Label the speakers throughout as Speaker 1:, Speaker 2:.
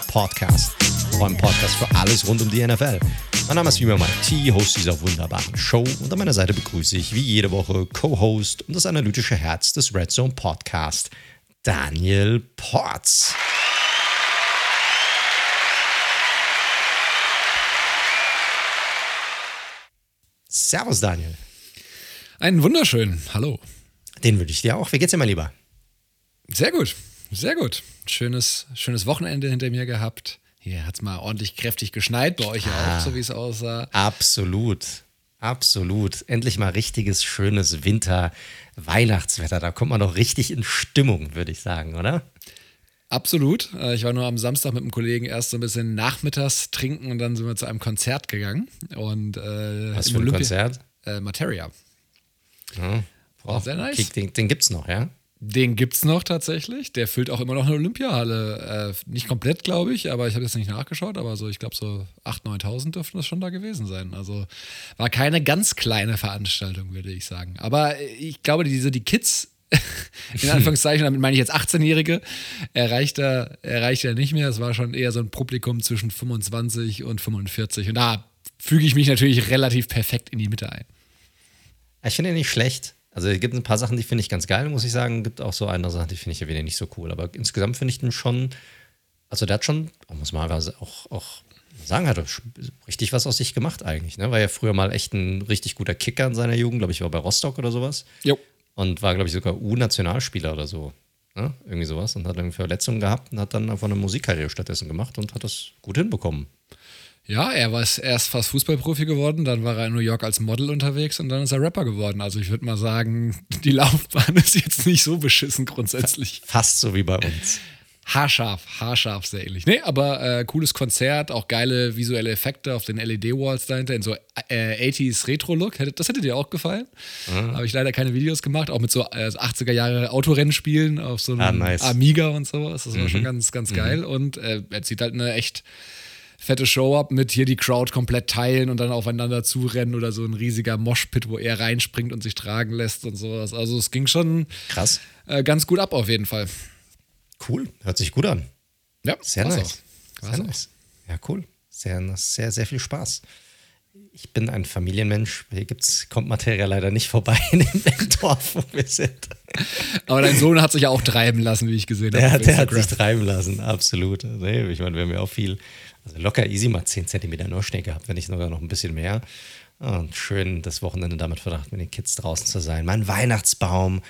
Speaker 1: Podcast, eurem Podcast für alles rund um die NFL. Mein Name ist wie immer Mike T, Host dieser wunderbaren Show, und an meiner Seite begrüße ich wie jede Woche Co-Host und das analytische Herz des Red Zone Podcast, Daniel Porz. Servus, Daniel.
Speaker 2: Einen wunderschönen Hallo.
Speaker 1: Den wünsche ich dir auch. Wie geht's dir, mein Lieber?
Speaker 2: Sehr gut, sehr gut. Schönes Wochenende hinter mir gehabt. Hier hat es mal ordentlich kräftig geschneit, bei euch ja auch, so wie es aussah.
Speaker 1: Absolut. Endlich mal richtiges, schönes Winter-Weihnachtswetter. Da kommt man doch richtig in Stimmung, würde ich sagen, oder?
Speaker 2: Absolut. Ich war nur am Samstag mit einem Kollegen erst so ein bisschen nachmittags trinken und dann sind wir zu einem Konzert gegangen. Und,
Speaker 1: was für ein Konzert?
Speaker 2: Materia.
Speaker 1: Ja,
Speaker 2: sehr nice.
Speaker 1: Den gibt's noch, ja?
Speaker 2: Den gibt's noch tatsächlich. Der füllt auch immer noch eine Olympiahalle. Nicht komplett, glaube ich, aber ich habe jetzt nicht nachgeschaut. Aber so, ich glaube, so 8.000, 9.000 dürften das schon da gewesen sein. Also war keine ganz kleine Veranstaltung, würde ich sagen. Aber ich glaube, die Kids, in Anführungszeichen, damit meine ich jetzt 18-Jährige, erreicht er nicht mehr. Es war schon eher so ein Publikum zwischen 25 und 45. Und da füge ich mich natürlich relativ perfekt in die Mitte ein.
Speaker 1: Ich finde ihn nicht schlecht. Also es gibt ein paar Sachen, die finde ich ganz geil, muss ich sagen. Es gibt auch so andere Sachen, die finde ich ja wieder nicht so cool. Aber insgesamt finde ich den schon, also der hat schon, muss man auch sagen, hat er richtig was aus sich gemacht eigentlich. Ne? War ja früher mal echt ein richtig guter Kicker in seiner Jugend. Glaube ich, war bei Rostock oder sowas.
Speaker 2: Jo. Und
Speaker 1: war, glaube ich, sogar U-Nationalspieler oder so. Ne? Irgendwie sowas. Und hat irgendwie Verletzungen gehabt und hat dann einfach eine Musikkarriere stattdessen gemacht und hat das gut hinbekommen.
Speaker 2: Ja, er war erst fast Fußballprofi geworden, dann war er in New York als Model unterwegs und dann ist er Rapper geworden. Also ich würde mal sagen, die Laufbahn ist jetzt nicht so beschissen grundsätzlich.
Speaker 1: Fast so wie bei uns.
Speaker 2: Haarscharf sehr ähnlich. Nee, aber cooles Konzert, auch geile visuelle Effekte auf den LED-Walls dahinter in so 80s Retro-Look. Das hätte dir auch gefallen. Mhm. Habe ich leider keine Videos gemacht, auch mit so 80er Jahre Autorennspielen auf so einem
Speaker 1: nice.
Speaker 2: Amiga und sowas. Das war schon ganz, ganz geil. Und er zieht halt eine echt fette Show ab mit hier die Crowd komplett teilen und dann aufeinander zurennen oder so ein riesiger Moshpit, wo er reinspringt und sich tragen lässt und sowas. Also es ging schon
Speaker 1: krass,
Speaker 2: ganz gut ab auf jeden Fall.
Speaker 1: Cool, hört sich gut an.
Speaker 2: Ja,
Speaker 1: sehr nice. Sehr nice. Ja, cool. Sehr, sehr, sehr viel Spaß. Ich bin ein Familienmensch. Hier kommt Materia leider nicht vorbei in dem Dorf, wo wir sind.
Speaker 2: Aber dein Sohn hat sich ja auch treiben lassen, wie ich gesehen habe.
Speaker 1: Der hat sich treiben lassen, absolut. Nee, ich meine, wir haben ja auch viel, also locker easy mal 10 Zentimeter Neuschnee gehabt, wenn nicht sogar noch ein bisschen mehr. Und schön das Wochenende damit verbracht, mit den Kids draußen zu sein. Mein Weihnachtsbaum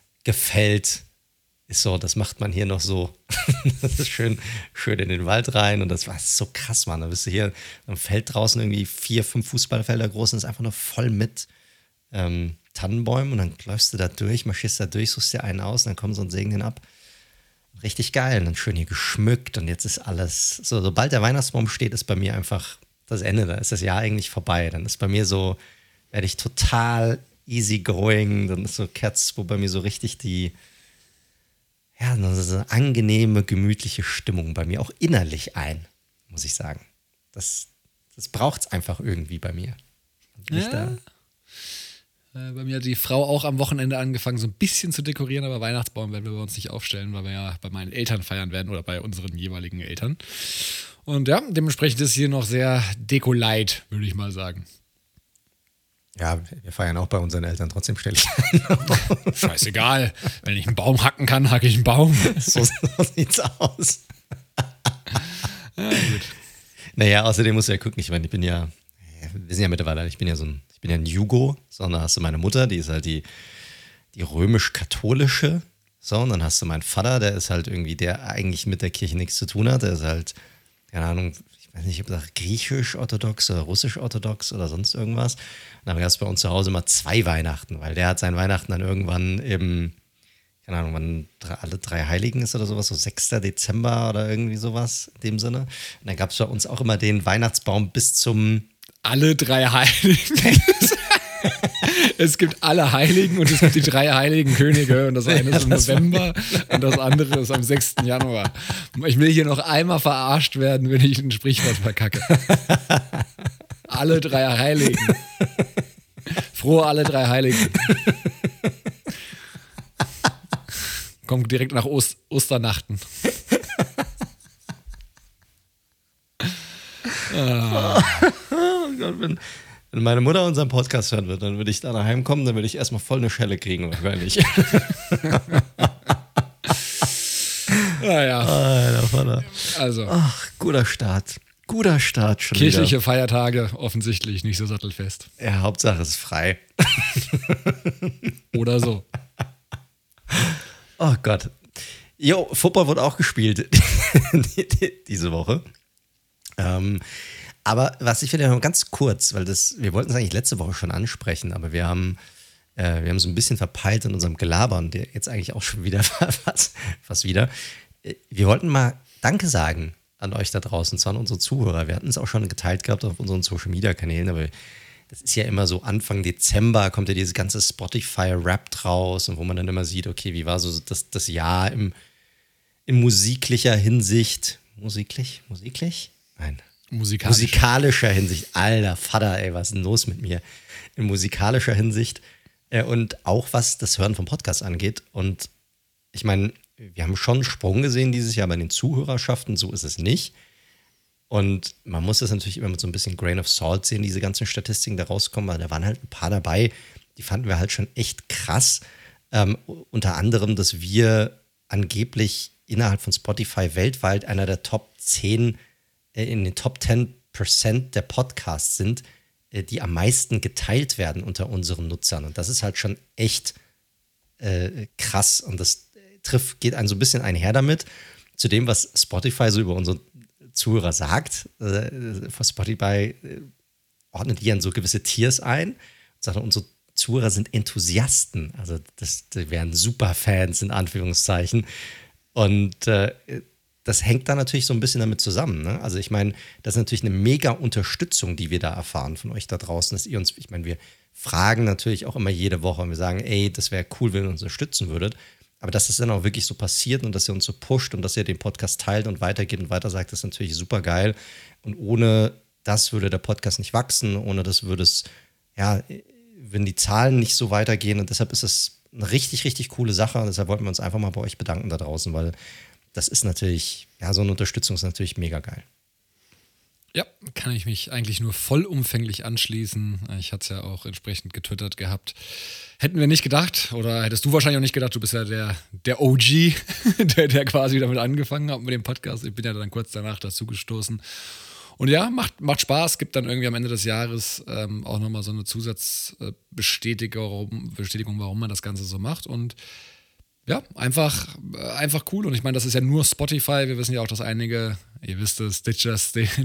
Speaker 1: gefällt. Ist so, das macht man hier noch so. Das ist schön in den Wald rein. Und das war so krass, Mann. Da bist du hier am Feld draußen irgendwie 4, 5 Fußballfelder groß und ist einfach nur voll mit Tannenbäumen. Und dann läufst du da durch, marschierst da durch, suchst dir einen aus und dann kommen so ein Segen den ab. Richtig geil. Und dann schön hier geschmückt und jetzt ist alles so. Sobald der Weihnachtsbaum steht, ist bei mir einfach das Ende. Da ist das Jahr eigentlich vorbei. Dann ist bei mir so, werde ich total easy going. Dann ist so kehrt bei mir so richtig so eine angenehme, gemütliche Stimmung bei mir, auch innerlich ein, muss ich sagen. Das braucht es einfach irgendwie bei mir.
Speaker 2: Ja. Bei mir hat die Frau auch am Wochenende angefangen, so ein bisschen zu dekorieren, aber Weihnachtsbaum werden wir bei uns nicht aufstellen, weil wir ja bei meinen Eltern feiern werden oder bei unseren jeweiligen Eltern. Und ja, dementsprechend ist hier noch sehr deko-light, würde ich mal sagen.
Speaker 1: Ja, wir feiern auch bei unseren Eltern, trotzdem stelle ich ein.
Speaker 2: Scheißegal. Wenn ich einen Baum hacken kann, hacke ich einen Baum.
Speaker 1: So sieht's aus.
Speaker 2: Ja, gut.
Speaker 1: Naja, außerdem musst du ja gucken, ich meine, wir sind ja mittlerweile, ich bin ja ein Jugo, sondern hast du meine Mutter, die ist halt die römisch-katholische, so, und dann hast du meinen Vater, der ist halt irgendwie, der eigentlich mit der Kirche nichts zu tun hat, der ist halt, keine Ahnung, ich weiß nicht, ob das griechisch-orthodox oder russisch-orthodox oder sonst irgendwas. Und dann gab es bei uns zu Hause immer 2 Weihnachten, weil der hat sein Weihnachten dann irgendwann keine Ahnung, wann alle 3 Heiligen ist oder sowas, so 6. Dezember oder irgendwie sowas in dem Sinne. Und dann gab es bei uns auch immer den Weihnachtsbaum bis zum...
Speaker 2: Alle 3 Heiligen? Es gibt alle Heiligen und es gibt die 3 heiligen Könige und das eine ist im November und das andere ist am 6. Januar. Ich will hier noch einmal verarscht werden, wenn ich ein Sprichwort verkacke. Alle 3 Heiligen. Frohe alle 3 Heiligen. Kommt direkt nach Osternachten.
Speaker 1: Oh Gott, wenn meine Mutter unseren Podcast hören wird, dann würde ich da heimkommen, dann würde ich erstmal voll eine Schelle kriegen, wahrscheinlich.
Speaker 2: Naja.
Speaker 1: Alter Vater.
Speaker 2: Also.
Speaker 1: Ach, guter Start. Guter Start schon
Speaker 2: Kirchliche
Speaker 1: wieder.
Speaker 2: Feiertage offensichtlich nicht so sattelfest.
Speaker 1: Ja, Hauptsache es ist frei.
Speaker 2: Oder so.
Speaker 1: Oh Gott. Jo, Football wurde auch gespielt diese Woche. Aber was ich finde, noch ganz kurz, weil wir wollten es eigentlich letzte Woche schon ansprechen, aber wir haben so ein bisschen verpeilt in unserem Gelaber und jetzt eigentlich auch schon wieder fast wieder. Wir wollten mal Danke sagen an euch da draußen, zwar an unsere Zuhörer. Wir hatten es auch schon geteilt gehabt auf unseren Social-Media-Kanälen, aber das ist ja immer so Anfang Dezember kommt ja dieses ganze Spotify-Rap raus und wo man dann immer sieht, okay, wie war so das Jahr in musiklicher Hinsicht. Musiklich? Nein. Musikalischer Hinsicht. Alter Vater, ey, was ist denn los mit mir? In musikalischer Hinsicht und auch was das Hören vom Podcast angeht. Und ich meine, wir haben schon einen Sprung gesehen dieses Jahr bei den Zuhörerschaften, so ist es nicht. Und man muss das natürlich immer mit so ein bisschen Grain of Salt sehen, diese ganzen Statistiken da rauskommen, weil da waren halt ein paar dabei, die fanden wir halt schon echt krass. Unter anderem, dass wir angeblich innerhalb von Spotify weltweit einer der Top 10, in den Top 10% der Podcasts sind, die am meisten geteilt werden unter unseren Nutzern. Und das ist halt schon echt krass. Und das geht ein so ein bisschen einher damit, zu dem, was Spotify so über unsere Zuhörer sagt. Spotify ordnet die an so gewisse Tiers ein und sagt, unsere Zuhörer sind Enthusiasten. Also die wären Superfans in Anführungszeichen. Und das hängt da natürlich so ein bisschen damit zusammen. Ne? Also ich meine, das ist natürlich eine mega Unterstützung, die wir da erfahren von euch da draußen, dass ihr uns, ich meine, wir fragen natürlich auch immer jede Woche und wir sagen, ey, das wäre cool, wenn ihr uns unterstützen würdet. Aber dass das dann auch wirklich so passiert und dass ihr uns so pusht und dass ihr den Podcast teilt und weitergeht und weiter sagt, ist natürlich super geil. Und ohne das würde der Podcast nicht wachsen, ohne das würde es, ja, wenn die Zahlen nicht so weitergehen. Und deshalb ist es eine richtig, richtig coole Sache. Und deshalb wollten wir uns einfach mal bei euch bedanken da draußen, weil das ist natürlich, ja, so eine Unterstützung ist natürlich mega geil.
Speaker 2: Ja, kann ich mich eigentlich nur vollumfänglich anschließen. Ich hatte es ja auch entsprechend getwittert gehabt. Hätten wir nicht gedacht, oder hättest du wahrscheinlich auch nicht gedacht, du bist ja der OG, der quasi damit angefangen hat mit dem Podcast. Ich bin ja dann kurz danach dazu gestoßen. Und ja, macht Spaß, gibt dann irgendwie am Ende des Jahres auch nochmal so eine Zusatzbestätigung, warum man das Ganze so macht. Und ja, einfach cool. Und ich meine, das ist ja nur Spotify. Wir wissen ja auch, dass einige, ihr wisst es, Stitcher,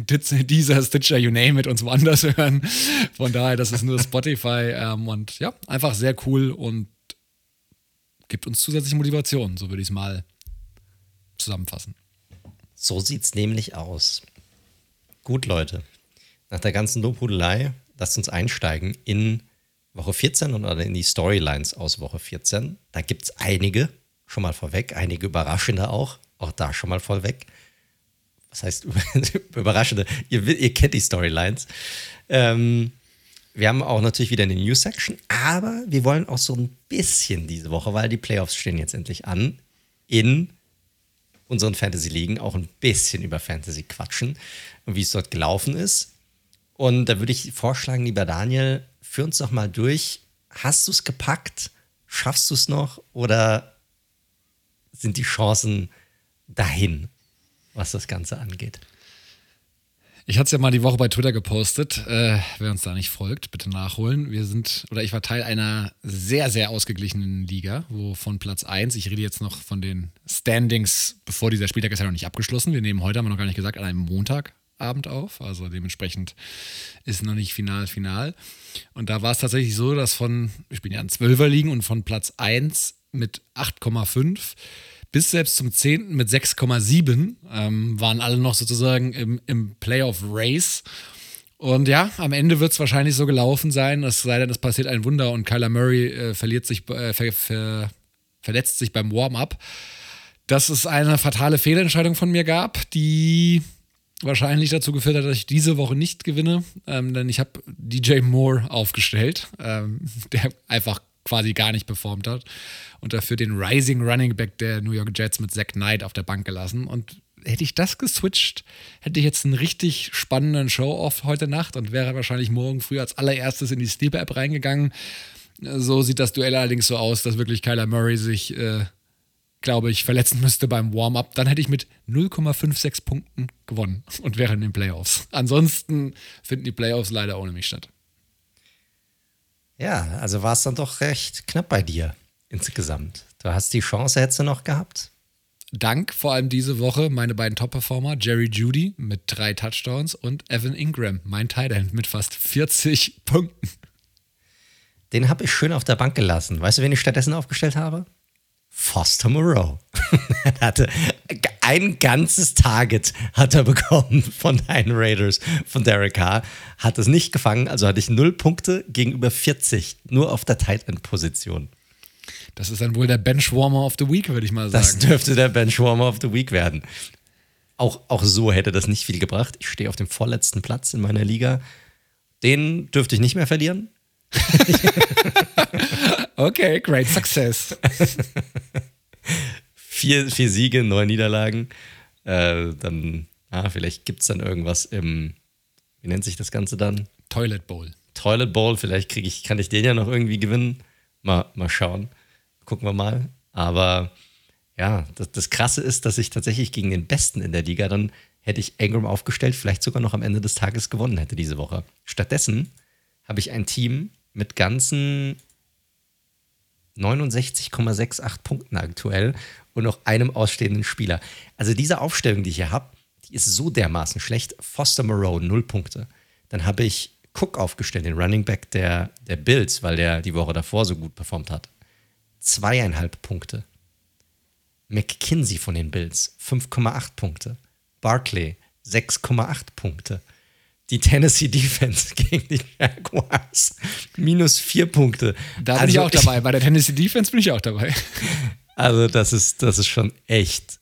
Speaker 2: you name it, uns woanders hören. Von daher, das ist nur Spotify. Und ja, einfach sehr cool und gibt uns zusätzliche Motivation. So würde ich es mal zusammenfassen.
Speaker 1: So sieht's nämlich aus. Gut, Leute. Nach der ganzen Lobhudelei, lasst uns einsteigen in Woche 14 oder in die Storylines aus Woche 14. Da gibt es einige, schon mal vorweg, einige überraschende auch da schon mal vorweg. Was heißt überraschende? Ihr kennt die Storylines. Wir haben auch natürlich wieder eine News-Section, aber wir wollen auch so ein bisschen diese Woche, weil die Playoffs stehen jetzt endlich an, in unseren Fantasy-Ligen auch ein bisschen über Fantasy quatschen und wie es dort gelaufen ist. Und da würde ich vorschlagen, lieber Daniel, führ uns doch mal durch. Hast du es gepackt? Schaffst du es noch? Oder sind die Chancen dahin, was das Ganze angeht?
Speaker 2: Ich hatte es ja mal die Woche bei Twitter gepostet. Wer uns da nicht folgt, bitte nachholen. Ich war Teil einer sehr, sehr ausgeglichenen Liga, wo von Platz 1, ich rede jetzt noch von den Standings, bevor dieser Spieltag ist ja noch nicht abgeschlossen. Wir nehmen heute, haben wir noch gar nicht gesagt, an einem Montagabend auf. Also dementsprechend ist noch nicht final. Und da war es tatsächlich so, dass ich bin ja in 12er Ligen und von Platz 1 mit 8,5 bis selbst zum 10. mit 6,7 waren alle noch sozusagen im Playoff-Race. Und ja, am Ende wird es wahrscheinlich so gelaufen sein, es sei denn, es passiert ein Wunder und Kyler Murray verletzt sich beim Warm-up, dass es eine fatale Fehlentscheidung von mir gab, die wahrscheinlich dazu geführt hat, dass ich diese Woche nicht gewinne, denn ich habe DJ Moore aufgestellt, der einfach quasi gar nicht performt hat und dafür den Rising Running Back der New York Jets mit Zach Knight auf der Bank gelassen. Und hätte ich das geswitcht, hätte ich jetzt einen richtig spannenden Show-Off heute Nacht und wäre wahrscheinlich morgen früh als allererstes in die Sleeper-App reingegangen. So sieht das Duell allerdings so aus, dass wirklich Kyler Murray sich, glaube ich, verletzen müsste beim Warm-Up. Dann hätte ich mit 0,56 Punkten gewonnen und wäre in den Playoffs. Ansonsten finden die Playoffs leider ohne mich statt.
Speaker 1: Ja, also war es dann doch recht knapp bei dir insgesamt. Du hast die Chance, hättest du noch gehabt.
Speaker 2: Dank vor allem diese Woche meine beiden Top-Performer, Jerry Jeudy mit 3 Touchdowns und Evan Ingram, mein Tight End, mit fast 40 Punkten.
Speaker 1: Den habe ich schön auf der Bank gelassen. Weißt du, wen ich stattdessen aufgestellt habe? Foster Moreau. Er hatte ein ganzes Target hat er bekommen von deinen Raiders, von Derek Carr. Hat es nicht gefangen, also hatte ich 0 Punkte gegenüber 40, nur auf der Tight End Position.
Speaker 2: Das ist dann wohl der Benchwarmer of the Week, würde ich mal sagen.
Speaker 1: Das dürfte der Benchwarmer of the Week werden. Auch so hätte das nicht viel gebracht. Ich stehe auf dem vorletzten Platz in meiner Liga. Den dürfte ich nicht mehr verlieren.
Speaker 2: Okay, great success.
Speaker 1: 4 Siege, 9 Niederlagen. Vielleicht gibt es dann irgendwas im, wie nennt sich das Ganze dann?
Speaker 2: Toilet Bowl.
Speaker 1: Toilet Bowl, vielleicht kann ich den ja noch irgendwie gewinnen. Mal schauen. Gucken wir mal. Aber ja, das Krasse ist, dass ich tatsächlich gegen den Besten in der Liga, dann hätte ich Ingram aufgestellt, vielleicht sogar noch am Ende des Tages gewonnen hätte diese Woche. Stattdessen habe ich ein Team mit ganzen 69,68 Punkten aktuell und noch einem ausstehenden Spieler. Also diese Aufstellung, die ich hier habe, die ist so dermaßen schlecht. Foster Moreau, 0 Punkte. Dann habe ich Cook aufgestellt, den Running Back der Bills, weil der die Woche davor so gut performt hat. 2,5 Punkte. McKinsey von den Bills, 5,8 Punkte. Barkley, 6,8 Punkte. Die Tennessee Defense gegen die Jaguars, -4 Punkte.
Speaker 2: Da bin ich auch dabei. Bei der Tennessee Defense bin ich auch dabei.
Speaker 1: Also das ist schon echt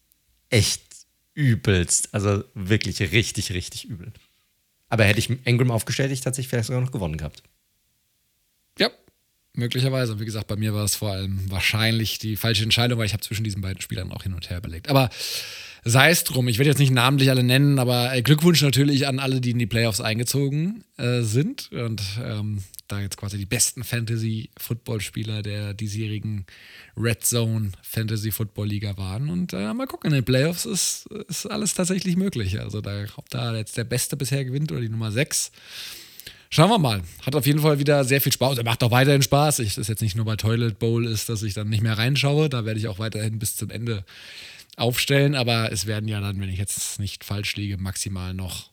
Speaker 1: übelst. Also wirklich richtig, richtig übel. Aber hätte ich Ingram aufgestellt, hätte ich tatsächlich vielleicht sogar noch gewonnen gehabt.
Speaker 2: Ja, möglicherweise. Wie gesagt, bei mir war es vor allem wahrscheinlich die falsche Entscheidung, weil ich habe zwischen diesen beiden Spielern auch hin und her überlegt. Aber sei es drum, ich werde jetzt nicht namentlich alle nennen, aber Glückwunsch natürlich an alle, die in die Playoffs eingezogen sind und da jetzt quasi die besten Fantasy-Football-Spieler der diesjährigen Red Zone Fantasy-Football-Liga waren. Und mal gucken, in den Playoffs ist alles tatsächlich möglich. Also ob da jetzt der Beste bisher gewinnt oder die Nummer 6. Schauen wir mal. Hat auf jeden Fall wieder sehr viel Spaß. Er macht auch weiterhin Spaß. Das ist jetzt nicht nur bei Toilet Bowl ist, dass ich dann nicht mehr reinschaue. Da werde ich auch weiterhin bis zum Ende aufstellen, aber es werden ja dann, wenn ich jetzt nicht falsch liege, maximal noch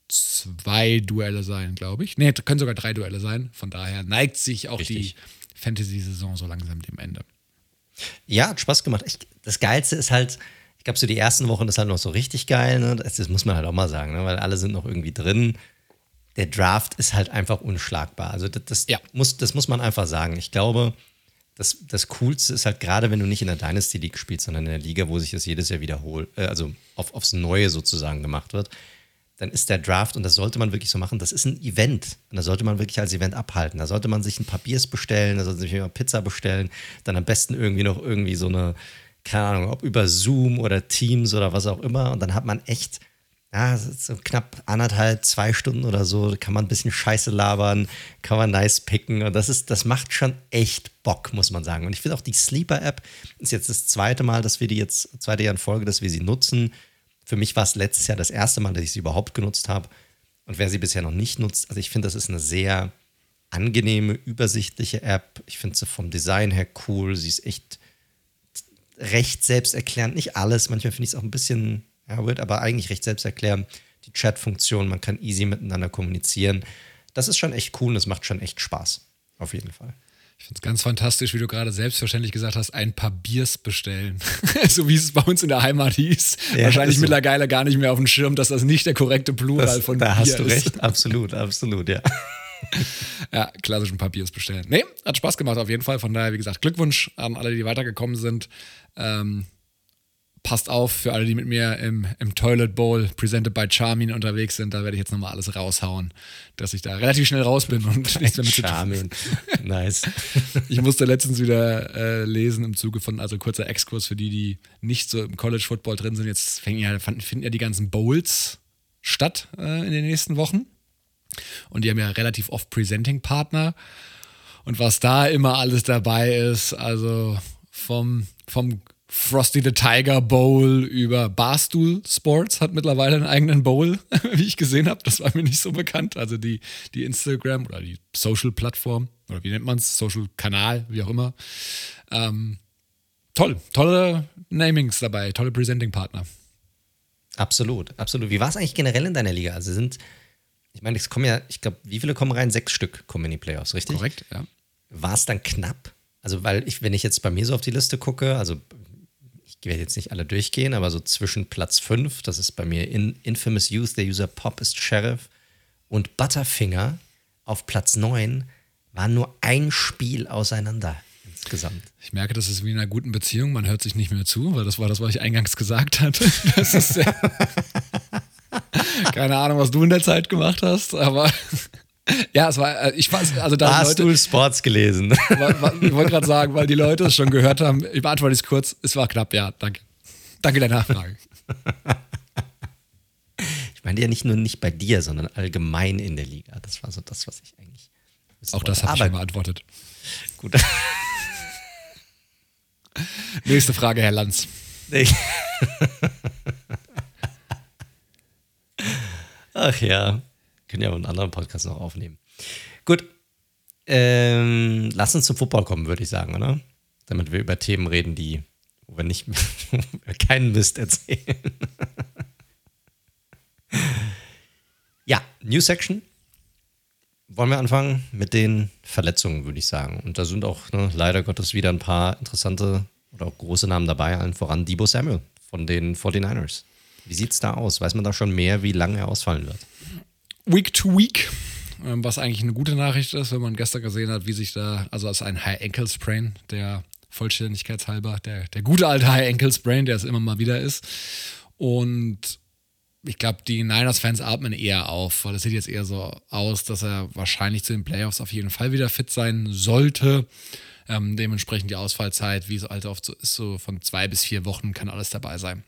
Speaker 2: 2 Duelle sein, glaube ich. Nee, können sogar 3 Duelle sein. Von daher neigt sich auch
Speaker 1: Richtig.
Speaker 2: Die Fantasy-Saison so langsam dem Ende.
Speaker 1: Ja, hat Spaß gemacht. Das Geilste ist halt, ich glaube, so die ersten Wochen ist halt noch so richtig geil. Ne? Das muss man halt auch mal sagen, ne? Weil alle sind noch irgendwie drin. Der Draft ist halt einfach unschlagbar. Also das muss man einfach sagen. Ich glaube, das Coolste ist halt gerade, wenn du nicht in der Dynasty League spielst, sondern in der Liga, wo sich das jedes Jahr wiederholt, also aufs Neue sozusagen gemacht wird, dann ist der Draft, und das sollte man wirklich so machen, das ist ein Event. Und das sollte man wirklich als Event abhalten. Da sollte man sich ein paar Biers bestellen, da sollte man sich immer Pizza bestellen, dann am besten irgendwie so eine, keine Ahnung, ob über Zoom oder Teams oder was auch immer. Und dann hat man echt, so knapp 1,5, 2 Stunden oder so, kann man ein bisschen Scheiße labern, kann man nice picken. Und das macht schon echt Bock, muss man sagen. Und ich finde auch, die Sleeper-App ist jetzt das zweite Mal, dass wir die jetzt, 2. Jahr in Folge, dass wir sie nutzen. Für mich war es letztes Jahr das erste Mal, dass ich sie überhaupt genutzt habe. Und wer sie bisher noch nicht nutzt, also ich finde, das ist eine sehr angenehme, übersichtliche App. Ich finde sie vom Design her cool. Sie ist echt recht selbsterklärend. Nicht alles, manchmal finde ich es auch ein bisschen weird, aber eigentlich recht selbsterklärend. Die Chat-Funktion, man kann easy miteinander kommunizieren. Das ist schon echt cool und das macht schon echt Spaß. Auf jeden Fall.
Speaker 2: Ich finde es ganz fantastisch, wie du gerade selbstverständlich gesagt hast, ein paar Biers bestellen. So wie es bei uns in der Heimat hieß. Ja, wahrscheinlich mittlerweile gar nicht mehr auf dem Schirm, dass das nicht der korrekte Plural von Bier ist.
Speaker 1: Da hast du recht, absolut, ja.
Speaker 2: Ja, klassisch ein paar Biers bestellen. Nee, hat Spaß gemacht auf jeden Fall. Von daher, wie gesagt, Glückwunsch an alle, die weitergekommen sind. passt auf, für alle, die mit mir im Toilet Bowl presented by Charmin unterwegs sind, da werde ich jetzt nochmal alles raushauen, dass ich da relativ schnell raus bin und nichts damit zu tun.
Speaker 1: Charmin, nice.
Speaker 2: Ich musste letztens wieder lesen im Zuge von, also kurzer Exkurs für die nicht so im College Football drin sind, jetzt finden ja die ganzen Bowls statt in den nächsten Wochen und die haben ja relativ oft Presenting-Partner und was da immer alles dabei ist, also vom Frosty the Tiger Bowl über Barstool Sports hat mittlerweile einen eigenen Bowl, wie ich gesehen habe. Das war mir nicht so bekannt. Also die Instagram oder die Social-Plattform oder wie nennt man es? Social-Kanal, wie auch immer. Tolle Namings dabei, tolle Presenting-Partner.
Speaker 1: Absolut, absolut. Wie war es eigentlich generell in deiner Liga? Also ich meine, es kommen ja, ich glaube, wie viele kommen rein? 6 Stück kommen in die Playoffs, richtig?
Speaker 2: Korrekt, ja.
Speaker 1: War es dann knapp? Also, wenn ich jetzt bei mir so auf die Liste gucke, also ich werde jetzt nicht alle durchgehen, aber so zwischen Platz 5, das ist bei mir Infamous Youth, der User Pop ist Sheriff, und Butterfinger auf Platz 9 waren nur ein Spiel auseinander insgesamt.
Speaker 2: Ich merke, das ist wie in einer guten Beziehung, man hört sich nicht mehr zu, weil das war das, was ich eingangs gesagt hatte. Das ist keine Ahnung, was du in der Zeit gemacht hast, aber ja, es war, ich weiß, also da
Speaker 1: hast du Sports gelesen?
Speaker 2: Ich wollte gerade sagen, weil die Leute es schon gehört haben, ich beantworte es kurz, es war knapp, ja, danke. Danke der Nachfrage.
Speaker 1: Ich meine ja nicht bei dir, sondern allgemein in der Liga. Das war so das, was ich eigentlich wissen
Speaker 2: auch das habe ich schon beantwortet.
Speaker 1: Gut.
Speaker 2: Nächste Frage, Herr Lanz.
Speaker 1: Ach ja. Können ja einen anderen Podcast noch aufnehmen. Gut. Lass uns zum Football kommen, würde ich sagen, oder? Damit wir über Themen reden, wo wir nicht keinen Mist erzählen. Ja, News Section. Wollen wir anfangen mit den Verletzungen, würde ich sagen. Und da sind auch leider Gottes wieder ein paar interessante oder auch große Namen dabei, allen voran Deebo Samuel von den 49ers. Wie sieht es da aus? Weiß man da schon mehr, wie lange er ausfallen wird?
Speaker 2: Week to Week, was eigentlich eine gute Nachricht ist, wenn man gestern gesehen hat, wie sich da, also als ein High Ankle Sprain, der Vollständigkeitshalber, der gute alte High Ankle Sprain, der es immer mal wieder ist. Und ich glaube, die Niners-Fans atmen eher auf, weil es sieht jetzt eher so aus, dass er wahrscheinlich zu den Playoffs auf jeden Fall wieder fit sein sollte. Dementsprechend die Ausfallzeit, wie es halt oft so ist, so von 2 bis 4 Wochen kann alles dabei sein.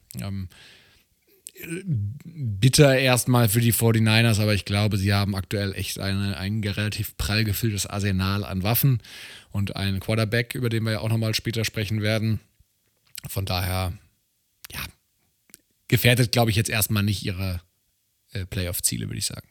Speaker 2: Bitter erstmal für die 49ers, aber ich glaube, sie haben aktuell echt ein relativ prall gefülltes Arsenal an Waffen und einen Quarterback, über den wir ja auch nochmal später sprechen werden. Von daher, ja, gefährdet, glaube ich, jetzt erstmal nicht ihre Playoff-Ziele, würde ich sagen.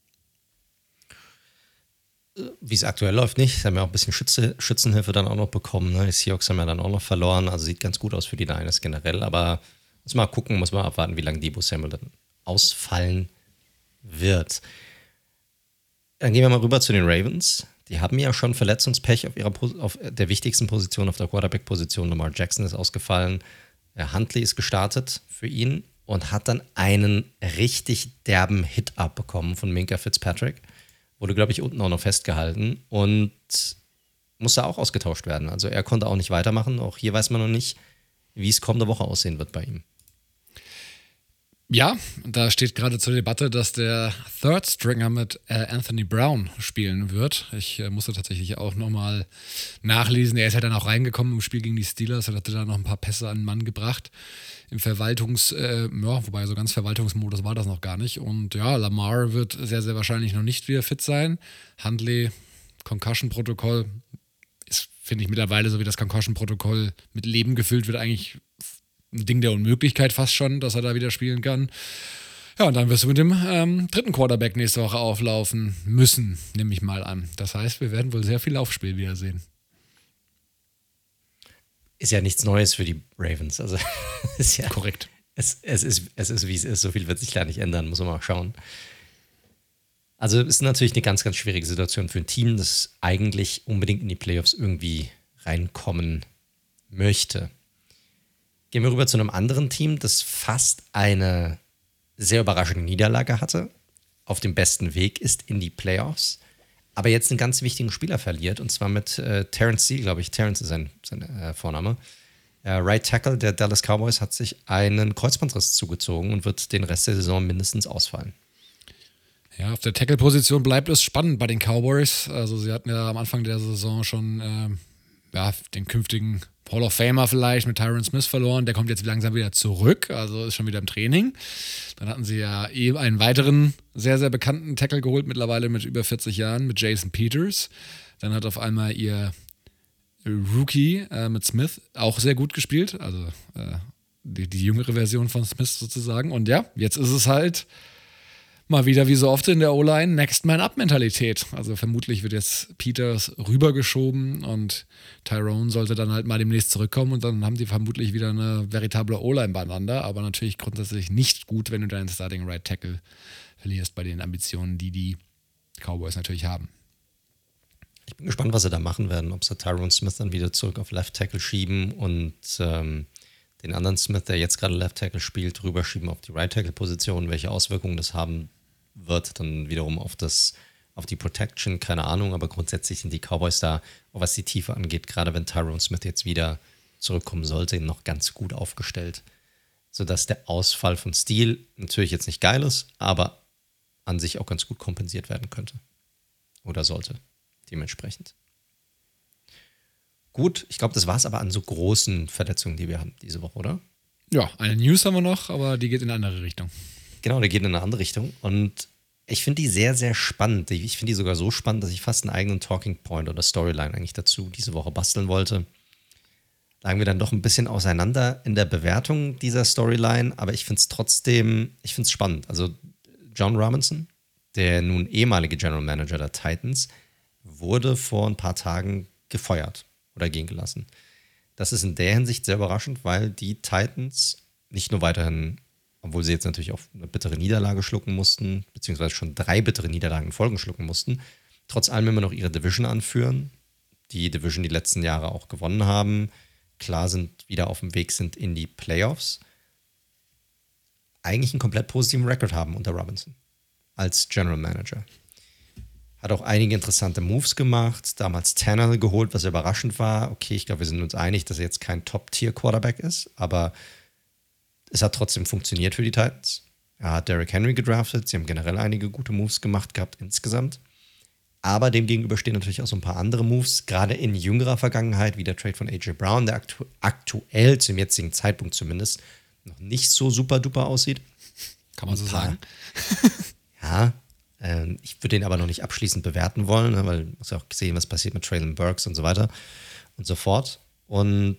Speaker 1: Wie es aktuell läuft, nicht. Sie haben ja auch ein bisschen Schützenhilfe dann auch noch bekommen. Ne? Die Seahawks haben ja dann auch noch verloren, also sieht ganz gut aus für die Niners generell, aber muss mal abwarten, wie lange Deebo Samuel dann ausfallen wird. Dann gehen wir mal rüber zu den Ravens. Die haben ja schon Verletzungspech auf der wichtigsten Position, auf der Quarterback-Position. Lamar Jackson ist ausgefallen. Huntley ist gestartet für ihn und hat dann einen richtig derben Hit abbekommen von Minkah Fitzpatrick. Wurde, glaube ich, unten auch noch festgehalten und musste auch ausgetauscht werden. Also er konnte auch nicht weitermachen. Auch hier weiß man noch nicht, wie es kommende Woche aussehen wird bei ihm.
Speaker 2: Ja, da steht gerade zur Debatte, dass der Third Stringer mit Anthony Brown spielen wird. Ich musste tatsächlich auch nochmal nachlesen. Er ist ja dann auch reingekommen im Spiel gegen die Steelers und hatte da noch ein paar Pässe an den Mann gebracht. Im wobei so ganz Verwaltungsmodus war das noch gar nicht. Und ja, Lamar wird sehr, sehr wahrscheinlich noch nicht wieder fit sein. Huntley, Concussion-Protokoll ist, finde ich, mittlerweile, so wie das Concussion-Protokoll mit Leben gefüllt wird, eigentlich ein Ding der Unmöglichkeit fast schon, dass er da wieder spielen kann. Ja, und dann wirst du mit dem dritten Quarterback nächste Woche auflaufen müssen, nehme ich mal an. Das heißt, wir werden wohl sehr viel Laufspiel wieder sehen.
Speaker 1: Ist ja nichts Neues für die Ravens. Also ist ja
Speaker 2: korrekt.
Speaker 1: Es ist, wie es ist. So viel wird sich da nicht ändern, muss man mal schauen. Also ist natürlich eine ganz, ganz schwierige Situation für ein Team, das eigentlich unbedingt in die Playoffs irgendwie reinkommen möchte. Gehen wir rüber zu einem anderen Team, das fast eine sehr überraschende Niederlage hatte, auf dem besten Weg ist in die Playoffs, aber jetzt einen ganz wichtigen Spieler verliert, und zwar mit Terrence Steele, glaube ich. Terrence ist sein Vorname. Right Tackle der Dallas Cowboys hat sich einen Kreuzbandriss zugezogen und wird den Rest der Saison mindestens ausfallen.
Speaker 2: Ja, auf der Tackle-Position bleibt es spannend bei den Cowboys. Also sie hatten ja am Anfang der Saison schon den künftigen Hall of Famer vielleicht mit Tyron Smith verloren. Der kommt jetzt langsam wieder zurück, also ist schon wieder im Training. Dann hatten sie ja einen weiteren sehr, sehr bekannten Tackle geholt, mittlerweile mit über 40 Jahren, mit Jason Peters. Dann hat auf einmal ihr Rookie mit Smith auch sehr gut gespielt, also die jüngere Version von Smith sozusagen. Und ja, jetzt ist es halt mal wieder wie so oft in der O-Line Next Man Up Mentalität. Also vermutlich wird jetzt Peters rübergeschoben und Tyrone sollte dann halt mal demnächst zurückkommen und dann haben die vermutlich wieder eine veritable O-Line beieinander, aber natürlich grundsätzlich nicht gut, wenn du deinen Starting Right Tackle verlierst bei den Ambitionen, die Cowboys natürlich haben.
Speaker 1: Ich bin gespannt, was sie da machen werden, ob sie Tyrone Smith dann wieder zurück auf Left Tackle schieben und den anderen Smith, der jetzt gerade Left Tackle spielt, rüberschieben auf die Right Tackle Position, welche Auswirkungen das haben wird, dann wiederum auf die Protection, keine Ahnung, aber grundsätzlich sind die Cowboys da, auch was die Tiefe angeht, gerade wenn Tyrone Smith jetzt wieder zurückkommen sollte, noch ganz gut aufgestellt, sodass der Ausfall von Steele natürlich jetzt nicht geil ist, aber an sich auch ganz gut kompensiert werden könnte oder sollte, dementsprechend. Gut, ich glaube, das war es aber an so großen Verletzungen, die wir haben diese Woche, oder?
Speaker 2: Ja, eine News haben wir noch, aber die geht in eine andere Richtung.
Speaker 1: Genau, die geht in eine andere Richtung und ich finde die sehr, sehr spannend. Ich finde die sogar so spannend, dass ich fast einen eigenen Talking Point oder Storyline eigentlich dazu diese Woche basteln wollte. Lagen wir dann doch ein bisschen auseinander in der Bewertung dieser Storyline, aber ich finde es trotzdem, spannend. Also Jon Robinson, der nun ehemalige General Manager der Titans, wurde vor ein paar Tagen gefeuert oder gehen gelassen. Das ist in der Hinsicht sehr überraschend, weil die Titans nicht nur weiterhin, obwohl sie jetzt natürlich auch eine bittere Niederlage schlucken mussten, beziehungsweise schon 3 bittere Niederlagen in Folge schlucken mussten, trotz allem immer noch ihre Division anführen, die Division die letzten Jahre auch gewonnen haben, klar sind, wieder auf dem Weg sind in die Playoffs, eigentlich einen komplett positiven Rekord haben unter Robinson als General Manager. Hat auch einige interessante Moves gemacht, damals Tannehill geholt, was überraschend war. Okay, ich glaube, wir sind uns einig, dass er jetzt kein Top-Tier-Quarterback ist, aber es hat trotzdem funktioniert für die Titans. Er hat Derrick Henry gedraftet, sie haben generell einige gute Moves gemacht gehabt insgesamt. Aber dem gegenüber stehen natürlich auch so ein paar andere Moves, gerade in jüngerer Vergangenheit, wie der Trade von A.J. Brown, der aktuell, zum jetzigen Zeitpunkt zumindest, noch nicht so super-duper aussieht.
Speaker 2: Kann man so sagen.
Speaker 1: Ja, ich würde den aber noch nicht abschließend bewerten wollen, ne, weil man muss ja auch sehen, was passiert mit Traylon Burks und so weiter und so fort. Und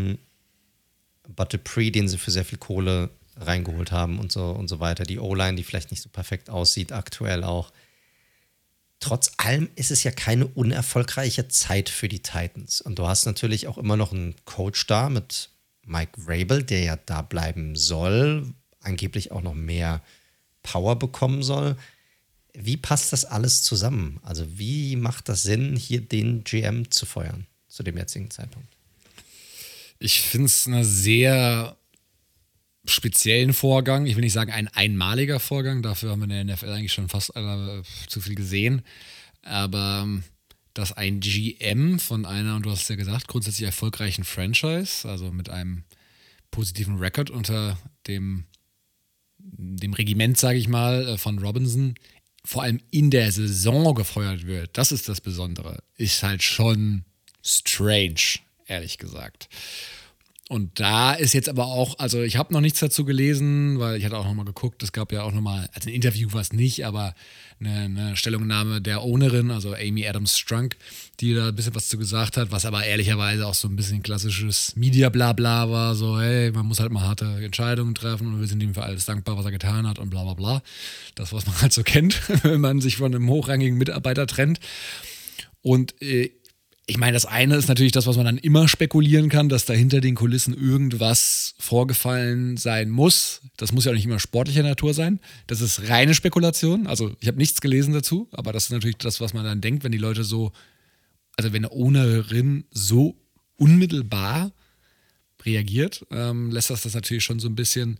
Speaker 1: Bud Dupree, den sie für sehr viel Kohle reingeholt haben und so weiter. Die O-Line, die vielleicht nicht so perfekt aussieht, aktuell auch. Trotz allem ist es ja keine unerfolgreiche Zeit für die Titans. Und du hast natürlich auch immer noch einen Coach da mit Mike Vrabel, der ja da bleiben soll, angeblich auch noch mehr Power bekommen soll. Wie passt das alles zusammen? Also wie macht das Sinn, hier den GM zu feuern zu dem jetzigen Zeitpunkt?
Speaker 2: Ich finde es einen sehr speziellen Vorgang. Ich will nicht sagen ein einmaliger Vorgang, dafür haben wir in der NFL eigentlich schon fast zu viel gesehen. Aber dass ein GM von einer, und du hast es ja gesagt, grundsätzlich erfolgreichen Franchise, also mit einem positiven Rekord unter dem Regiment, sage ich mal, von Robinson, vor allem in der Saison gefeuert wird, das ist das Besondere, ist halt schon strange, ehrlich gesagt. Und da ist jetzt aber auch, also ich habe noch nichts dazu gelesen, weil ich hatte auch nochmal geguckt, es gab ja auch nochmal, also ein Interview war es nicht, aber eine Stellungnahme der Ownerin, also Amy Adams-Strunk, die da ein bisschen was zu gesagt hat, was aber ehrlicherweise auch so ein bisschen klassisches Media-Blabla war, so hey, man muss halt mal harte Entscheidungen treffen und wir sind ihm für alles dankbar, was er getan hat und bla bla bla. Das, was man halt so kennt, wenn man sich von einem hochrangigen Mitarbeiter trennt. Und ich meine, das eine ist natürlich das, was man dann immer spekulieren kann, dass da hinter den Kulissen irgendwas vorgefallen sein muss. Das muss ja auch nicht immer sportlicher Natur sein. Das ist reine Spekulation. Also ich habe nichts gelesen dazu, aber das ist natürlich das, was man dann denkt, wenn die Leute so, also wenn eine Ownerin so unmittelbar reagiert, lässt das natürlich schon so ein bisschen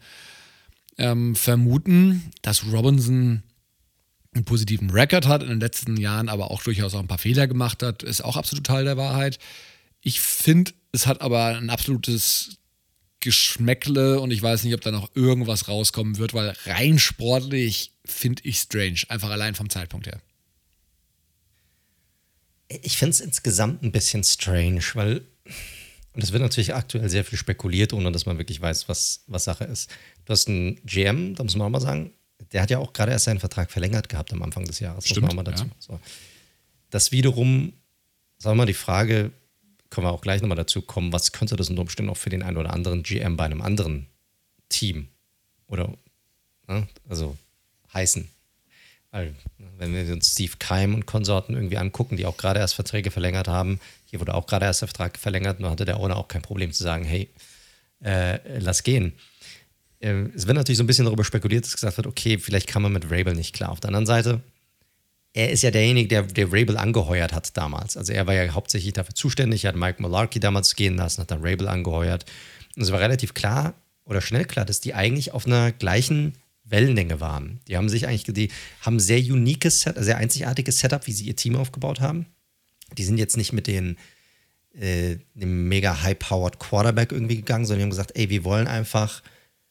Speaker 2: vermuten, dass Robinson einen positiven Rekord hat, in den letzten Jahren aber auch durchaus auch ein paar Fehler gemacht hat, ist auch absolut Teil der Wahrheit. Ich finde Es hat aber ein absolutes Geschmäckle und ich weiß nicht, ob da noch irgendwas rauskommen wird, weil rein sportlich finde ich strange. Einfach allein vom Zeitpunkt her.
Speaker 1: Ich finde es insgesamt ein bisschen strange, weil, und es wird natürlich aktuell sehr viel spekuliert, ohne dass man wirklich weiß, was Sache ist. Du hast einen GM, da muss man auch mal sagen, der hat ja auch gerade erst seinen Vertrag verlängert gehabt am Anfang des Jahres.
Speaker 2: Stimmt,
Speaker 1: muss man auch mal dazu.
Speaker 2: ja.
Speaker 1: So. Das wiederum, sagen wir mal, die Frage, können wir auch gleich nochmal dazu kommen, was könnte das unter Umständen auch für den einen oder anderen GM bei einem anderen Team oder also heißen. Weil, wenn wir uns Steve Keim und Konsorten irgendwie angucken, die auch gerade erst Verträge verlängert haben, hier wurde auch gerade erst der Vertrag verlängert, nur hatte der Owner auch kein Problem zu sagen, hey, lass gehen. Es wird natürlich so ein bisschen darüber spekuliert, dass gesagt wird, okay, vielleicht kam man mit Vrabel nicht klar. Auf der anderen Seite, er ist ja derjenige, der Vrabel angeheuert hat damals. Also er war ja hauptsächlich dafür zuständig, er hat Mike Mularkey damals gehen lassen, hat dann Vrabel angeheuert. Und es war relativ klar oder schnell klar, dass die eigentlich auf einer gleichen Wellenlänge waren. Die haben ein sehr uniques, sehr einzigartiges Setup, wie sie ihr Team aufgebaut haben. Die sind jetzt nicht mit dem mega high-powered Quarterback irgendwie gegangen, sondern die haben gesagt, ey, wir wollen einfach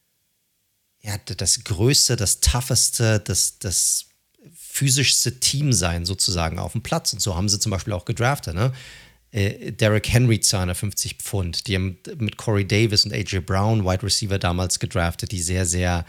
Speaker 1: das größte, das tougheste, das physischste Team sein, sozusagen, auf dem Platz. Und so haben sie zum Beispiel auch gedraftet, ne? Derrick Henry 250 Pfund. Die haben mit Corey Davis und A.J. Brown Wide Receiver damals gedraftet, die sehr, sehr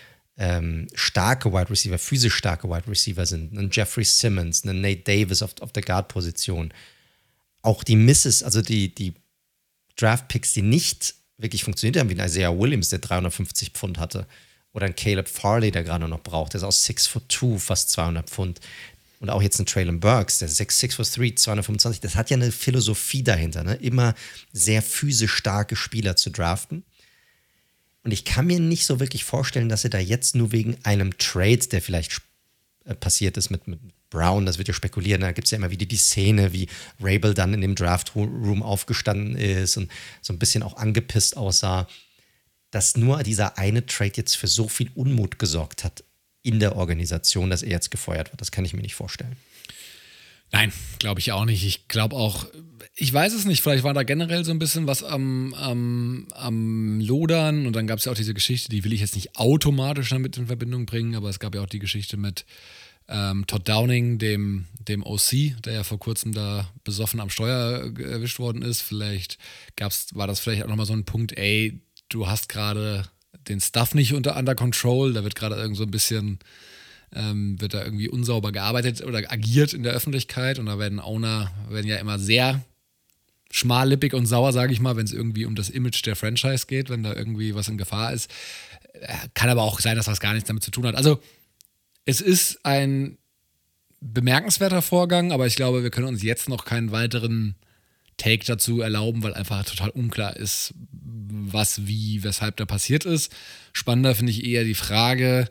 Speaker 1: starke Wide Receiver, physisch starke Wide Receiver sind. Ein Jeffrey Simmons, ein Nate Davis auf der Guard-Position. Auch die Misses, also die Draft-Picks, die nicht wirklich funktioniert haben, wie ein Isaiah Williams, der 350 Pfund hatte. Oder ein Caleb Farley, der gerade noch braucht. Der ist aus 6'2", fast 200 Pfund. Und auch jetzt ein Traylon Burks, der ist 6'3", 225. Das hat ja eine Philosophie dahinter, ne? Immer sehr physisch starke Spieler zu draften. Und ich kann mir nicht so wirklich vorstellen, dass sie da jetzt nur wegen einem Trade, der vielleicht passiert ist mit Brown, das wird ja spekuliert, da gibt es ja immer wieder die Szene, wie Vrabel dann in dem Draft-Room aufgestanden ist und so ein bisschen auch angepisst aussah, dass nur dieser eine Trade jetzt für so viel Unmut gesorgt hat in der Organisation, dass er jetzt gefeuert wird. Das kann ich mir nicht vorstellen.
Speaker 2: Nein, glaube ich auch nicht. Ich glaube auch, ich weiß es nicht, vielleicht war da generell so ein bisschen was am Lodern und dann gab es ja auch diese Geschichte, die will ich jetzt nicht automatisch damit in Verbindung bringen, aber es gab ja auch die Geschichte mit Todd Downing, dem OC, der ja vor kurzem da besoffen am Steuer erwischt worden ist. Vielleicht war das vielleicht auch nochmal so ein Punkt, ey, du hast gerade den Stuff nicht under control, da wird gerade irgend so ein bisschen wird da irgendwie unsauber gearbeitet oder agiert in der Öffentlichkeit und da werden ja immer sehr schmallippig und sauer, sage ich mal, wenn es irgendwie um das Image der Franchise geht, wenn da irgendwie was in Gefahr ist. Kann aber auch sein, dass das gar nichts damit zu tun hat. Also es ist ein bemerkenswerter Vorgang, aber ich glaube, wir können uns jetzt noch keinen weiteren Take dazu erlauben, weil einfach total unklar ist, was, wie, weshalb da passiert ist. Spannender finde ich eher die Frage,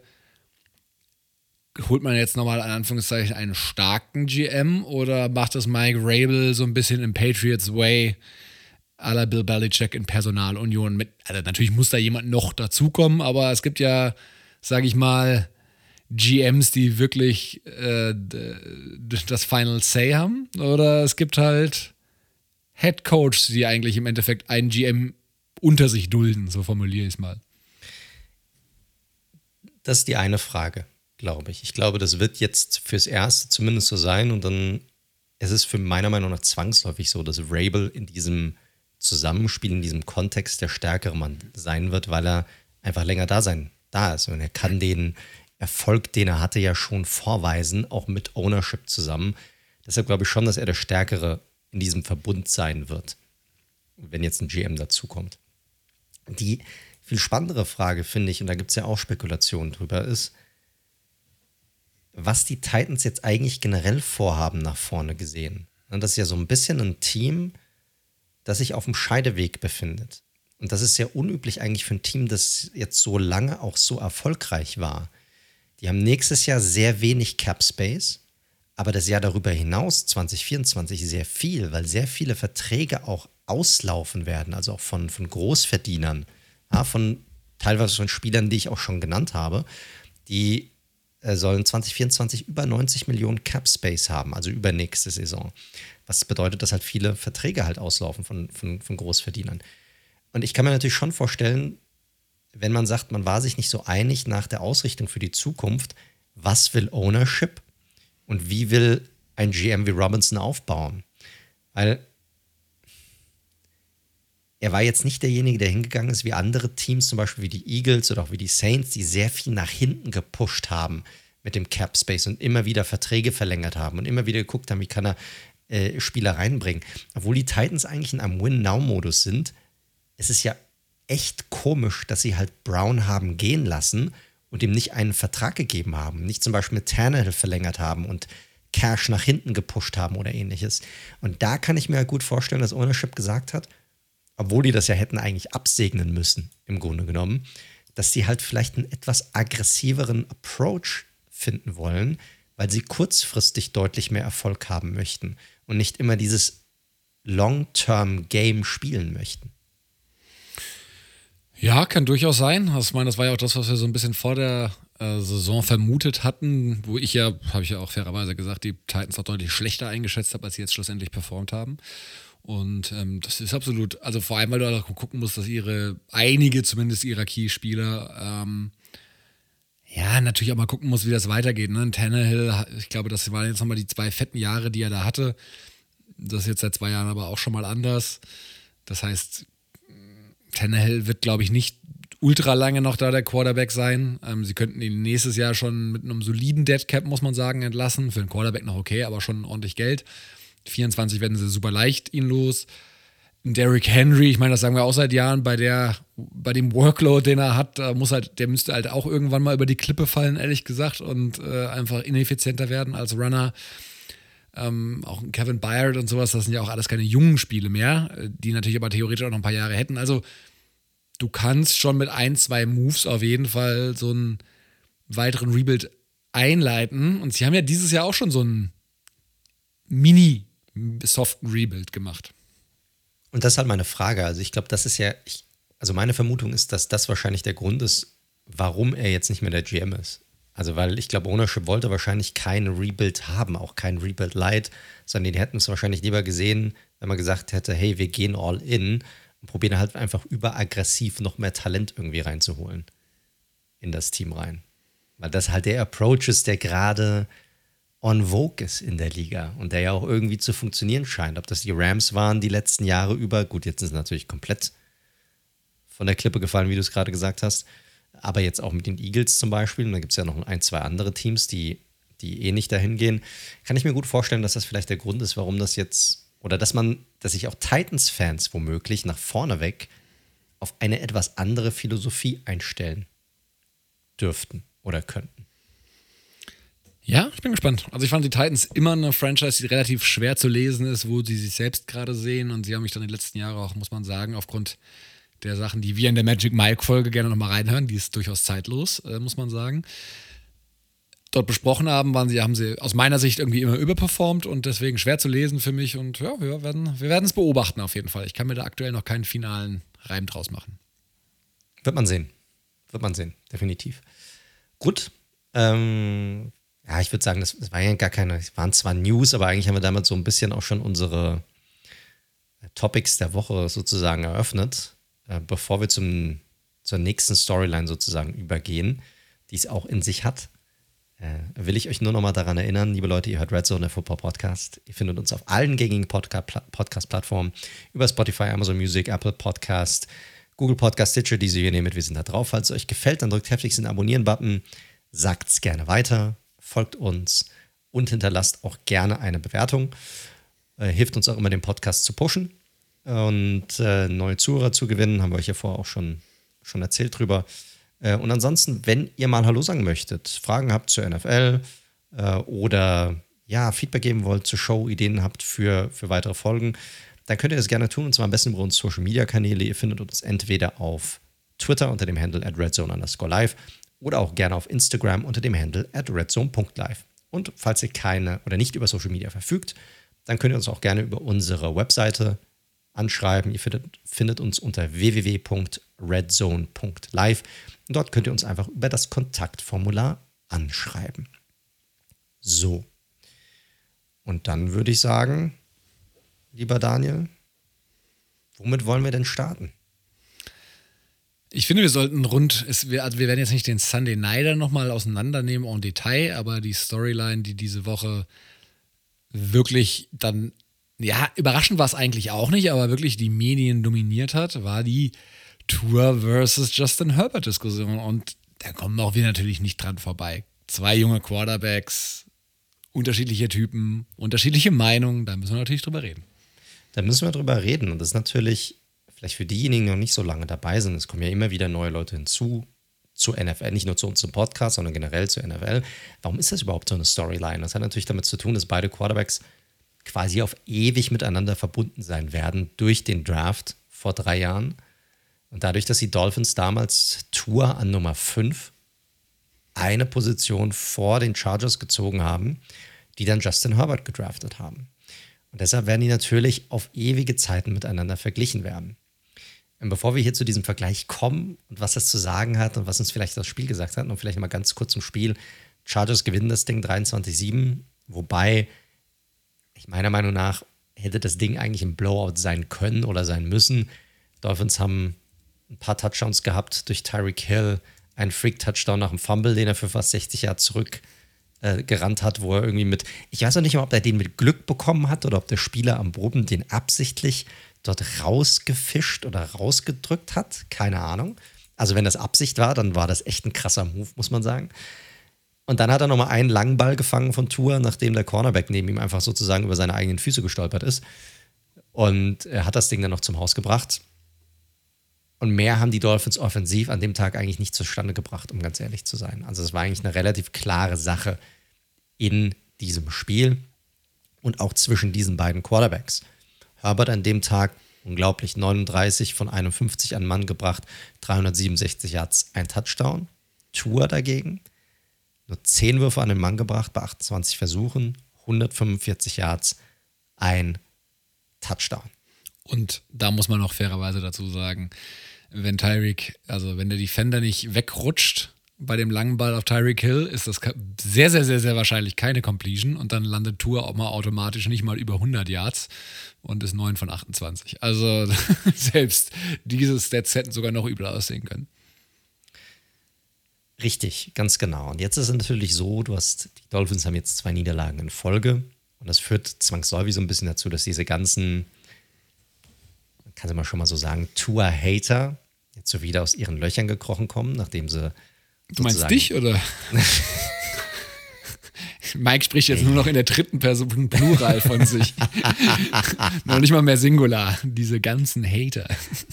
Speaker 2: holt man jetzt nochmal in Anführungszeichen einen starken GM oder macht das Mike Vrabel so ein bisschen im Patriots Way à la Bill Belichick in Personalunion mit? Also natürlich muss da jemand noch dazukommen, aber es gibt ja, sage ich mal, GMs, die wirklich das Final Say haben, oder es gibt halt Head Coaches, die eigentlich im Endeffekt einen GM unter sich dulden, so formuliere ich es mal.
Speaker 1: Das ist die eine Frage, glaube ich. Ich glaube, das wird jetzt fürs Erste zumindest so sein und dann ist es für meiner Meinung nach zwangsläufig so, dass Vrabel in diesem Zusammenspiel, in diesem Kontext der stärkere Mann sein wird, weil er einfach länger da ist. Und er kann den Erfolg, den er hatte, ja schon vorweisen, auch mit Ownership zusammen. Deshalb glaube ich schon, dass er der Stärkere in diesem Verbund sein wird, wenn jetzt ein GM dazukommt. Die viel spannendere Frage, finde ich, und da gibt es ja auch Spekulationen drüber, ist, was die Titans jetzt eigentlich generell vorhaben nach vorne gesehen. Und das ist ja so ein bisschen ein Team, das sich auf dem Scheideweg befindet. Und das ist sehr unüblich eigentlich für ein Team, das jetzt so lange auch so erfolgreich war. Die haben nächstes Jahr sehr wenig Cap Space, aber das Jahr darüber hinaus, 2024, sehr viel, weil sehr viele Verträge auch auslaufen werden, also auch von Großverdienern, ja, teilweise von Spielern, die ich auch schon genannt habe, die sollen 2024 über 90 Millionen Cap Space haben, also über nächste Saison. was bedeutet, dass halt viele Verträge halt auslaufen von Großverdienern. Und ich kann mir natürlich schon vorstellen, wenn man sagt, man war sich nicht so einig nach der Ausrichtung für die Zukunft, was will Ownership und wie will ein GM wie Robinson aufbauen? Weil er war jetzt nicht derjenige, der hingegangen ist wie andere Teams, zum Beispiel wie die Eagles oder auch wie die Saints, die sehr viel nach hinten gepusht haben mit dem Cap Space und immer wieder Verträge verlängert haben und immer wieder geguckt haben, wie kann er Spieler reinbringen. Obwohl die Titans eigentlich in einem Win-Now-Modus sind, ist es ja echt komisch, dass sie halt Brown haben gehen lassen und ihm nicht einen Vertrag gegeben haben, nicht zum Beispiel mit Tannehill verlängert haben und Cash nach hinten gepusht haben oder ähnliches. Und da kann ich mir halt gut vorstellen, dass Ownership gesagt hat, obwohl die das ja hätten eigentlich absegnen müssen, im Grunde genommen, dass sie halt vielleicht einen etwas aggressiveren Approach finden wollen, weil sie kurzfristig deutlich mehr Erfolg haben möchten und nicht immer dieses Long-Term-Game spielen möchten.
Speaker 2: Ja, kann durchaus sein. Also ich meine, das war ja auch das, was wir so ein bisschen vor der Saison vermutet hatten, wo ich ja, habe ich ja auch fairerweise gesagt, die Titans auch deutlich schlechter eingeschätzt habe, als sie jetzt schlussendlich performt haben. Und das ist absolut, also vor allem, weil du auch gucken musst, dass einige zumindest ihrer Key-Spieler, ja, natürlich auch mal gucken muss, wie das weitergeht. Ne? Tannehill, ich glaube, das waren jetzt nochmal die 2 fetten Jahre, die er da hatte. Das ist jetzt seit 2 Jahren aber auch schon mal anders. Das heißt, Tannehill wird, glaube ich, nicht ultra lange noch da der Quarterback sein. Sie könnten ihn nächstes Jahr schon mit einem soliden Deadcap, muss man sagen, entlassen. Für einen Quarterback noch okay, aber schon ordentlich Geld. 24 werden sie super leicht ihn los. Derrick Henry, ich meine, das sagen wir auch seit Jahren, bei dem Workload, den er hat, der müsste halt auch irgendwann mal über die Klippe fallen, ehrlich gesagt, und einfach ineffizienter werden als Runner. Auch Kevin Byard und sowas, das sind ja auch alles keine jungen Spiele mehr, die natürlich aber theoretisch auch noch ein paar Jahre hätten. Also du kannst schon mit 1, 2 Moves auf jeden Fall so einen weiteren Rebuild einleiten. Und sie haben ja dieses Jahr auch schon so einen mini-soften Rebuild gemacht.
Speaker 1: Und das ist halt meine Frage. Also ich glaube, das ist ja, also meine Vermutung ist, dass das wahrscheinlich der Grund ist, warum er jetzt nicht mehr der GM ist. Also weil ich glaube, Ownership wollte wahrscheinlich kein Rebuild haben, auch kein Rebuild Light, sondern die hätten es wahrscheinlich lieber gesehen, wenn man gesagt hätte, hey, wir gehen all in und probieren halt einfach überaggressiv noch mehr Talent irgendwie reinzuholen in das Team rein. Weil das halt der Approach ist, der gerade on vogue ist in der Liga und der ja auch irgendwie zu funktionieren scheint. Ob das die Rams waren die letzten Jahre über, gut, jetzt sind sie natürlich komplett von der Klippe gefallen, wie du es gerade gesagt hast, aber jetzt auch mit den Eagles zum Beispiel, und da gibt es ja noch 1, 2 andere Teams, die nicht dahin gehen, kann ich mir gut vorstellen, dass das vielleicht der Grund ist, warum das jetzt, oder dass sich auch Titans-Fans womöglich nach vorne weg auf eine etwas andere Philosophie einstellen dürften oder könnten.
Speaker 2: Ja, ich bin gespannt. Also ich fand die Titans immer eine Franchise, die relativ schwer zu lesen ist, wo sie sich selbst gerade sehen, und sie haben mich dann die letzten Jahre auch, muss man sagen, aufgrund der Sachen, die wir in der Magic Mike-Folge gerne nochmal reinhören, die ist durchaus zeitlos, muss man sagen, dort besprochen haben, haben sie aus meiner Sicht irgendwie immer überperformt und deswegen schwer zu lesen für mich, und ja, wir werden es beobachten auf jeden Fall. Ich kann mir da aktuell noch keinen finalen Reim draus machen.
Speaker 1: Wird man sehen, definitiv. Gut, ja, ich würde sagen, das war ja gar keine, es waren zwar News, aber eigentlich haben wir damit so ein bisschen auch schon unsere Topics der Woche sozusagen eröffnet, bevor wir zur nächsten Storyline sozusagen übergehen, die es auch in sich hat. Will ich euch nur noch mal daran erinnern, liebe Leute, ihr hört Red Zone, der Football Podcast. Ihr findet uns auf allen gängigen Podcast-Plattformen, über Spotify, Amazon Music, Apple Podcast, Google Podcast, Stitcher, diese ihr nehmt. Wir sind da drauf. Falls es euch gefällt, dann drückt heftig den Abonnieren-Button, sagt es gerne weiter, folgt uns und hinterlasst auch gerne eine Bewertung. Hilft uns auch immer, den Podcast zu pushen und neue Zuhörer zu gewinnen. Haben wir euch ja vorher auch schon erzählt drüber. Und ansonsten, wenn ihr mal Hallo sagen möchtet, Fragen habt zur NFL oder ja, Feedback geben wollt zur Show, Ideen habt für weitere Folgen, dann könnt ihr das gerne tun, und zwar am besten über unsere Social-Media-Kanäle. Ihr findet uns entweder auf Twitter unter dem Handle @redzone_live oder auch gerne auf Instagram unter dem Handle @redzone.live. Und falls ihr keine oder nicht über Social Media verfügt, dann könnt ihr uns auch gerne über unsere Webseite anschreiben. Ihr findet uns unter www.redzone.live und dort könnt ihr uns einfach über das Kontaktformular anschreiben. So. Und dann würde ich sagen, lieber Daniel, womit wollen wir denn starten?
Speaker 2: Ich finde, wir sollten wir werden jetzt nicht den Sunday Nighter nochmal auseinandernehmen en Detail, aber die Storyline, die diese Woche wirklich dann, ja, überraschend war es eigentlich auch nicht, aber wirklich die Medien dominiert hat, war die Tour versus Justin Herbert Diskussion. Und da kommen auch wir natürlich nicht dran vorbei. 2 junge Quarterbacks, unterschiedliche Typen, unterschiedliche Meinungen, da müssen wir natürlich drüber reden.
Speaker 1: Da müssen wir drüber reden. Und das ist natürlich, vielleicht für diejenigen, die noch nicht so lange dabei sind, es kommen ja immer wieder neue Leute hinzu, zur NFL, nicht nur zu uns im Podcast, sondern generell zur NFL. Warum ist das überhaupt so eine Storyline? Das hat natürlich damit zu tun, dass beide Quarterbacks quasi auf ewig miteinander verbunden sein werden durch den Draft vor 3 Jahren. Und dadurch, dass die Dolphins damals Tour an Nummer 5 eine Position vor den Chargers gezogen haben, die dann Justin Herbert gedraftet haben. Und deshalb werden die natürlich auf ewige Zeiten miteinander verglichen werden. Und bevor wir hier zu diesem Vergleich kommen und was das zu sagen hat und was uns vielleicht das Spiel gesagt hat, und vielleicht mal ganz kurz zum Spiel. Chargers gewinnen das Ding 23-7, wobei ich meiner Meinung nach hätte das Ding eigentlich ein Blowout sein können oder sein müssen. Dolphins haben ein paar Touchdowns gehabt durch Tyreek Hill, einen Freak-Touchdown nach dem Fumble, den er für fast 60 Jahre zurück gerannt hat, wo er irgendwie ich weiß noch nicht mal, ob er den mit Glück bekommen hat oder ob der Spieler am Boden den absichtlich dort rausgefischt oder rausgedrückt hat. Keine Ahnung. Also wenn das Absicht war, dann war das echt ein krasser Move, muss man sagen. Und dann hat er nochmal einen langen Ball gefangen von Tua, nachdem der Cornerback neben ihm einfach sozusagen über seine eigenen Füße gestolpert ist. Und er hat das Ding dann noch zum Haus gebracht. Und mehr haben die Dolphins offensiv an dem Tag eigentlich nicht zustande gebracht, um ganz ehrlich zu sein. Also es war eigentlich eine relativ klare Sache in diesem Spiel und auch zwischen diesen beiden Quarterbacks. Herbert an dem Tag unglaublich 39 von 51 an Mann gebracht, 367 Yards, ein Touchdown. Tua dagegen nur 10 Würfe an den Mann gebracht bei 28 Versuchen, 145 Yards, ein Touchdown.
Speaker 2: Und da muss man auch fairerweise dazu sagen, wenn der Defender nicht wegrutscht bei dem langen Ball auf Tyreek Hill, ist das sehr, sehr, sehr, sehr wahrscheinlich keine Completion und dann landet Tua auch mal automatisch nicht mal über 100 Yards und ist 9 von 28. Also selbst diese Stats hätten sogar noch übler aussehen können.
Speaker 1: Richtig, ganz genau. Und jetzt ist es natürlich so, die Dolphins haben jetzt 2 Niederlagen in Folge und das führt zwangsläufig so ein bisschen dazu, dass diese ganzen, kann man schon mal so sagen, Tua-Hater jetzt so wieder aus ihren Löchern gekrochen kommen, nachdem sie
Speaker 2: Du meinst dich, oder? Mike spricht jetzt nur noch in der 3. Person Plural von sich. Noch nicht mal mehr Singular. Diese ganzen Hater.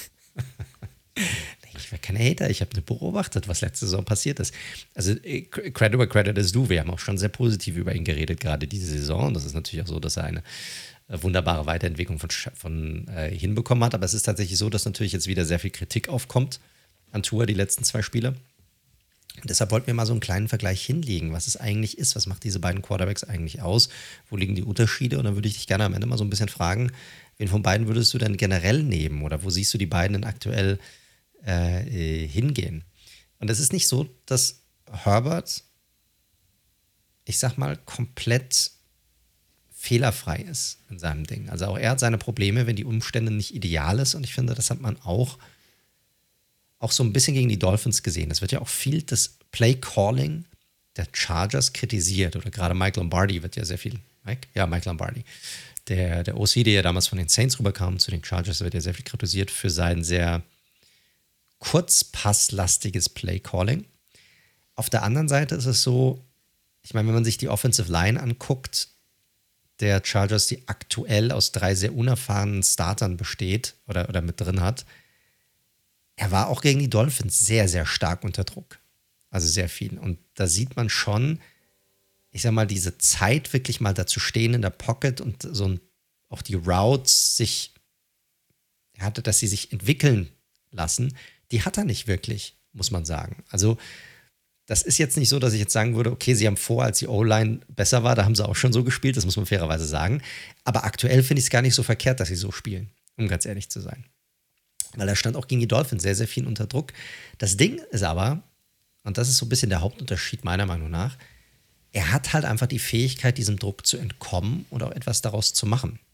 Speaker 1: Ich war kein Hater, ich habe nur beobachtet, was letzte Saison passiert ist. Also Credit where credit is due. Wir haben auch schon sehr positiv über ihn geredet, gerade diese Saison. Und das ist natürlich auch so, dass er eine wunderbare Weiterentwicklung hinbekommen hat. Aber es ist tatsächlich so, dass natürlich jetzt wieder sehr viel Kritik aufkommt an Tua die letzten 2 Spiele. Und deshalb wollten wir mal so einen kleinen Vergleich hinlegen, was es eigentlich ist, was macht diese beiden Quarterbacks eigentlich aus, wo liegen die Unterschiede? Und dann würde ich dich gerne am Ende mal so ein bisschen fragen, wen von beiden würdest du denn generell nehmen oder wo siehst du die beiden denn aktuell hingehen? Und es ist nicht so, dass Herbert, ich sag mal, komplett fehlerfrei ist in seinem Ding. Also auch er hat seine Probleme, wenn die Umstände nicht ideal ist. Und ich finde, das hat man auch so ein bisschen gegen die Dolphins gesehen. Das wird ja auch viel das Play-Calling der Chargers kritisiert. Oder gerade Mike Lombardi wird ja sehr viel. Mike Lombardi. Der OC, der ja damals von den Saints rüberkam zu den Chargers, wird ja sehr viel kritisiert für sein sehr kurzpasslastiges Play-Calling. Auf der anderen Seite ist es so, ich meine, wenn man sich die Offensive Line anguckt, der Chargers, die aktuell aus 3 sehr unerfahrenen Startern besteht oder mit drin hat, er war auch gegen die Dolphins sehr, sehr stark unter Druck. Also sehr viel. Und da sieht man schon, ich sag mal, diese Zeit wirklich mal da zu stehen in der Pocket und so auch die Routes dass sie sich entwickeln lassen, die hat er nicht wirklich, muss man sagen. Also das ist jetzt nicht so, dass ich jetzt sagen würde, okay, sie haben als die O-Line besser war, da haben sie auch schon so gespielt, das muss man fairerweise sagen. Aber aktuell finde ich es gar nicht so verkehrt, dass sie so spielen, um ganz ehrlich zu sein. Weil er stand auch gegen die Dolphins sehr, sehr viel unter Druck. Das Ding ist aber, und das ist so ein bisschen der Hauptunterschied meiner Meinung nach, er hat halt einfach die Fähigkeit, diesem Druck zu entkommen und auch etwas daraus zu machen.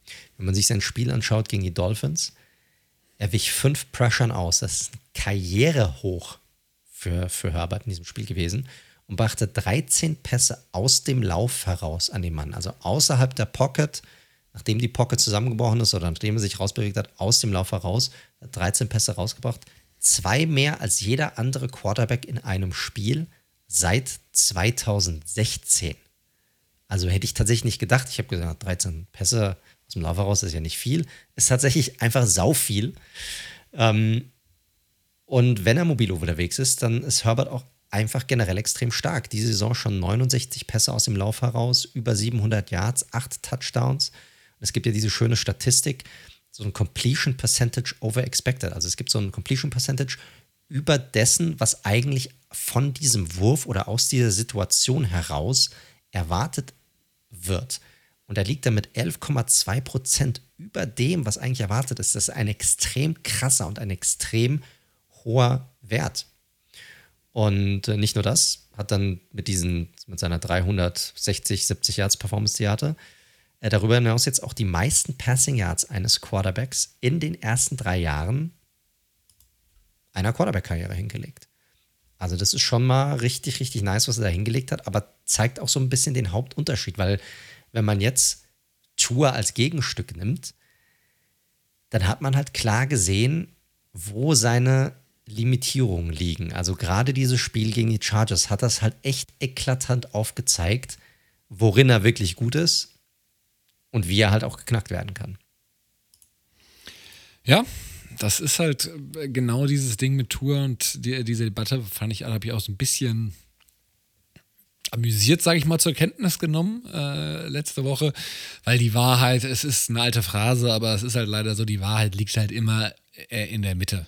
Speaker 1: Wenn man sich sein Spiel anschaut gegen die Dolphins, er wich 5 Pressure aus. Das ist ein Karrierehoch für Herbert in diesem Spiel gewesen und brachte 13 Pässe aus dem Lauf heraus an den Mann. Also außerhalb der Pocket, nachdem die Pocket zusammengebrochen ist oder nachdem er sich rausbewegt hat, aus dem Lauf heraus, hat 13 Pässe rausgebracht. 2 mehr als jeder andere Quarterback in einem Spiel seit 2016. Also hätte ich tatsächlich nicht gedacht. Ich habe gesagt, 13 Pässe aus dem Lauf heraus ist ja nicht viel. Ist tatsächlich einfach sau viel. Und wenn er mobil unterwegs ist, dann ist Herbert auch einfach generell extrem stark. Diese Saison schon 69 Pässe aus dem Lauf heraus, über 700 Yards, 8 Touchdowns. Und es gibt ja diese schöne Statistik, so ein Completion Percentage over expected. Also es gibt so ein Completion Percentage über dessen, was eigentlich von diesem Wurf oder aus dieser Situation heraus erwartet wird. Und da liegt er mit 11,2% über dem, was eigentlich erwartet ist. Das ist ein extrem krasser und ein extrem hoher Wert. Und nicht nur das, hat dann mit seiner 360, 70 Yards Performance, die er hatte, darüber hinaus jetzt auch die meisten Passing Yards eines Quarterbacks in den ersten 3 Jahren einer Quarterback-Karriere hingelegt. Also das ist schon mal richtig, richtig nice, was er da hingelegt hat, aber zeigt auch so ein bisschen den Hauptunterschied, weil wenn man jetzt Tua als Gegenstück nimmt, dann hat man halt klar gesehen, wo seine Limitierungen liegen. Also gerade dieses Spiel gegen die Chargers hat das halt echt eklatant aufgezeigt, worin er wirklich gut ist und wie er halt auch geknackt werden kann.
Speaker 2: Ja, das ist halt genau dieses Ding mit Tua und diese Debatte habe ich auch so ein bisschen amüsiert, sage ich mal, zur Kenntnis genommen letzte Woche, weil die Wahrheit, es ist eine alte Phrase, aber es ist halt leider so, die Wahrheit liegt halt immer in der Mitte.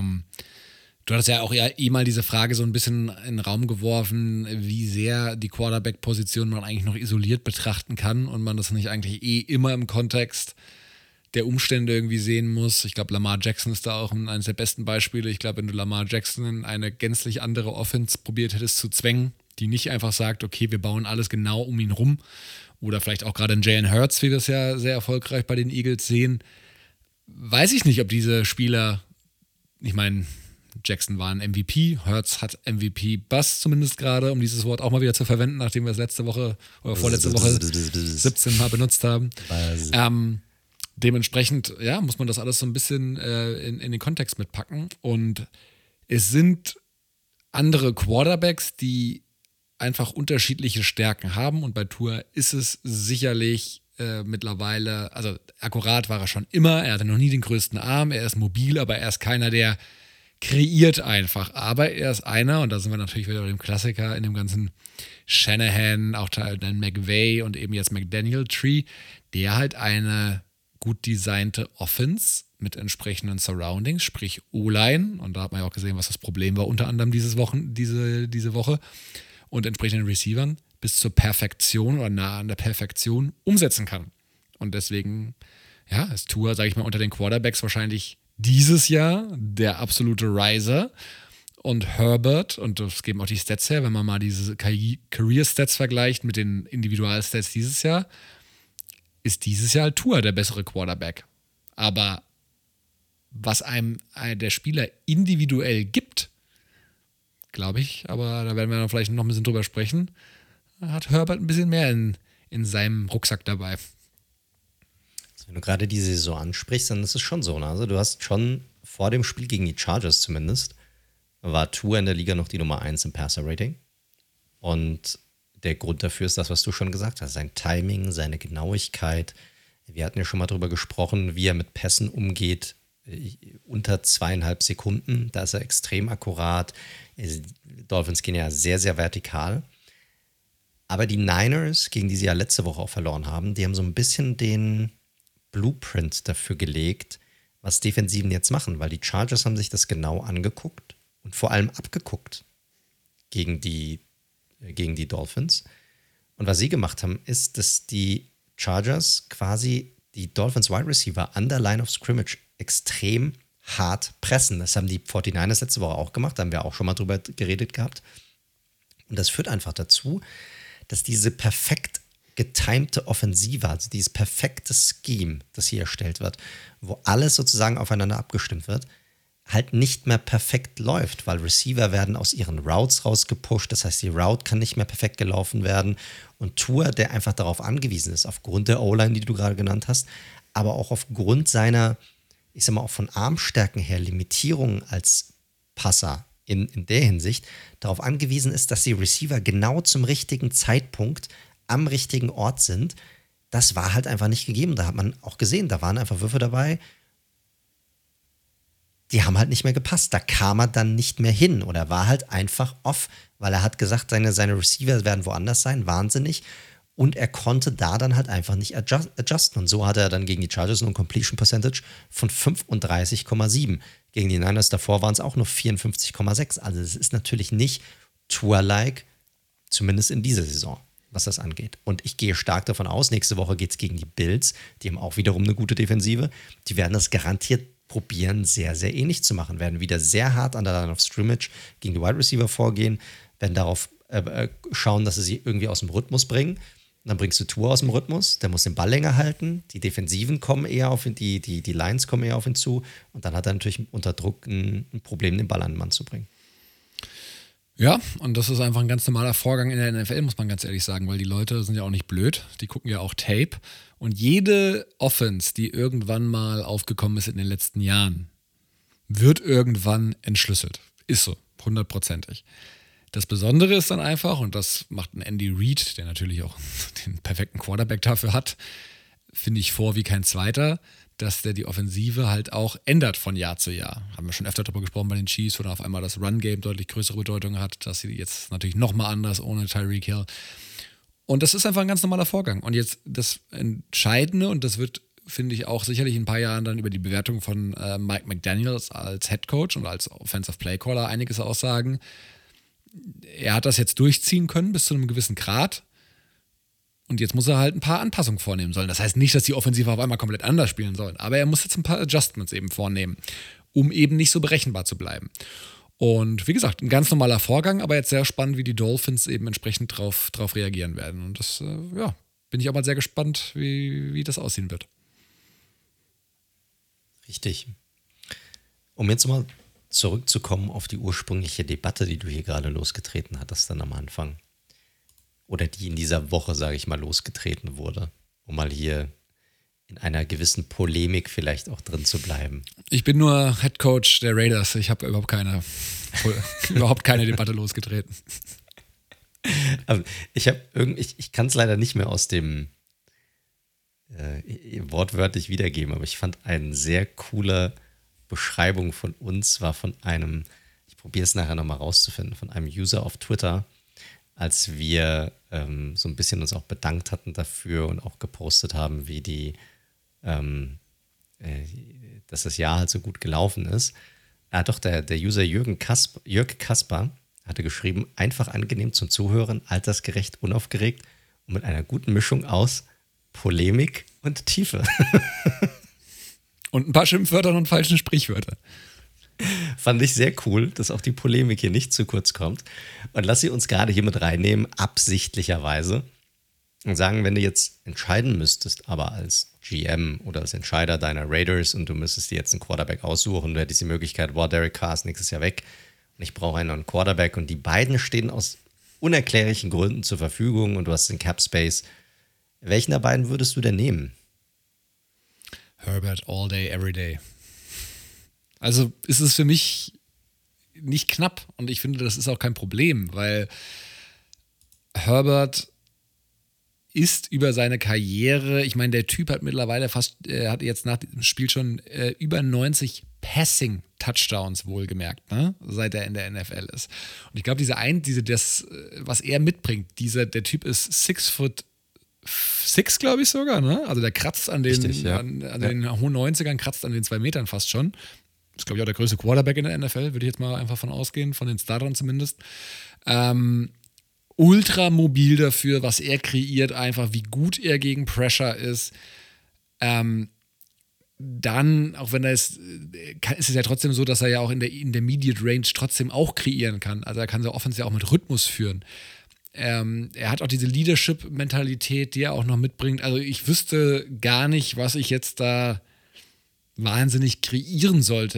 Speaker 2: Du hattest ja auch mal diese Frage so ein bisschen in den Raum geworfen, wie sehr die Quarterback-Position man eigentlich noch isoliert betrachten kann und man das nicht eigentlich immer im Kontext der Umstände irgendwie sehen muss. Ich glaube, Lamar Jackson ist da auch eines der besten Beispiele. Ich glaube, wenn du Lamar Jackson in eine gänzlich andere Offense probiert hättest zu zwängen, die nicht einfach sagt, okay, wir bauen alles genau um ihn rum, oder vielleicht auch gerade in Jalen Hurts, wie wir es ja sehr erfolgreich bei den Eagles sehen, weiß ich nicht, ob diese Spieler, ich meine, Jackson war ein MVP, Hurts hat MVP-Buzz zumindest gerade, um dieses Wort auch mal wieder zu verwenden, nachdem wir es letzte Woche oder vorletzte Woche 17 Mal benutzt haben. Dementsprechend, ja, muss man das alles so ein bisschen in den Kontext mitpacken. Und es sind andere Quarterbacks, die einfach unterschiedliche Stärken haben. Und bei Tua ist es sicherlich mittlerweile, also akkurat war er schon immer, er hatte noch nie den größten Arm, er ist mobil, aber er ist keiner, der kreiert einfach. Aber er ist einer, und da sind wir natürlich wieder bei dem Klassiker in dem ganzen Shanahan, auch dann McVay und eben jetzt McDaniel-Tree, der halt eine gut designte Offense mit entsprechenden Surroundings, sprich O-Line, und da hat man ja auch gesehen, was das Problem war, unter anderem diese Woche, und entsprechenden Receivern bis zur Perfektion oder nah an der Perfektion umsetzen kann. Und deswegen, ja, ist Tua, sage ich mal, unter den Quarterbacks wahrscheinlich dieses Jahr der absolute Riser. Und Herbert, und das geben auch die Stats her, wenn man mal diese Career-Stats vergleicht mit den Individual-Stats dieses Jahr, ist dieses Jahr Tua der bessere Quarterback. Aber was einem der Spieler individuell gibt, glaube ich, aber da werden wir dann vielleicht noch ein bisschen drüber sprechen, hat Herbert ein bisschen mehr in seinem Rucksack dabei.
Speaker 1: Also wenn du gerade die Saison ansprichst, dann ist es schon so. Ne? Also du hast schon vor dem Spiel gegen die Chargers zumindest, war Tua in der Liga noch die Nummer 1 im Passer-Rating. Und der Grund dafür ist das, was du schon gesagt hast. Sein Timing, seine Genauigkeit. Wir hatten ja schon mal drüber gesprochen, wie er mit Pässen umgeht. Unter 2,5 Sekunden. Da ist er extrem akkurat. Die Dolphins gehen ja sehr, sehr vertikal. Aber die Niners, gegen die sie ja letzte Woche auch verloren haben, die haben so ein bisschen den Blueprint dafür gelegt, was Defensiven jetzt machen. Weil die Chargers haben sich das genau angeguckt und vor allem abgeguckt gegen die Dolphins. Und was sie gemacht haben, ist, dass die Chargers quasi die Dolphins Wide Receiver an der Line of Scrimmage extrem hart pressen. Das haben die 49ers letzte Woche auch gemacht, da haben wir auch schon mal drüber geredet gehabt. Und das führt einfach dazu, dass diese perfekt getimte Offensive, also dieses perfekte Scheme, das hier erstellt wird, wo alles sozusagen aufeinander abgestimmt wird, halt nicht mehr perfekt läuft, weil Receiver werden aus ihren Routes rausgepusht, das heißt, die Route kann nicht mehr perfekt gelaufen werden und Tua, der einfach darauf angewiesen ist, aufgrund der O-Line, die du gerade genannt hast, aber auch aufgrund seiner, ich sag mal, auch von Armstärken her, Limitierungen als Passer in der Hinsicht, darauf angewiesen ist, dass die Receiver genau zum richtigen Zeitpunkt am richtigen Ort sind. Das war halt einfach nicht gegeben. Da hat man auch gesehen, da waren einfach Würfe dabei, die haben halt nicht mehr gepasst. Da kam er dann nicht mehr hin oder war halt einfach off, weil er hat gesagt, seine Receiver werden woanders sein, wahnsinnig. Und er konnte da dann halt einfach nicht adjusten. Und so hatte er dann gegen die Chargers nur ein Completion Percentage von 35,7. Gegen die Niners davor waren es auch nur 54,6. Also es ist natürlich nicht Tua-like, zumindest in dieser Saison, was das angeht. Und ich gehe stark davon aus, nächste Woche geht es gegen die Bills. Die haben auch wiederum eine gute Defensive. Die werden das garantiert probieren, sehr, sehr ähnlich zu machen. Werden wieder sehr hart an der Line of Scrimmage gegen die Wide Receiver vorgehen. Werden darauf schauen, dass sie sie irgendwie aus dem Rhythmus bringen. Und dann bringst du Tua aus dem Rhythmus, der muss den Ball länger halten, die Defensiven kommen eher auf ihn, die Lines kommen eher auf ihn zu und dann hat er natürlich unter Druck ein Problem, den Ball an den Mann zu bringen.
Speaker 2: Ja, und das ist einfach ein ganz normaler Vorgang in der NFL, muss man ganz ehrlich sagen, weil die Leute sind ja auch nicht blöd, die gucken ja auch Tape und jede Offense, die irgendwann mal aufgekommen ist in den letzten Jahren, wird irgendwann entschlüsselt. Ist so, 100%. Das Besondere ist dann einfach, und das macht ein Andy Reid, der natürlich auch den perfekten Quarterback dafür hat, finde ich vor wie kein zweiter, dass der die Offensive halt auch ändert von Jahr zu Jahr. Haben wir schon öfter darüber gesprochen bei den Chiefs, wo dann auf einmal das Run-Game deutlich größere Bedeutung hat, dass sie jetzt natürlich nochmal anders ohne Tyreek Hill. Und das ist einfach ein ganz normaler Vorgang. Und jetzt das Entscheidende, und das wird, finde ich, auch sicherlich in ein paar Jahren dann über die Bewertung von Mike McDaniels als Head Coach und als Offensive Playcaller einiges aussagen. Er hat das jetzt durchziehen können bis zu einem gewissen Grad. Und jetzt muss er halt ein paar Anpassungen vornehmen sollen. Das heißt nicht, dass die Offensive auf einmal komplett anders spielen sollen, aber er muss jetzt ein paar Adjustments eben vornehmen, um eben nicht so berechenbar zu bleiben. Und wie gesagt, ein ganz normaler Vorgang, aber jetzt sehr spannend, wie die Dolphins eben entsprechend drauf reagieren werden. Und das, bin ich auch mal sehr gespannt, wie das aussehen wird.
Speaker 1: Richtig. Um jetzt mal zurückzukommen auf die ursprüngliche Debatte, die du hier gerade losgetreten hattest dann am Anfang. Oder die in dieser Woche, sage ich mal, losgetreten wurde, um mal hier in einer gewissen Polemik vielleicht auch drin zu bleiben.
Speaker 2: Ich bin nur Head Coach der Raiders. Ich habe überhaupt keine Debatte losgetreten.
Speaker 1: Aber ich kann es leider nicht mehr aus dem wortwörtlich wiedergeben, aber ich fand eine sehr coole Beschreibung von uns, war von einem, ich probiere es nachher nochmal rauszufinden, von einem User auf Twitter, als wir so ein bisschen uns auch bedankt hatten dafür und auch gepostet haben, wie dass das Jahr halt so gut gelaufen ist. Der User Jörg Kasper hatte geschrieben, einfach angenehm zum Zuhören, altersgerecht, unaufgeregt und mit einer guten Mischung aus Polemik und Tiefe.
Speaker 2: Und ein paar Schimpfwörtern und falschen Sprichwörtern.
Speaker 1: Fand ich sehr cool, dass auch die Polemik hier nicht zu kurz kommt. Und lass sie uns gerade hier mit reinnehmen, absichtlicherweise. Und sagen, wenn du jetzt entscheiden müsstest, aber als GM oder als Entscheider deiner Raiders und du müsstest dir jetzt einen Quarterback aussuchen, du hättest die Möglichkeit, Derek Carr ist nächstes Jahr weg und ich brauche einen neuen Quarterback und die beiden stehen aus unerklärlichen Gründen zur Verfügung und du hast den Cap Space. Welchen der beiden würdest du denn nehmen?
Speaker 2: Herbert all day, every day. Also ist es für mich nicht knapp und ich finde, das ist auch kein Problem, weil Herbert ist über seine Karriere, ich meine, der Typ hat mittlerweile hat jetzt nach dem Spiel schon über 90 Passing-Touchdowns wohlgemerkt, ne? Seit er in der NFL ist. Und ich glaube, was er mitbringt, der Typ ist 6'6", glaube ich sogar, ne? Also der kratzt an den,
Speaker 1: Richtig, ja.
Speaker 2: an den hohen 90ern, kratzt an den 2 Metern fast schon. Ist, glaube ich, auch der größte Quarterback in der NFL, würde ich jetzt mal einfach von ausgehen, von den Startern zumindest. Ultra mobil dafür, was er kreiert, einfach wie gut er gegen Pressure ist. Dann, auch wenn ist es ja trotzdem so, dass er ja auch in der Immediate Range trotzdem auch kreieren kann. Also er kann so Offense ja auch mit Rhythmus führen. Er hat auch diese Leadership-Mentalität, die er auch noch mitbringt. Also ich wüsste gar nicht, was ich jetzt da wahnsinnig kritisieren sollte,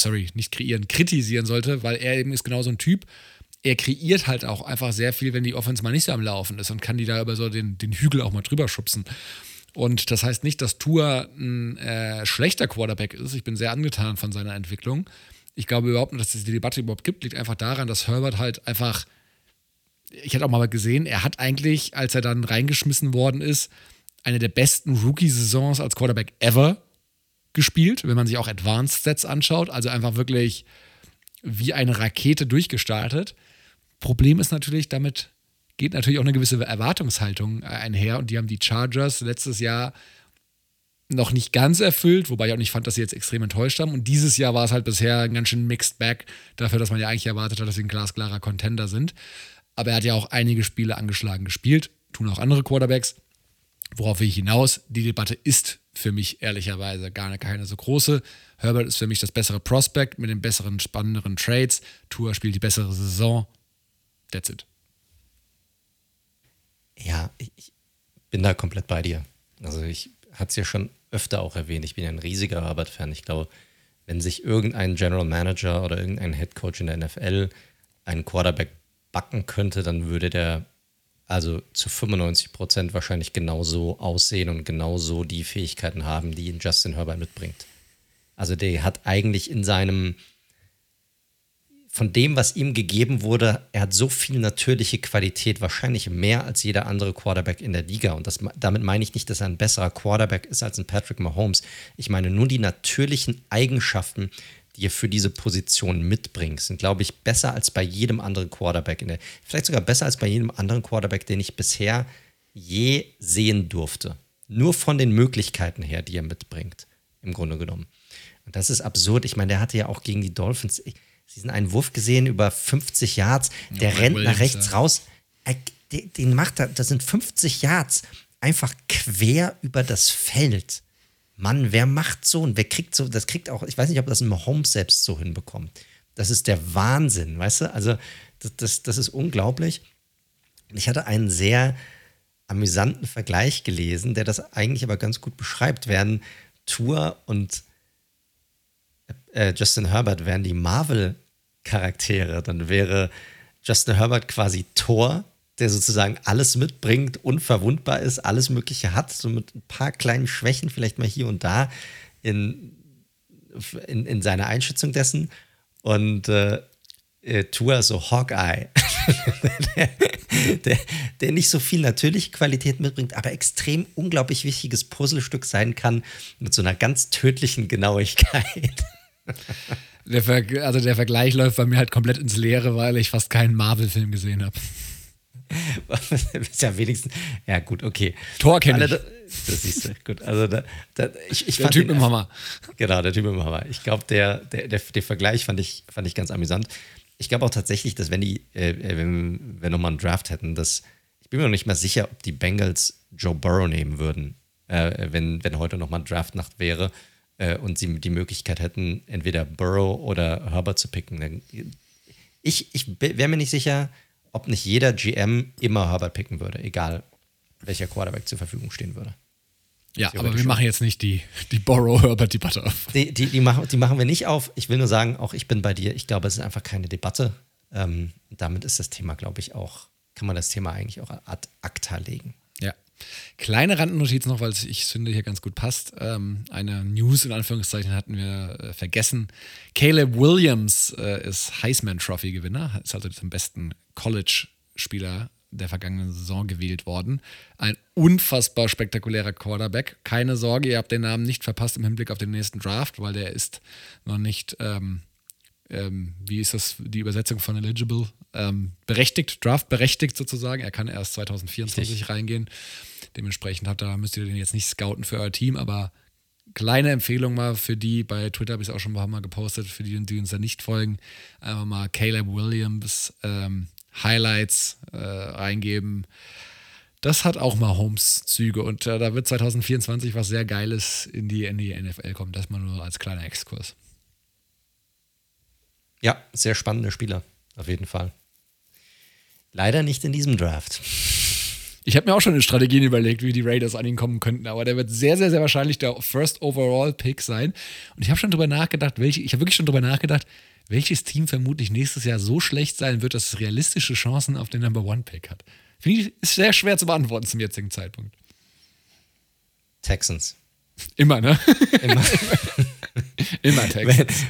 Speaker 2: weil er eben ist genau so ein Typ. Er kreiert halt auch einfach sehr viel, wenn die Offense mal nicht so am Laufen ist und kann die da über so den Hügel auch mal drüber schubsen. Und das heißt nicht, dass Tua ein schlechter Quarterback ist. Ich bin sehr angetan von seiner Entwicklung. Ich glaube überhaupt nicht, dass es die Debatte überhaupt gibt. Liegt einfach daran, dass Herbert halt einfach, ich hatte auch mal gesehen, er hat eigentlich, als er dann reingeschmissen worden ist, eine der besten Rookie-Saisons als Quarterback ever gespielt, wenn man sich auch Advanced Stats anschaut. Also einfach wirklich wie eine Rakete durchgestartet. Problem ist natürlich, damit geht natürlich auch eine gewisse Erwartungshaltung einher und die haben die Chargers letztes Jahr noch nicht ganz erfüllt, wobei ich auch nicht fand, dass sie jetzt extrem enttäuscht haben. Und dieses Jahr war es halt bisher ein ganz schön mixed bag dafür, dass man ja eigentlich erwartet hat, dass sie ein glasklarer Contender sind. Aber er hat ja auch einige Spiele angeschlagen gespielt, tun auch andere Quarterbacks. Worauf will ich hinaus? Die Debatte ist für mich ehrlicherweise keine so große. Herbert ist für mich das bessere Prospect mit den besseren, spannenderen Trades. Tua spielt die bessere Saison. That's it.
Speaker 1: Ja, ich bin da komplett bei dir. Also ich hatte es ja schon öfter auch erwähnt, ich bin ja ein riesiger Herbert-Fan. Ich glaube, wenn sich irgendein General Manager oder irgendein Head Coach in der NFL einen Quarterback backen könnte, dann würde der also zu 95% wahrscheinlich genauso aussehen und genauso die Fähigkeiten haben, die ihn Justin Herbert mitbringt. Also der hat eigentlich in seinem, von dem, was ihm gegeben wurde, er hat so viel natürliche Qualität, wahrscheinlich mehr als jeder andere Quarterback in der Liga. Und damit meine ich nicht, dass er ein besserer Quarterback ist als ein Patrick Mahomes. Ich meine nur die natürlichen Eigenschaften, die er für diese Position mitbringt, sind, glaube ich, besser als bei jedem anderen Quarterback. Vielleicht sogar besser als bei jedem anderen Quarterback, den ich bisher je sehen durfte. Nur von den Möglichkeiten her, die er mitbringt, im Grunde genommen. Und das ist absurd. Ich meine, der hatte ja auch gegen die Dolphins diesen einen Wurf gesehen über 50 Yards. Der
Speaker 2: ja,
Speaker 1: rennt
Speaker 2: Williams,
Speaker 1: nach rechts raus. Den macht er, das sind 50 Yards. Einfach quer über das Feld. Mann, wer macht so und wer kriegt so, das kriegt auch, ich weiß nicht, ob das ein Mahomes selbst so hinbekommt. Das ist der Wahnsinn, weißt du? Also, das ist unglaublich. Ich hatte einen sehr amüsanten Vergleich gelesen, der das eigentlich aber ganz gut beschreibt. Wären Tua und Justin Herbert wären die Marvel-Charaktere, dann wäre Justin Herbert quasi Thor, der sozusagen alles mitbringt, unverwundbar ist, alles Mögliche hat, so mit ein paar kleinen Schwächen, vielleicht mal hier und da in seiner Einschätzung dessen. Und Tua ist so Hawkeye, der nicht so viel natürliche Qualität mitbringt, aber extrem unglaublich wichtiges Puzzlestück sein kann, mit so einer ganz tödlichen Genauigkeit.
Speaker 2: Der Vergleich läuft bei mir halt komplett ins Leere, weil ich fast keinen Marvel-Film gesehen habe.
Speaker 1: Ist ja wenigstens. Ja, gut, okay.
Speaker 2: Thor kenne ich.
Speaker 1: Das siehst du. Gut, also ich
Speaker 2: der Typ im Hammer.
Speaker 1: Genau, der Typ im Hammer. Ich glaube, der Vergleich fand ich ganz amüsant. Ich glaube auch tatsächlich, dass wenn wir nochmal einen Draft hätten, ich bin mir noch nicht mal sicher, ob die Bengals Joe Burrow nehmen würden, wenn heute nochmal Draftnacht wäre und sie die Möglichkeit hätten, entweder Burrow oder Herbert zu picken. Ich wäre mir nicht sicher, ob nicht jeder GM immer Herbert picken würde, egal welcher Quarterback zur Verfügung stehen würde.
Speaker 2: Ja, aber wir machen jetzt nicht die Burrow-Herbert-Debatte auf.
Speaker 1: Die machen wir nicht auf. Ich will nur sagen, auch ich bin bei dir. Ich glaube, es ist einfach keine Debatte. Damit ist das Thema, glaube ich, auch, kann man das Thema eigentlich auch ad acta legen.
Speaker 2: Ja. Kleine Randnotiz noch, weil ich finde, hier ganz gut passt. Eine News in Anführungszeichen hatten wir vergessen. Caleb Williams ist Heisman-Trophy-Gewinner, ist also zum besten College-Spieler der vergangenen Saison gewählt worden. Ein unfassbar spektakulärer Quarterback. Keine Sorge, ihr habt den Namen nicht verpasst im Hinblick auf den nächsten Draft, weil der ist noch nicht, wie ist das, die Übersetzung von eligible? Berechtigt, draftberechtigt sozusagen. Er kann erst 2024 reingehen. Dementsprechend müsst ihr den jetzt nicht scouten für euer Team, aber kleine Empfehlung mal für die, bei Twitter habe ich es auch schon ein paar Mal gepostet, für die uns da nicht folgen, einfach mal Caleb Williams Highlights reingeben. Das hat auch mal Holmes-Züge und da wird 2024 was sehr Geiles in die NFL kommen. Das mal nur als kleiner Exkurs.
Speaker 1: Ja, sehr spannende Spieler, auf jeden Fall. Leider nicht in diesem Draft.
Speaker 2: Ich habe mir auch schon Strategien überlegt, wie die Raiders an ihn kommen könnten, aber der wird sehr, sehr, sehr wahrscheinlich der First Overall Pick sein. Und ich habe schon drüber nachgedacht, welches Team vermutlich nächstes Jahr so schlecht sein wird, dass es realistische Chancen auf den Number One Pick hat. Finde ich, ist sehr schwer zu beantworten zum jetzigen Zeitpunkt.
Speaker 1: Texans.
Speaker 2: Immer, ne?
Speaker 1: Immer.
Speaker 2: Immer Texans.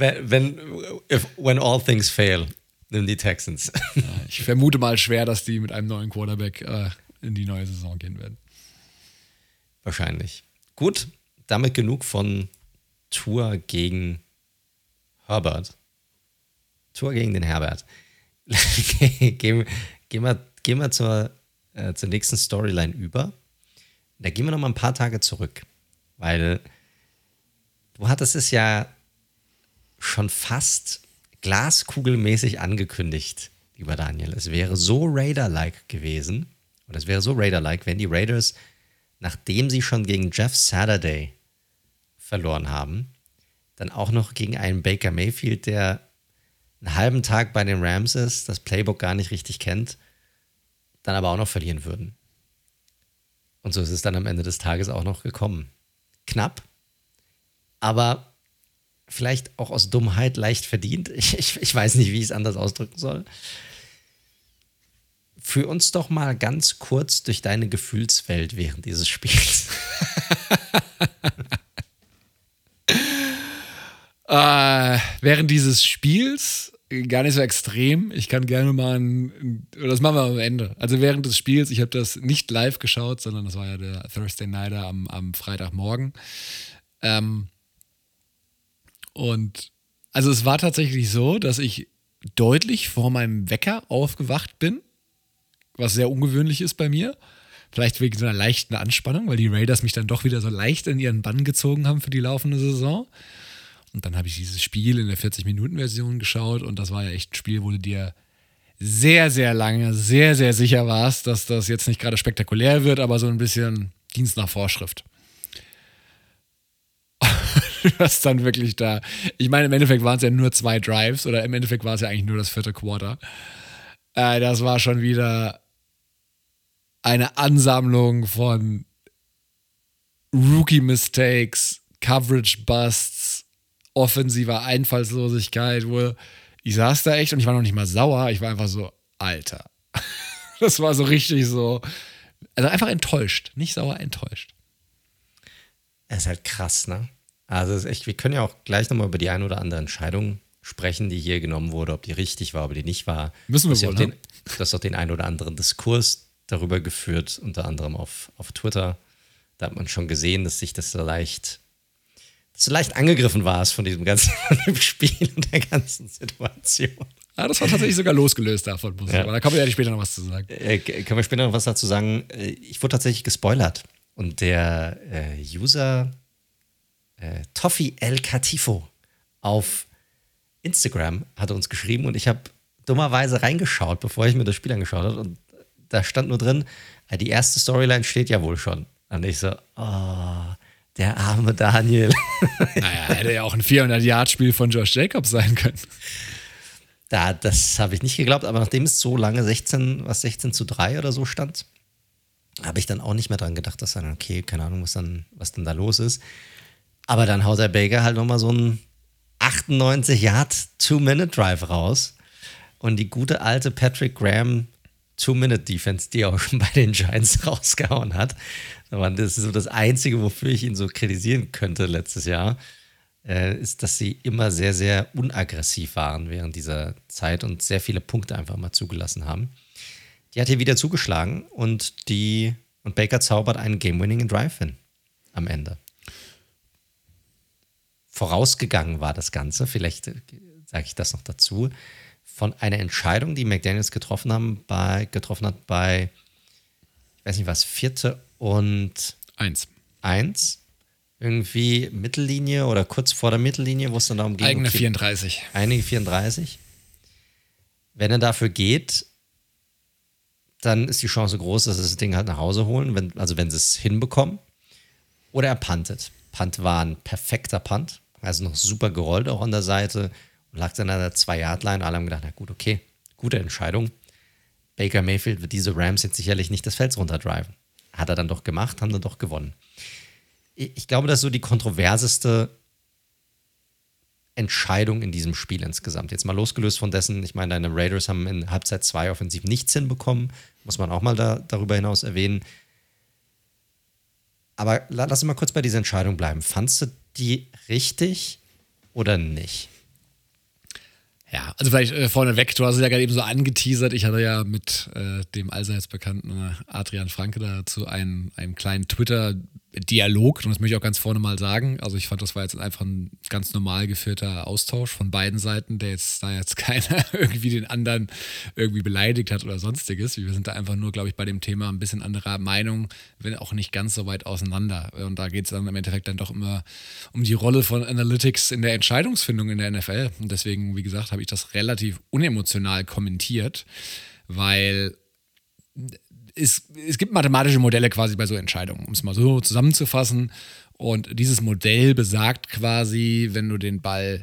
Speaker 1: When all things fail, nimm die Texans.
Speaker 2: Ja, ich vermute mal schwer, dass die mit einem neuen Quarterback in die neue Saison gehen werden.
Speaker 1: Wahrscheinlich. Gut, damit genug von Tour gegen Herbert. Tour gegen den Herbert. Gehen wir zur nächsten Storyline über. Da gehen wir noch mal ein paar Tage zurück, weil du hattest es ja schon fast glaskugelmäßig angekündigt, lieber Daniel. Es wäre so Raider-like gewesen, oder es wäre so Raider-like, wenn die Raiders, nachdem sie schon gegen Jeff Saturday verloren haben, dann auch noch gegen einen Baker Mayfield, der einen halben Tag bei den Rams ist, das Playbook gar nicht richtig kennt, dann aber auch noch verlieren würden. Und so ist es dann am Ende des Tages auch noch gekommen. Knapp, aber vielleicht auch aus Dummheit leicht verdient. Ich weiß nicht, wie ich es anders ausdrücken soll. Führ uns doch mal ganz kurz durch deine Gefühlswelt während dieses Spiels.
Speaker 2: Während dieses Spiels gar nicht so extrem. Ich kann gerne mal das machen wir am Ende. Also während des Spiels, ich habe das nicht live geschaut, sondern das war ja der Thursday Nighter am Freitagmorgen. Und also es war tatsächlich so, dass ich deutlich vor meinem Wecker aufgewacht bin, was sehr ungewöhnlich ist bei mir. Vielleicht wegen so einer leichten Anspannung, weil die Raiders mich dann doch wieder so leicht in ihren Bann gezogen haben für die laufende Saison. Und dann habe ich dieses Spiel in der 40-Minuten-Version geschaut und das war ja echt ein Spiel, wo du dir sehr, sehr lange, sehr, sehr sicher warst, dass das jetzt nicht gerade spektakulär wird, aber so ein bisschen Dienst nach Vorschrift. Was dann wirklich da, ich meine, im Endeffekt waren es ja nur 2 Drives oder im Endeffekt war es ja eigentlich nur das 4. Quarter. Das war schon wieder eine Ansammlung von Rookie-Mistakes, Coverage-Busts, offensiver Einfallslosigkeit, wo ich saß da echt und ich war noch nicht mal sauer, ich war einfach so, Alter. Das war so richtig so, also einfach enttäuscht, nicht sauer, enttäuscht.
Speaker 1: Es ist halt krass, ne? Also es ist echt, wir können ja auch gleich nochmal über die ein oder andere Entscheidung sprechen, die hier genommen wurde, ob die richtig war, ob die nicht war.
Speaker 2: Müssen wir wohl, ne?
Speaker 1: Du hast auch den ein oder anderen Diskurs darüber geführt, unter anderem auf Twitter. Da hat man schon gesehen, dass sich das so leicht angegriffen warst von diesem ganzen Spiel und der ganzen Situation.
Speaker 2: Ja, das war tatsächlich sogar losgelöst davon, aber da kann man ja später noch was zu sagen.
Speaker 1: Können wir später noch was dazu sagen? Ich wurde tatsächlich gespoilert und der User Toffee El Katifo auf Instagram hatte uns geschrieben und ich habe dummerweise reingeschaut, bevor ich mir das Spiel angeschaut habe und da stand nur drin, die erste Storyline steht ja wohl schon. Und ich so, oh, der arme Daniel.
Speaker 2: Naja, hätte ja auch ein 400-Yard-Spiel von Josh Jacobs sein können.
Speaker 1: Das habe ich nicht geglaubt, aber nachdem es so lange 16:3 oder so stand, habe ich dann auch nicht mehr dran gedacht, dass dann, okay, keine Ahnung, was dann da los ist. Aber dann haut der Baker halt nochmal so einen 98-Yard 2-Minute-Drive raus und die gute alte Patrick Graham 2-Minute-Defense, die er auch schon bei den Giants rausgehauen hat. Das ist so das Einzige, wofür ich ihn so kritisieren könnte letztes Jahr, ist, dass sie immer sehr, sehr unaggressiv waren während dieser Zeit und sehr viele Punkte einfach mal zugelassen haben. Die hat hier wieder zugeschlagen und Baker zaubert einen Game-Winning Drive hin am Ende. Vorausgegangen war das Ganze, vielleicht sage ich das noch dazu, von einer Entscheidung, die McDaniels getroffen hat bei, ich weiß nicht was, 4. und 1. Irgendwie Mittellinie oder kurz vor der Mittellinie, wo es dann darum ging.
Speaker 2: Eigene 34.
Speaker 1: Einige 34. Wenn er dafür geht, dann ist die Chance groß, dass sie das Ding halt nach Hause holen, wenn sie es hinbekommen. Oder er puntet. Punt war ein perfekter Punt. Also noch super gerollt auch an der Seite und lag dann an der 2-Yard-Line. Alle haben gedacht, na gut, okay, gute Entscheidung. Baker Mayfield wird diese Rams jetzt sicherlich nicht das Feld runterdriven. Hat er dann doch gemacht, haben dann doch gewonnen. Ich glaube, das ist so die kontroverseste Entscheidung in diesem Spiel insgesamt. Jetzt mal losgelöst von dessen, ich meine, deine Raiders haben in Halbzeit 2 offensiv nichts hinbekommen, muss man auch mal darüber hinaus erwähnen. Aber lass uns mal kurz bei dieser Entscheidung bleiben. Fandst du die richtig oder nicht?
Speaker 2: Ja, also vielleicht vorneweg, du hast es ja gerade eben so angeteasert, ich hatte ja mit dem allseits bekannten Adrian Franke dazu einen kleinen Twitter-Dialog und das möchte ich auch ganz vorne mal sagen. Also ich fand, das war jetzt einfach ein ganz normal geführter Austausch von beiden Seiten, der jetzt keiner irgendwie den anderen irgendwie beleidigt hat oder sonstiges. Wir sind da einfach nur, glaube ich, bei dem Thema ein bisschen anderer Meinung, wenn auch nicht ganz so weit auseinander. Und da geht es dann im Endeffekt dann doch immer um die Rolle von Analytics in der Entscheidungsfindung in der NFL. Und deswegen, wie gesagt, habe ich das relativ unemotional kommentiert, weil es gibt mathematische Modelle quasi bei so Entscheidungen, um es mal so zusammenzufassen. Und dieses Modell besagt quasi, wenn du den Ball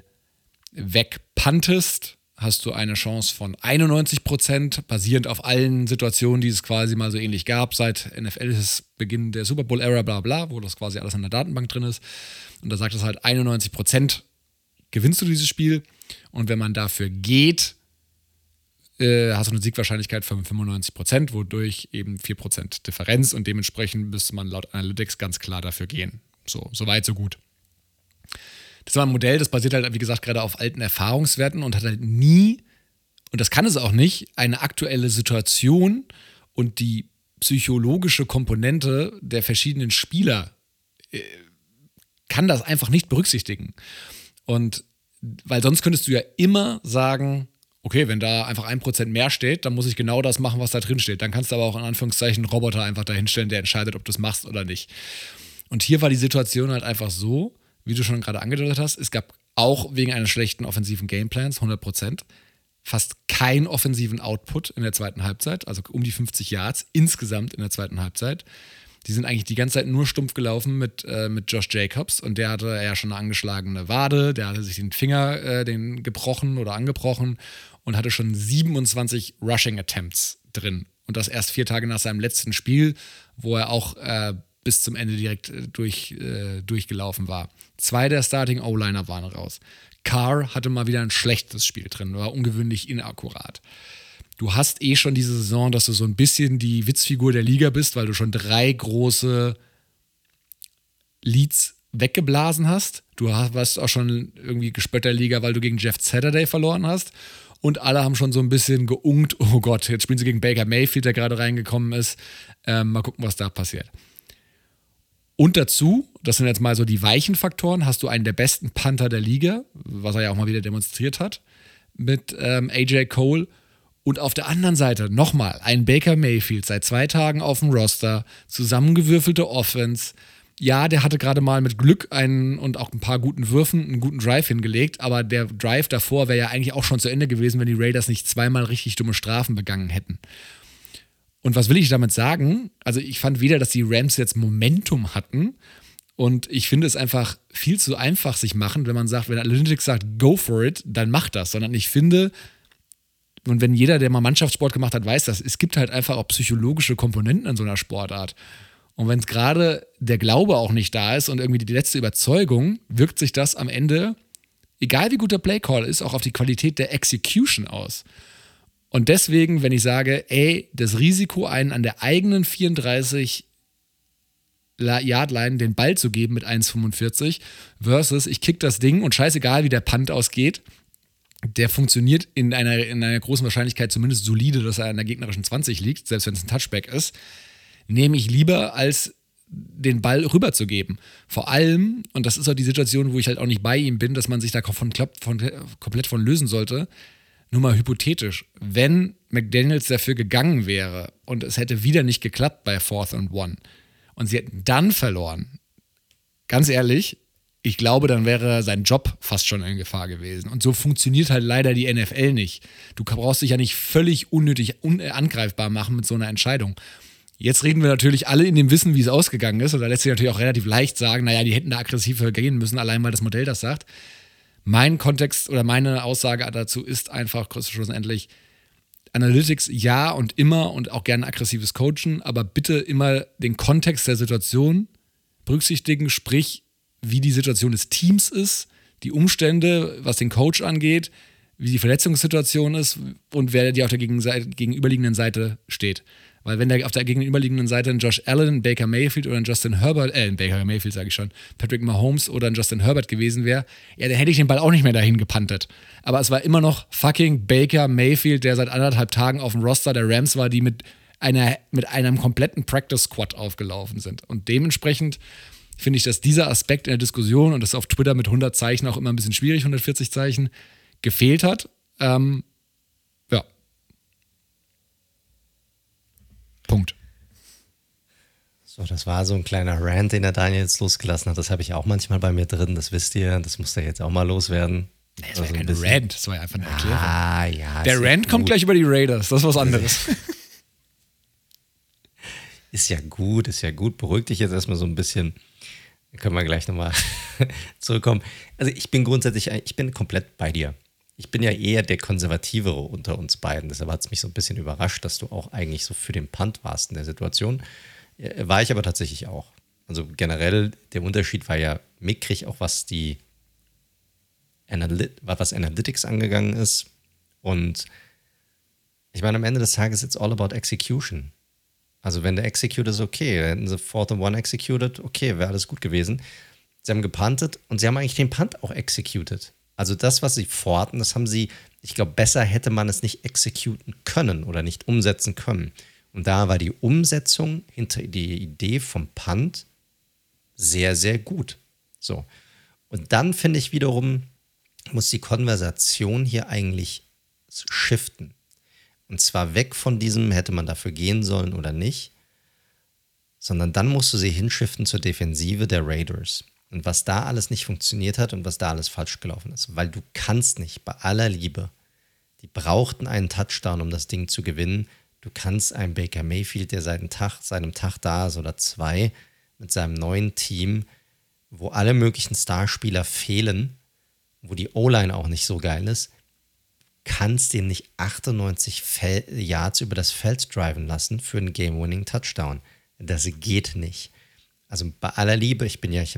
Speaker 2: wegpuntest, hast du eine Chance von 91%, basierend auf allen Situationen, die es quasi mal so ähnlich gab, seit NFL-Beginn der Super Bowl-Ära, bla bla, wo das quasi alles in der Datenbank drin ist. Und da sagt es halt 91% gewinnst du dieses Spiel. Und wenn man dafür geht, hast du eine Siegwahrscheinlichkeit von 95%, wodurch eben 4% Differenz und dementsprechend müsste man laut Analytics ganz klar dafür gehen. So weit, so gut. Das war ein Modell, das basiert halt, wie gesagt, gerade auf alten Erfahrungswerten und hat halt nie, und das kann es auch nicht, eine aktuelle Situation und die psychologische Komponente der verschiedenen Spieler kann das einfach nicht berücksichtigen. Und weil sonst könntest du ja immer sagen, okay, wenn da einfach 1% mehr steht, dann muss ich genau das machen, was da drin steht. Dann kannst du aber auch in Anführungszeichen einen Roboter einfach dahinstellen, der entscheidet, ob du es machst oder nicht. Und hier war die Situation halt einfach so, wie du schon gerade angedeutet hast, es gab auch wegen eines schlechten offensiven Gameplans, 100%, fast keinen offensiven Output in der zweiten Halbzeit, also um die 50 Yards insgesamt in der zweiten Halbzeit. Die sind eigentlich die ganze Zeit nur stumpf gelaufen mit Josh Jacobs und der hatte ja schon eine angeschlagene Wade, der hatte sich den Finger gebrochen oder angebrochen und hatte schon 27 Rushing Attempts drin. Und das erst 4 Tage nach seinem letzten Spiel, wo er auch bis zum Ende direkt durchgelaufen war. 2 der Starting O-Liner waren raus. Carr hatte mal wieder ein schlechtes Spiel drin, war ungewöhnlich inakkurat. Du hast schon diese Saison, dass du so ein bisschen die Witzfigur der Liga bist, weil du schon 3 große Leads weggeblasen hast. Du warst auch schon irgendwie Gespötterliga, weil du gegen Jeff Saturday verloren hast. Und alle haben schon so ein bisschen geungt, oh Gott, jetzt spielen sie gegen Baker Mayfield, der gerade reingekommen ist. Mal gucken, was da passiert. Und dazu, das sind jetzt mal so die weichen Faktoren, hast du einen der besten Panther der Liga, was er ja auch mal wieder demonstriert hat, mit AJ Cole. Und auf der anderen Seite nochmal ein Baker Mayfield, seit 2 Tagen auf dem Roster, zusammengewürfelte Offense. Ja, der hatte gerade mal mit Glück und auch ein paar guten Würfen einen guten Drive hingelegt, aber der Drive davor wäre ja eigentlich auch schon zu Ende gewesen, wenn die Raiders nicht 2-mal richtig dumme Strafen begangen hätten. Und was will ich damit sagen? Also ich fand weder, dass die Rams jetzt Momentum hatten und ich finde es einfach viel zu einfach sich machen, wenn man sagt, wenn Analytics sagt, go for it, dann mach das, sondern ich finde, und wenn jeder, der mal Mannschaftssport gemacht hat, weiß das, es gibt halt einfach auch psychologische Komponenten in so einer Sportart. Und wenn es gerade der Glaube auch nicht da ist und irgendwie die letzte Überzeugung, wirkt sich das am Ende, egal wie gut der Playcall ist, auch auf die Qualität der Execution aus. Und deswegen, wenn ich sage, das Risiko, einen an der eigenen 34-Yard-Line den Ball zu geben mit 1,45 versus ich kick das Ding und scheißegal, wie der Punt ausgeht, der funktioniert in einer großen Wahrscheinlichkeit zumindest solide, dass er an der gegnerischen 20 liegt, selbst wenn es ein Touchback ist, nehme ich lieber, als den Ball rüberzugeben. Vor allem, und das ist auch die Situation, wo ich halt auch nicht bei ihm bin, dass man sich da komplett von lösen sollte, nur mal hypothetisch, wenn McDaniels dafür gegangen wäre und es hätte wieder nicht geklappt bei 4th and 1 und sie hätten dann verloren, ganz ehrlich, ich glaube, dann wäre sein Job fast schon in Gefahr gewesen. Und so funktioniert halt leider die NFL nicht. Du brauchst dich ja nicht völlig unnötig angreifbar machen mit so einer Entscheidung. Jetzt reden wir natürlich alle in dem Wissen, wie es ausgegangen ist. Und da lässt sich natürlich auch relativ leicht sagen, naja, die hätten da aggressiver gehen müssen, allein weil das Modell das sagt. Mein Kontext oder meine Aussage dazu ist einfach schlussendlich, Analytics ja und immer und auch gerne aggressives Coachen, aber bitte immer den Kontext der Situation berücksichtigen, sprich, wie die Situation des Teams ist, die Umstände, was den Coach angeht, wie die Verletzungssituation ist und wer dir auf der gegenüberliegenden Seite steht. Weil wenn der auf der gegenüberliegenden Seite ein Josh Allen, ein Baker Mayfield oder ein Justin Herbert, ein Baker Mayfield sage ich schon, Patrick Mahomes oder ein Justin Herbert gewesen wäre, ja, dann hätte ich den Ball auch nicht mehr dahin gepantet. Aber es war immer noch fucking Baker Mayfield, der seit 1,5 Tagen auf dem Roster der Rams war, die mit einem kompletten Practice-Squad aufgelaufen sind. Und dementsprechend finde ich, dass dieser Aspekt in der Diskussion, und das ist auf Twitter mit 100 Zeichen auch immer ein bisschen schwierig, 140 Zeichen, gefehlt hat. Ja. Punkt.
Speaker 1: So, das war so ein kleiner Rant, den der Daniel jetzt losgelassen hat. Das habe ich auch manchmal bei mir drin, das wisst ihr. Das muss da jetzt auch mal loswerden.
Speaker 2: Nee, das war ja kein Rant, das war ja einfach eine Erklärung.
Speaker 1: Ah, ja.
Speaker 2: Der Rant kommt gleich über die Raiders, das ist was anderes.
Speaker 1: Ist ja gut. Beruhig dich jetzt erstmal so ein bisschen. Dann können wir gleich nochmal zurückkommen. Also ich bin komplett bei dir. Ich bin ja eher der Konservativere unter uns beiden. Deshalb hat es mich so ein bisschen überrascht, dass du auch eigentlich so für den Punt warst in der Situation. War ich aber tatsächlich auch. Also generell, der Unterschied war ja mickrig, auch was was Analytics angegangen ist. Und ich meine, am Ende des Tages it's all about execution. Also wenn der Execute ist, okay, dann hätten sie 4th and 1 executed, okay, wäre alles gut gewesen. Sie haben gepuntet und sie haben eigentlich den Punt auch executed. Also das, was sie forten, das haben sie, ich glaube, besser hätte man es nicht executen können oder nicht umsetzen können. Und da war die Umsetzung hinter die Idee vom Punt sehr, sehr gut. So. Und dann finde ich wiederum, muss die Konversation hier eigentlich shiften. Und zwar weg von diesem, hätte man dafür gehen sollen oder nicht, sondern dann musst du sie hinschiften zur Defensive der Raiders. Und was da alles nicht funktioniert hat und was da alles falsch gelaufen ist. Weil du kannst nicht, bei aller Liebe, die brauchten einen Touchdown, um das Ding zu gewinnen. Du kannst einen Baker Mayfield, der seit seinem Tag da ist oder 2, mit seinem neuen Team, wo alle möglichen Starspieler fehlen, wo die O-Line auch nicht so geil ist, kannst den nicht 98 Yards über das Feld driven lassen für einen Game-Winning-Touchdown. Das geht nicht. Also bei aller Liebe,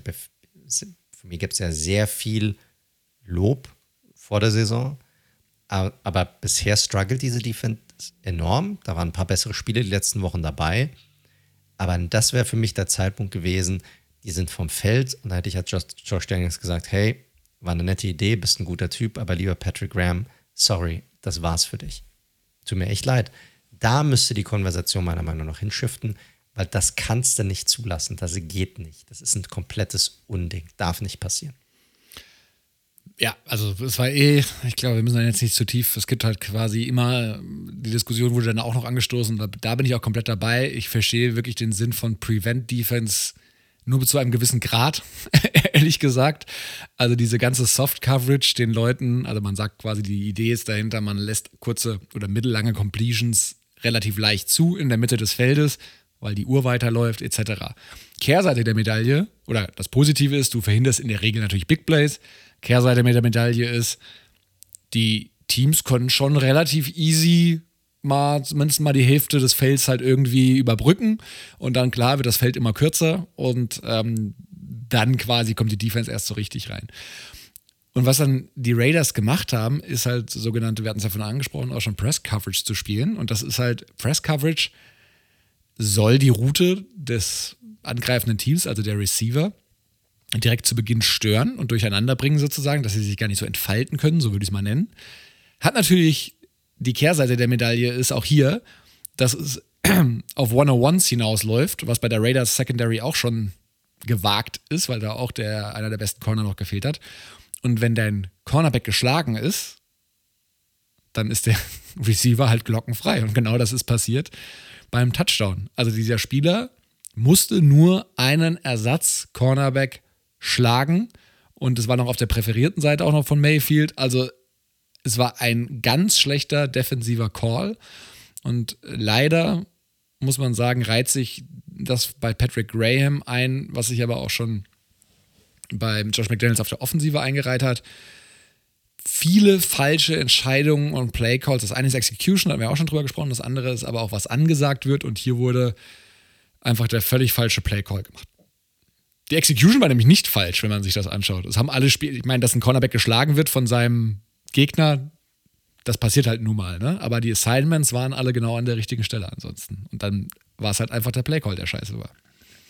Speaker 1: für mich gibt es ja sehr viel Lob vor der Saison, aber bisher struggelt diese Defense enorm. Da waren ein paar bessere Spiele die letzten Wochen dabei, aber das wäre für mich der Zeitpunkt gewesen, die sind vom Feld und da hätte ich als Josh Daniels gesagt, hey, war eine nette Idee, bist ein guter Typ, aber lieber Patrick Graham, sorry, das war's für dich. Tut mir echt leid. Da müsste die Konversation meiner Meinung nach hinschiften, weil das kannst du nicht zulassen. Das geht nicht. Das ist ein komplettes Unding. Darf nicht passieren.
Speaker 2: Ja, also es war ich glaube, wir müssen da jetzt nicht zu tief. Es gibt halt quasi immer, die Diskussion wurde dann auch noch angestoßen. Da bin ich auch komplett dabei. Ich verstehe wirklich den Sinn von Prevent Defense nur zu einem gewissen Grad, ehrlich gesagt. Also diese ganze Soft-Coverage den Leuten, also man sagt quasi, die Idee ist dahinter, man lässt kurze oder mittellange Completions relativ leicht zu in der Mitte des Feldes, weil die Uhr weiterläuft etc. Kehrseite der Medaille, oder das Positive ist, du verhinderst in der Regel natürlich Big Plays. Kehrseite der Medaille ist, die Teams konnten schon relativ easy zumindest mal die Hälfte des Felds halt irgendwie überbrücken und dann klar wird das Feld immer kürzer und dann quasi kommt die Defense erst so richtig rein. Und was dann die Raiders gemacht haben, ist halt sogenannte, wir hatten es ja vorhin angesprochen, auch schon Press-Coverage zu spielen und das ist halt, Press-Coverage soll die Route des angreifenden Teams, also der Receiver, direkt zu Beginn stören und durcheinander bringen sozusagen, dass sie sich gar nicht so entfalten können, so würde ich es mal nennen. Hat natürlich die Kehrseite der Medaille ist auch hier, dass es auf 101s hinausläuft, was bei der Raiders Secondary auch schon gewagt ist, weil da auch einer der besten Corner noch gefehlt hat. Und wenn dein Cornerback geschlagen ist, dann ist der Receiver halt glockenfrei. Und genau das ist passiert beim Touchdown. Also dieser Spieler musste nur einen Ersatz-Cornerback schlagen und es war noch auf der präferierten Seite auch noch von Mayfield. Also es war ein ganz schlechter defensiver Call und leider, muss man sagen, reiht sich das bei Patrick Graham ein, was sich aber auch schon bei Josh McDaniels auf der Offensive eingereiht hat. viele falsche Entscheidungen und Playcalls. Das eine ist Execution, da haben wir auch schon drüber gesprochen. Das andere ist aber auch, was angesagt wird. Und hier wurde einfach der völlig falsche Playcall gemacht. Die Execution war nämlich nicht falsch, wenn man sich das anschaut. Es haben alle Spieler, ich meine, dass ein Cornerback geschlagen wird von seinem Gegner, das passiert halt nun mal, ne? Aber die Assignments waren alle genau an der richtigen Stelle ansonsten. Und dann war es halt einfach der Playcall, der scheiße war.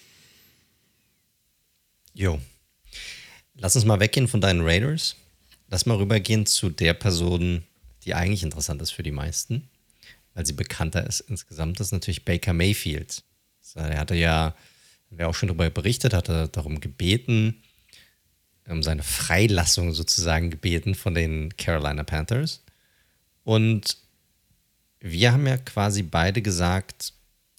Speaker 1: Jo. Lass uns mal weggehen von deinen Raiders. Lass mal rübergehen zu der Person, die eigentlich interessant ist für die meisten, weil sie bekannter ist insgesamt. Das ist natürlich Baker Mayfield. Er hatte ja, wer auch schon darüber berichtet, hatte darum gebeten, um seine Freilassung sozusagen gebeten von den Carolina Panthers. Und wir haben ja quasi beide gesagt,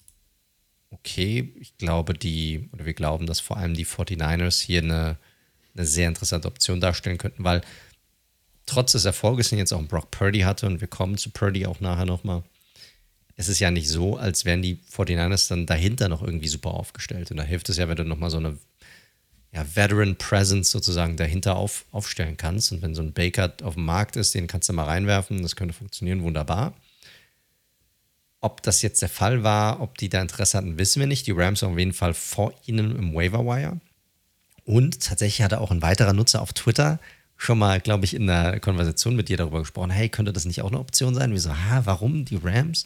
Speaker 1: okay, wir glauben, dass vor allem die 49ers hier eine sehr interessante Option darstellen könnten, weil trotz des Erfolges, den jetzt auch Brock Purdy hatte, und wir kommen zu Purdy auch nachher nochmal, es ist ja nicht so, als wären die 49ers dann dahinter noch irgendwie super aufgestellt. Und da hilft es ja, wenn du nochmal so eine Veteran Presence sozusagen dahinter aufstellen kannst. Und wenn so ein Baker auf dem Markt ist, den kannst du mal reinwerfen, das könnte funktionieren, wunderbar. Ob das jetzt der Fall war, ob die da Interesse hatten, wissen wir nicht. Die Rams sind auf jeden Fall vor ihnen im Waiver Wire. Und tatsächlich hatte auch ein weiterer Nutzer auf Twitter schon mal, glaube ich, in der Konversation mit dir darüber gesprochen, hey, könnte das nicht auch eine Option sein? Wir so, warum die Rams?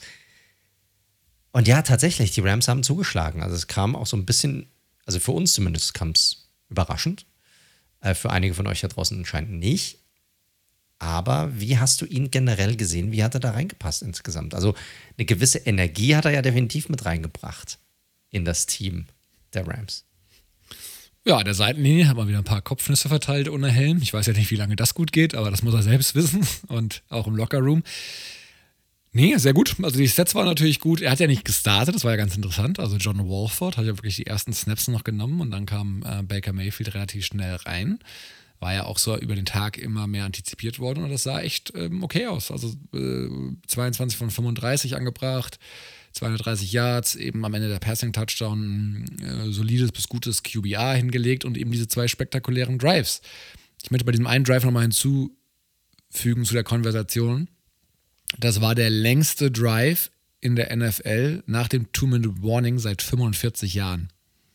Speaker 1: Und ja, tatsächlich, die Rams haben zugeschlagen. Also es kam auch so ein bisschen, also für uns zumindest kam es überraschend. Für einige von euch da draußen anscheinend nicht. Aber wie hast du ihn generell gesehen? Wie hat er da reingepasst insgesamt? Also eine gewisse Energie hat er ja definitiv mit reingebracht in das Team der Rams.
Speaker 2: Ja, an der Seitenlinie hat man wieder ein paar Kopfnüsse verteilt ohne Helm. Ich weiß ja nicht, wie lange das gut geht, aber das muss er selbst wissen. Und auch im Lockerroom. Nee, sehr gut. Also die Stats waren natürlich gut. Er hat ja nicht gestartet, das war ja ganz interessant. Also John Wolford hat ja wirklich die ersten Snaps noch genommen und dann kam Baker Mayfield relativ schnell rein. War ja auch so über den Tag immer mehr antizipiert worden und das sah echt okay aus. Also 22 von 35 angebracht, 230 Yards, eben am Ende der Passing-Touchdown, solides bis gutes QBR hingelegt und eben diese 2 spektakulären Drives. Ich möchte bei diesem einen Drive nochmal hinzufügen zu der Konversation. Das war der längste Drive in der NFL nach dem 2-Minute-Warning seit 45 Jahren.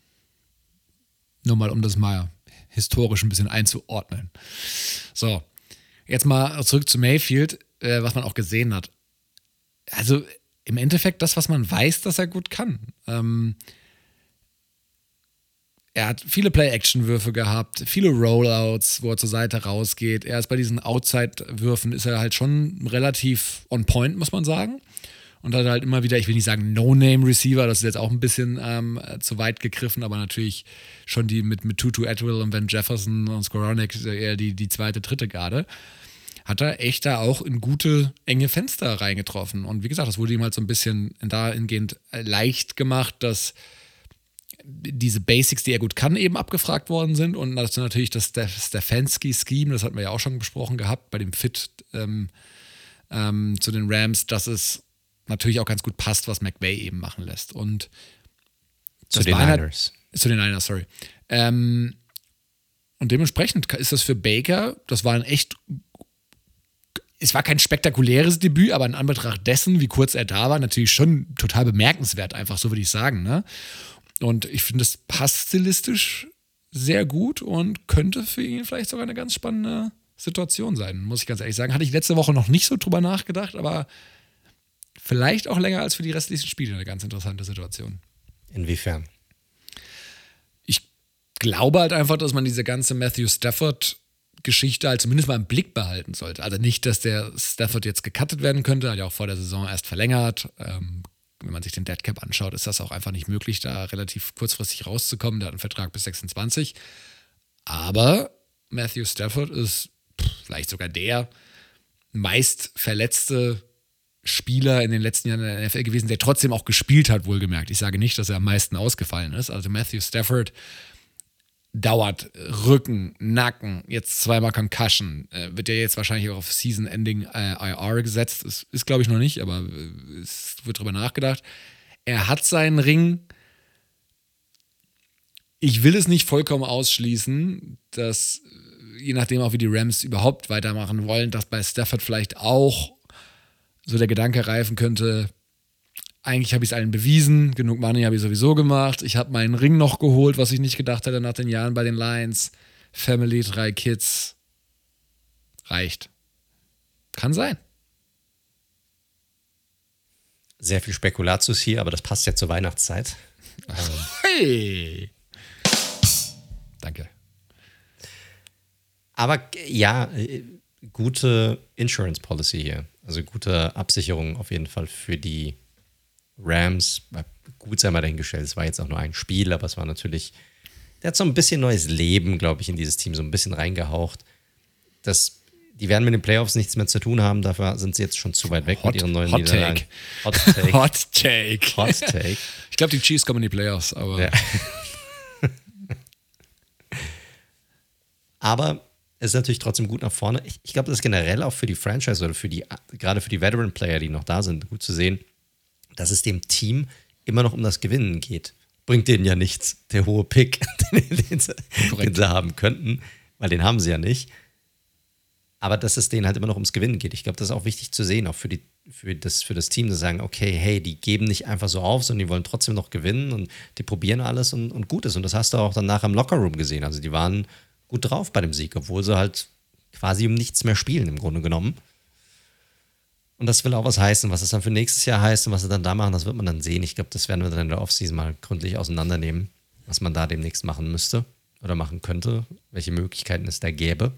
Speaker 2: Nur mal, um das mal historisch ein bisschen einzuordnen. So, jetzt mal zurück zu Mayfield, was man auch gesehen hat. Also im Endeffekt das, was man weiß, dass er gut kann. Er hat viele Play-Action-Würfe gehabt, viele Rollouts, wo er zur Seite rausgeht. Er ist bei diesen Outside-Würfen ist er halt schon relativ on point, muss man sagen. Und hat halt immer wieder, ich will nicht sagen No-Name-Receiver, das ist jetzt auch ein bisschen zu weit gegriffen, aber natürlich schon die mit Tutu Atwell und Van Jefferson und Skowronek eher die zweite, dritte Garde. Hat er echt da auch in gute, enge Fenster reingetroffen. Und wie gesagt, das wurde ihm halt so ein bisschen dahingehend leicht gemacht, dass diese Basics, die er gut kann, eben abgefragt worden sind. Und dazu natürlich das Stefanski-Scheme, das hatten wir ja auch schon besprochen gehabt, bei dem Fit zu den Rams, dass es natürlich auch ganz gut passt, was McVay eben machen lässt. Und
Speaker 1: zu den Niners.
Speaker 2: Zu den Niners, sorry. Und dementsprechend ist das für Baker, es war kein spektakuläres Debüt, aber in Anbetracht dessen, wie kurz er da war, natürlich schon total bemerkenswert, einfach so würde ich sagen. Ne? Und ich finde, es passt stilistisch sehr gut und könnte für ihn vielleicht sogar eine ganz spannende Situation sein, muss ich ganz ehrlich sagen. Hatte ich letzte Woche noch nicht so drüber nachgedacht, aber vielleicht auch länger als für die restlichen Spiele eine ganz interessante Situation.
Speaker 1: Inwiefern?
Speaker 2: Ich glaube halt einfach, dass man diese ganze Matthew Stafford-Geschichte halt zumindest mal im Blick behalten sollte. Also nicht, dass der Stafford jetzt gecuttet werden könnte, hat ja auch vor der Saison erst verlängert. Wenn man sich den Deadcap anschaut, ist das auch einfach nicht möglich, da relativ kurzfristig rauszukommen. Der hat einen Vertrag bis 26. Aber Matthew Stafford ist vielleicht sogar der meist verletzte Spieler in den letzten Jahren in der NFL gewesen, der trotzdem auch gespielt hat, wohlgemerkt. Ich sage nicht, dass er am meisten ausgefallen ist. Also Matthew Stafford dauert Rücken, Nacken, jetzt 2-mal Concussion, wird ja jetzt wahrscheinlich auch auf Season-Ending IR gesetzt. Ist glaube ich noch nicht, aber es wird drüber nachgedacht. Er hat seinen Ring. Ich will es nicht vollkommen ausschließen, dass je nachdem auch, wie die Rams überhaupt weitermachen wollen, dass bei Stafford vielleicht auch so der Gedanke reifen könnte, eigentlich habe ich es allen bewiesen, genug Money habe ich sowieso gemacht, ich habe meinen Ring noch geholt, was ich nicht gedacht hätte nach den Jahren bei den Lions, Family, 3 Kids, reicht. Kann sein.
Speaker 1: Sehr viel Spekulatius hier, aber das passt ja zur Weihnachtszeit.
Speaker 2: Hey! Danke.
Speaker 1: Aber ja, gute Insurance Policy hier. Also gute Absicherung auf jeden Fall für die Rams. Gut sei mal dahingestellt, es war jetzt auch nur ein Spiel, aber es war natürlich, der hat so ein bisschen neues Leben, glaube ich, in dieses Team so ein bisschen reingehaucht. Die werden mit den Playoffs nichts mehr zu tun haben, dafür sind sie jetzt schon zu weit weg mit ihren neuen Niederlagen.
Speaker 2: Hot Take.
Speaker 1: Hot Take.
Speaker 2: Ich glaube, die Chiefs kommen in die Playoffs, aber.
Speaker 1: Ja. Aber es ist natürlich trotzdem gut nach vorne. Ich glaube, das ist generell auch für die Franchise oder gerade für die Veteran-Player, die noch da sind, gut zu sehen, dass es dem Team immer noch um das Gewinnen geht. Bringt denen ja nichts, der hohe Pick, den sie haben könnten, weil den haben sie ja nicht. Aber dass es denen halt immer noch ums Gewinnen geht. Ich glaube, das ist auch wichtig zu sehen, auch für das Team, zu sagen, okay, hey, die geben nicht einfach so auf, sondern die wollen trotzdem noch gewinnen und die probieren alles und gut ist. Und das hast du auch dann nachher im Lockerroom gesehen. Also die waren gut drauf bei dem Sieg, obwohl sie halt quasi um nichts mehr spielen, im Grunde genommen. Und das will auch was heißen. Was es dann für nächstes Jahr heißt und was sie dann da machen, das wird man dann sehen. Ich glaube, das werden wir dann in der Offseason mal gründlich auseinandernehmen, was man da demnächst machen müsste oder machen könnte, welche Möglichkeiten es da gäbe.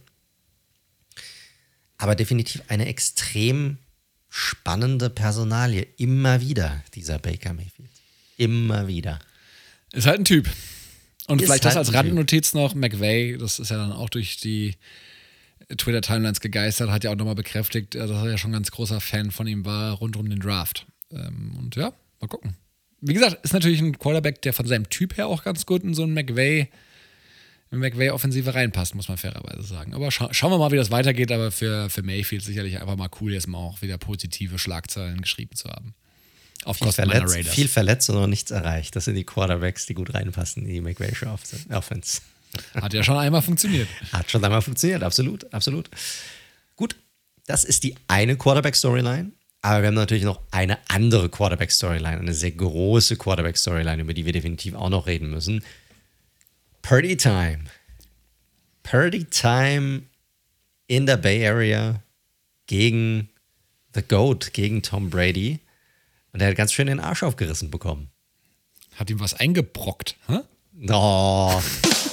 Speaker 1: Aber definitiv eine extrem spannende Personalie. Immer wieder, dieser Baker Mayfield. Immer wieder.
Speaker 2: Ist halt ein Typ. Und
Speaker 1: Ist
Speaker 2: vielleicht
Speaker 1: halt
Speaker 2: das als
Speaker 1: ein
Speaker 2: Randnotiz noch, McVay, das ist ja dann auch durch die Twitter-Timelines gegeistert, hat ja auch nochmal bekräftigt, dass er ja schon ein ganz großer Fan von ihm war, rund um den Draft. Und ja, mal gucken. Wie gesagt, ist natürlich ein Quarterback, der von seinem Typ her auch ganz gut in so einen McVay-Offensive reinpasst, muss man fairerweise sagen. Aber schauen wir mal, wie das weitergeht. Aber für Mayfield sicherlich einfach mal cool, jetzt mal auch wieder positive Schlagzeilen geschrieben zu haben. Auf Kosten meiner Raiders.
Speaker 1: Viel verletzt und noch nichts erreicht. Das sind die Quarterbacks, die gut reinpassen in die McVay-Show Offense.
Speaker 2: Hat ja schon einmal funktioniert.
Speaker 1: Hat schon einmal funktioniert, absolut, absolut. Gut, das ist die eine Quarterback-Storyline. Aber wir haben natürlich noch eine andere Quarterback-Storyline, eine sehr große Quarterback-Storyline, über die wir definitiv auch noch reden müssen. Purdy Time. Purdy Time in der Bay Area gegen The GOAT, gegen Tom Brady. Und er hat ganz schön den Arsch aufgerissen bekommen.
Speaker 2: Hat ihm was eingebrockt, hä?
Speaker 1: Oh.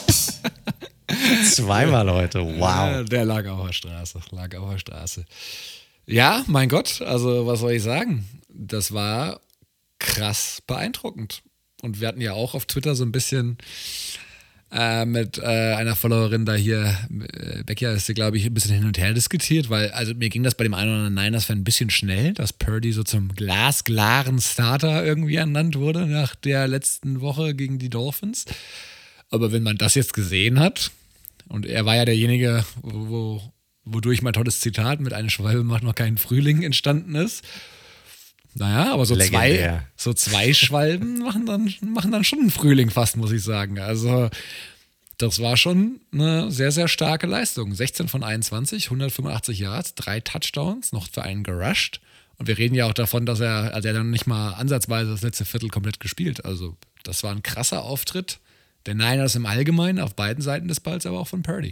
Speaker 1: Zweimal heute, wow.
Speaker 2: Der lag auf der Straße. Ja, mein Gott, also was soll ich sagen? Das war krass beeindruckend. Und wir hatten ja auch auf Twitter so ein bisschen mit einer Followerin da hier, Becky, ist sie, glaube ich, ein bisschen hin und her diskutiert, weil, also mir ging das bei dem einen oder anderen Niners-Fan ein bisschen schnell, dass Purdy so zum glasklaren Starter irgendwie ernannt wurde nach der letzten Woche gegen die Dolphins. Aber wenn man das jetzt gesehen hat, und er war ja derjenige, wodurch mein tolles Zitat mit "Eine Schwalbe macht noch keinen Frühling" entstanden ist. Naja, aber so zwei Schwalben machen dann schon einen Frühling fast, muss ich sagen. Also das war schon eine sehr, sehr starke Leistung. 16 von 21, 185 Yards, 3 Touchdowns, noch für einen gerusht. Und wir reden ja auch davon, dass er dann nicht mal ansatzweise das letzte Viertel komplett gespielt. Also das war ein krasser Auftritt der Niners im Allgemeinen, auf beiden Seiten des Balls, aber auch von Purdy.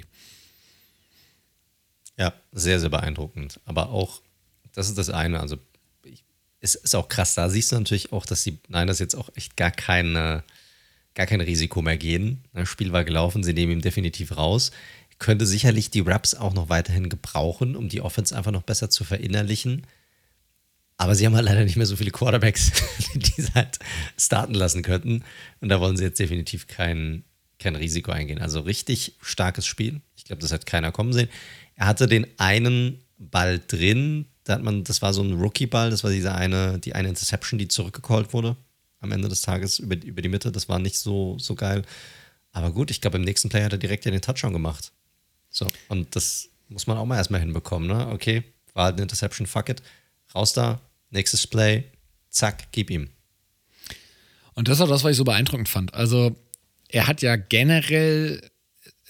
Speaker 1: Ja, sehr, sehr beeindruckend. Aber auch, das ist das eine, also es ist auch krass, da siehst du natürlich auch, dass die Niners jetzt auch echt gar kein Risiko mehr gehen. Das Spiel war gelaufen, sie nehmen ihn definitiv raus. Könnte sicherlich die Raps auch noch weiterhin gebrauchen, um die Offense einfach noch besser zu verinnerlichen. Aber sie haben halt leider nicht mehr so viele Quarterbacks, die sie halt starten lassen könnten. Und da wollen sie jetzt definitiv kein Risiko eingehen. Also richtig starkes Spiel. Ich glaube, das hat keiner kommen sehen. Er hatte den einen Ball drin, das war so ein Rookie-Ball, das war die eine Interception, die zurückgecallt wurde am Ende des Tages über die Mitte. Das war nicht so geil. Aber gut, ich glaube, im nächsten Play hat er direkt ja den Touchdown gemacht. So, und das muss man auch mal erstmal hinbekommen, ne? Okay, war halt eine Interception, fuck it. Raus da, nächstes Play, zack, gib ihm.
Speaker 2: Und das ist auch das, was ich so beeindruckend fand. Also, er hat ja generell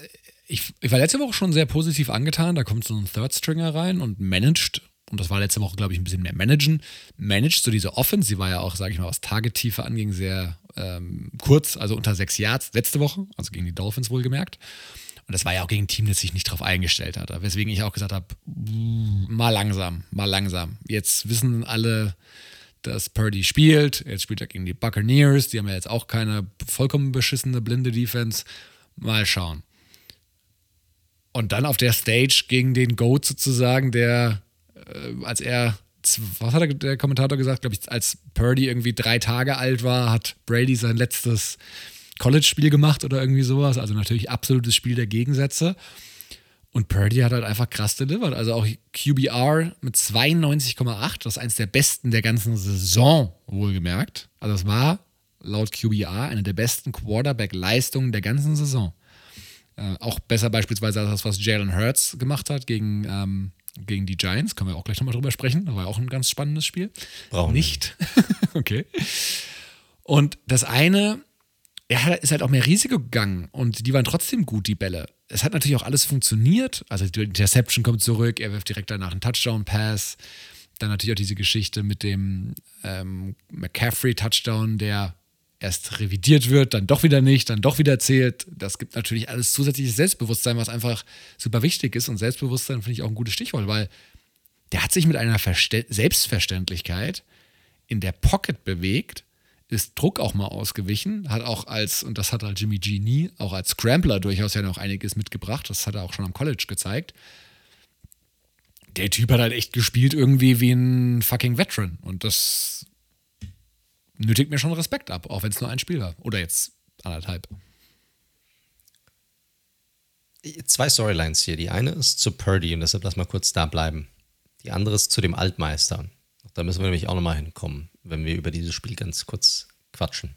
Speaker 2: Ich war letzte Woche schon sehr positiv angetan. Da kommt so ein Third Stringer rein und managt. Und das war letzte Woche, glaube ich, ein bisschen mehr managen. Managed so diese Offense. Sie war ja auch, sage ich mal, was Targettiefe anging, sehr kurz, also unter 6 Yards letzte Woche, also gegen die Dolphins wohlgemerkt. Und das war ja auch gegen ein Team, das sich nicht drauf eingestellt hat. Weswegen ich auch gesagt habe, mal langsam. Jetzt wissen alle, dass Purdy spielt. Jetzt spielt er gegen die Buccaneers. Die haben ja jetzt auch keine vollkommen beschissene, blinde Defense. Mal schauen. Und dann auf der Stage gegen den GOAT sozusagen, der, was hat der Kommentator gesagt? Glaube ich, als Purdy irgendwie 3 Tage alt war, hat Brady sein letztes College-Spiel gemacht oder irgendwie sowas. Also natürlich absolutes Spiel der Gegensätze. Und Purdy hat halt einfach krass delivered. Also auch QBR mit 92,8. Das ist eins der besten der ganzen Saison, wohlgemerkt. Also das war laut QBR eine der besten Quarterback-Leistungen der ganzen Saison. Auch besser beispielsweise als das, was Jalen Hurts gemacht hat gegen die Giants. Können wir auch gleich nochmal drüber sprechen. Das war ja auch ein ganz spannendes Spiel.
Speaker 1: Brauchen
Speaker 2: nicht. Okay. Und das eine, er ist halt auch mehr Risiko gegangen und die waren trotzdem gut, die Bälle. Es hat natürlich auch alles funktioniert. Also die Interception kommt zurück, er wirft direkt danach einen Touchdown-Pass. Dann natürlich auch diese Geschichte mit dem McCaffrey-Touchdown, der erst revidiert wird, dann doch wieder nicht, dann doch wieder zählt. Das gibt natürlich alles zusätzliches Selbstbewusstsein, was einfach super wichtig ist. Und Selbstbewusstsein finde ich auch ein gutes Stichwort, weil der hat sich mit einer Selbstverständlichkeit in der Pocket bewegt, ist Druck auch mal ausgewichen, hat auch und das hat halt Jimmy G nie, auch als Scrambler durchaus ja noch einiges mitgebracht. Das hat er auch schon am College gezeigt. Der Typ hat halt echt gespielt irgendwie wie ein fucking Veteran. Und das nötigt mir schon Respekt ab, auch wenn es nur ein Spiel war. Oder jetzt 1,5.
Speaker 1: 2 Storylines hier. Die eine ist zu Purdy und deshalb lass mal kurz da bleiben. Die andere ist zu dem Altmeister. Da müssen wir nämlich auch nochmal hinkommen, wenn wir über dieses Spiel ganz kurz quatschen.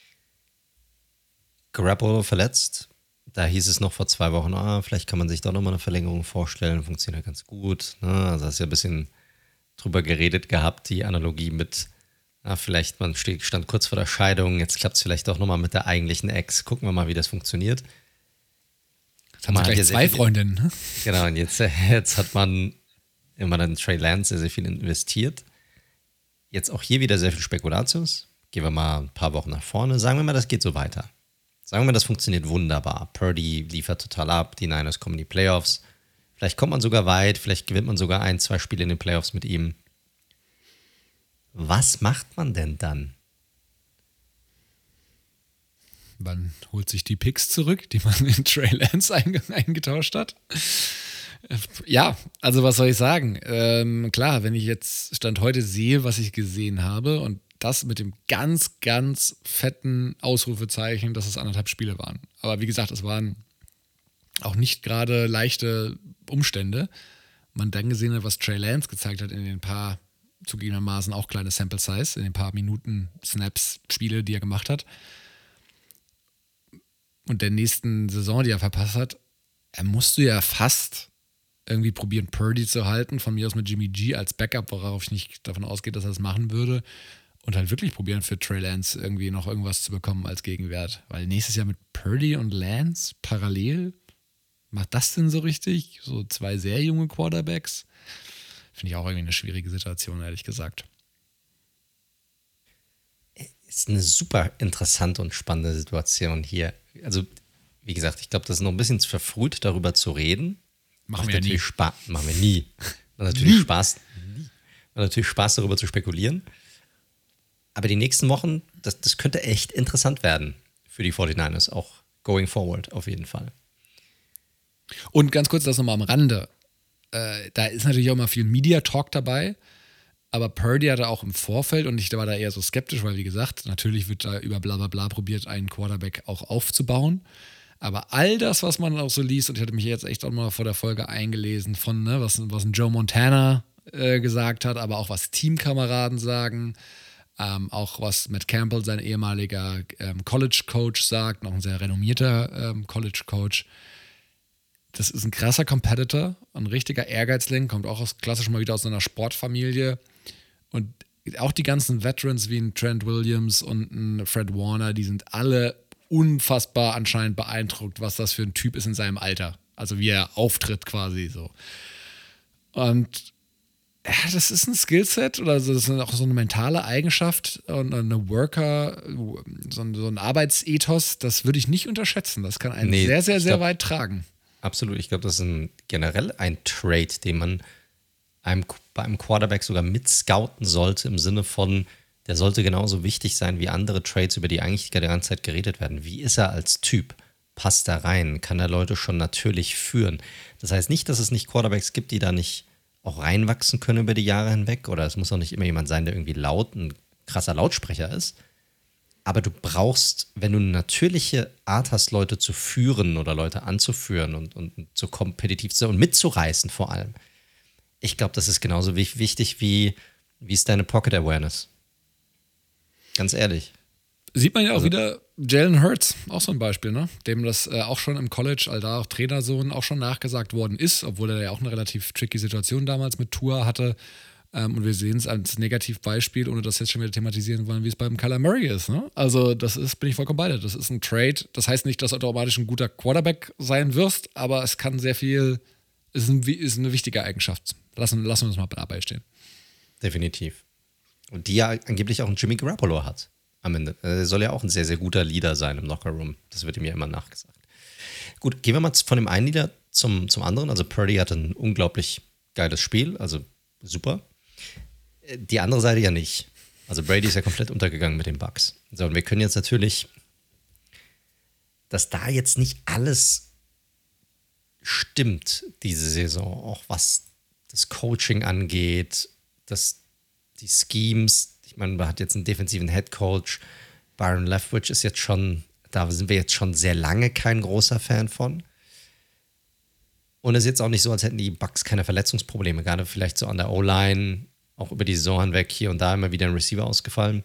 Speaker 1: Garoppolo verletzt. Da hieß es noch vor 2 Wochen, vielleicht kann man sich doch nochmal eine Verlängerung vorstellen. Funktioniert ganz gut. Ne? Also hast ja ein bisschen drüber geredet gehabt, die Analogie mit vielleicht man stand kurz vor der Scheidung, jetzt klappt es vielleicht doch nochmal mit der eigentlichen Ex. Gucken wir mal, wie das funktioniert.
Speaker 2: Jetzt haben sie gleich 2 Freundinnen. Ne?
Speaker 1: Genau, und jetzt hat man immer dann Trey Lance sehr, sehr viel investiert. Jetzt auch hier wieder sehr viel Spekulatius. Gehen wir mal ein paar Wochen nach vorne. Sagen wir mal, das geht so weiter. Sagen wir mal, das funktioniert wunderbar. Purdy liefert total ab, die Niners kommen in die Playoffs. Vielleicht kommt man sogar weit, vielleicht gewinnt man sogar 1, 2 Spiele in den Playoffs mit ihm. Was macht man denn dann?
Speaker 2: Man holt sich die Picks zurück, die man in Trey Lance eingetauscht hat. Ja, also was soll ich sagen? Klar, wenn ich jetzt Stand heute sehe, was ich gesehen habe und das mit dem ganz, ganz fetten Ausrufezeichen, dass es 1,5 Spiele waren. Aber wie gesagt, es waren auch nicht gerade leichte Umstände. Man dann gesehen hat, was Trey Lance gezeigt hat in den paar zugegebenermaßen auch kleine Sample Size, in den paar Minuten Snaps, Spiele, die er gemacht hat. Und der nächsten Saison, die er verpasst hat, er musste ja fast irgendwie probieren, Purdy zu halten, von mir aus mit Jimmy G als Backup, worauf ich nicht davon ausgehe, dass er das machen würde. Und halt wirklich probieren, für Trey Lance irgendwie noch irgendwas zu bekommen als Gegenwert. Weil nächstes Jahr mit Purdy und Lance parallel, macht das denn so richtig? So 2 sehr junge Quarterbacks? Finde ich auch irgendwie eine schwierige Situation, ehrlich gesagt.
Speaker 1: Ist eine super interessante und spannende Situation hier. Also, wie gesagt, ich glaube, das ist noch ein bisschen zu verfrüht, darüber zu reden.
Speaker 2: Machen wir ja nie.
Speaker 1: Machen wir nie. Natürlich Spaß, darüber zu spekulieren. Aber die nächsten Wochen, das könnte echt interessant werden für die 49ers, auch going forward auf jeden Fall.
Speaker 2: Und ganz kurz das nochmal am Rande. Da ist natürlich auch mal viel Media-Talk dabei, aber Purdy hatte auch im Vorfeld, und ich war da eher so skeptisch, weil wie gesagt, natürlich wird da über bla bla bla probiert, einen Quarterback auch aufzubauen. Aber all das, was man auch so liest, und ich hatte mich jetzt echt auch mal vor der Folge eingelesen von, ne, was ein Joe Montana gesagt hat, aber auch was Teamkameraden sagen, auch was Matt Campbell, sein ehemaliger College-Coach, sagt, noch ein sehr renommierter College-Coach. Das ist ein krasser Competitor, ein richtiger Ehrgeizling, kommt auch klassisch mal wieder aus einer Sportfamilie. Und auch die ganzen Veterans wie ein Trent Williams und ein Fred Warner, die sind alle unfassbar anscheinend beeindruckt, was das für ein Typ ist in seinem Alter. Also wie er auftritt quasi so. Und ja, das ist ein Skillset oder das ist auch so eine mentale Eigenschaft und eine Worker, so ein Arbeitsethos, das würde ich nicht unterschätzen. Das kann einen sehr, sehr, sehr weit tragen.
Speaker 1: Absolut. Ich glaube, das ist generell ein Trade, den man bei einem Quarterback sogar mitscouten sollte, im Sinne von, der sollte genauso wichtig sein wie andere Trades, über die eigentlich die ganze Zeit geredet werden. Wie ist er als Typ? Passt da rein? Kann er Leute schon natürlich führen? Das heißt nicht, dass es nicht Quarterbacks gibt, die da nicht auch reinwachsen können über die Jahre hinweg. Oder es muss auch nicht immer jemand sein, der irgendwie laut, ein krasser Lautsprecher ist. Aber du brauchst, wenn du eine natürliche Art hast, Leute zu führen oder Leute anzuführen und so kompetitiv zu sein und mitzureißen vor allem. Ich glaube, das ist genauso wichtig wie ist deine Pocket Awareness. Ganz ehrlich.
Speaker 2: Sieht man ja auch wieder Jalen Hurts, auch so ein Beispiel, ne? Dem das auch schon im College, da auch Trainersohn, auch schon nachgesagt worden ist, obwohl er ja auch eine relativ tricky Situation damals mit Tua hatte. Und wir sehen es als Negativbeispiel, ohne das jetzt schon wieder thematisieren wollen, wie es beim Kyler Murray ist. Ne? Also bin ich vollkommen bei dir. Das ist ein Trade. Das heißt nicht, dass du automatisch ein guter Quarterback sein wirst, aber es kann sehr viel, ist eine wichtige Eigenschaft. Lassen wir uns mal dabei stehen.
Speaker 1: Definitiv. Und die ja angeblich auch ein Jimmy Garoppolo hat am Ende. Er soll ja auch ein sehr, sehr guter Leader sein im Lockerroom. Das wird ihm ja immer nachgesagt. Gut, gehen wir mal von dem einen Leader zum anderen. Also Purdy hatte ein unglaublich geiles Spiel, also super. Die andere Seite ja nicht. Also Brady ist ja komplett untergegangen mit den Bucks. So, und wir können jetzt natürlich, dass da jetzt nicht alles stimmt diese Saison, auch was das Coaching angeht, die Schemes. Ich meine, man hat jetzt einen defensiven Headcoach. Byron Leftwich ist jetzt schon, da sind wir jetzt schon sehr lange kein großer Fan von. Und es ist jetzt auch nicht so, als hätten die Bucks keine Verletzungsprobleme, gerade vielleicht so an der O-Line, auch über die Saison hinweg hier und da immer wieder ein Receiver ausgefallen.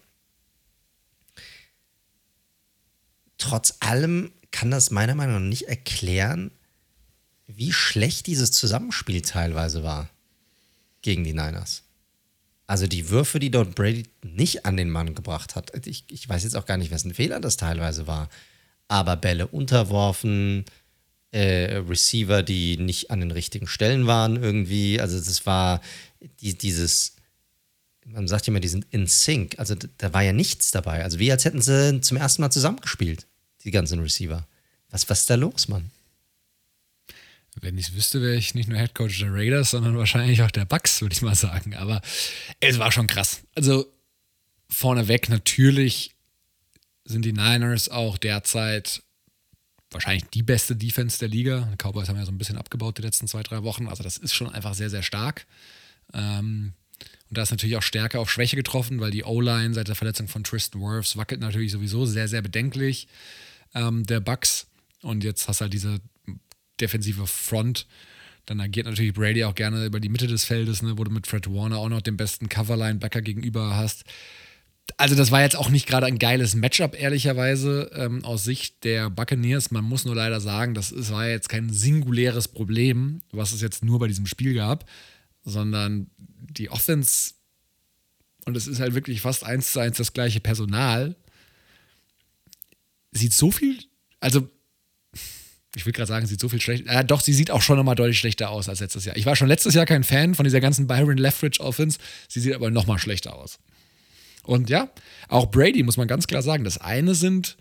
Speaker 1: Trotz allem kann das meiner Meinung nach nicht erklären, wie schlecht dieses Zusammenspiel teilweise war gegen die Niners. Also die Würfe, die dort Brady nicht an den Mann gebracht hat. Ich weiß jetzt auch gar nicht, wessen Fehler das teilweise war. Aber Bälle unterworfen, Receiver, die nicht an den richtigen Stellen waren irgendwie. Also das war dieses, man sagt ja immer, die sind in Sync. Also da war ja nichts dabei. Also wie als hätten sie zum ersten Mal zusammengespielt, die ganzen Receiver. Was ist da los, Mann?
Speaker 2: Wenn ich es wüsste, wäre ich nicht nur Headcoach der Raiders, sondern wahrscheinlich auch der Bucks, würde ich mal sagen. Aber es war schon krass. Also vorneweg natürlich sind die Niners auch derzeit wahrscheinlich die beste Defense der Liga. Die Cowboys haben ja so ein bisschen abgebaut die letzten 2-3 Wochen. Also das ist schon einfach sehr, sehr stark. Und da ist natürlich auch Stärke auf Schwäche getroffen, weil die O-Line seit der Verletzung von Tristan Wirfs wackelt natürlich sowieso sehr, sehr bedenklich, der Bucks. Und jetzt hast du halt diese defensive Front. Dann agiert natürlich Brady auch gerne über die Mitte des Feldes, ne, wo du mit Fred Warner auch noch den besten Cover-Linebacker gegenüber hast. Also das war jetzt auch nicht gerade ein geiles Matchup, ehrlicherweise, aus Sicht der Buccaneers. Man muss nur leider sagen, war jetzt kein singuläres Problem, was es jetzt nur bei diesem Spiel gab, sondern die Offense, und es ist halt wirklich fast 1:1 das gleiche Personal, sieht so viel, also ich will gerade sagen, sieht so viel schlechter. Doch, sie sieht auch schon nochmal deutlich schlechter aus als letztes Jahr. Ich war schon letztes Jahr kein Fan von dieser ganzen Byron Leftwich Offense. Sie sieht aber nochmal schlechter aus. Und ja, auch Brady muss man ganz klar sagen. Das eine sind,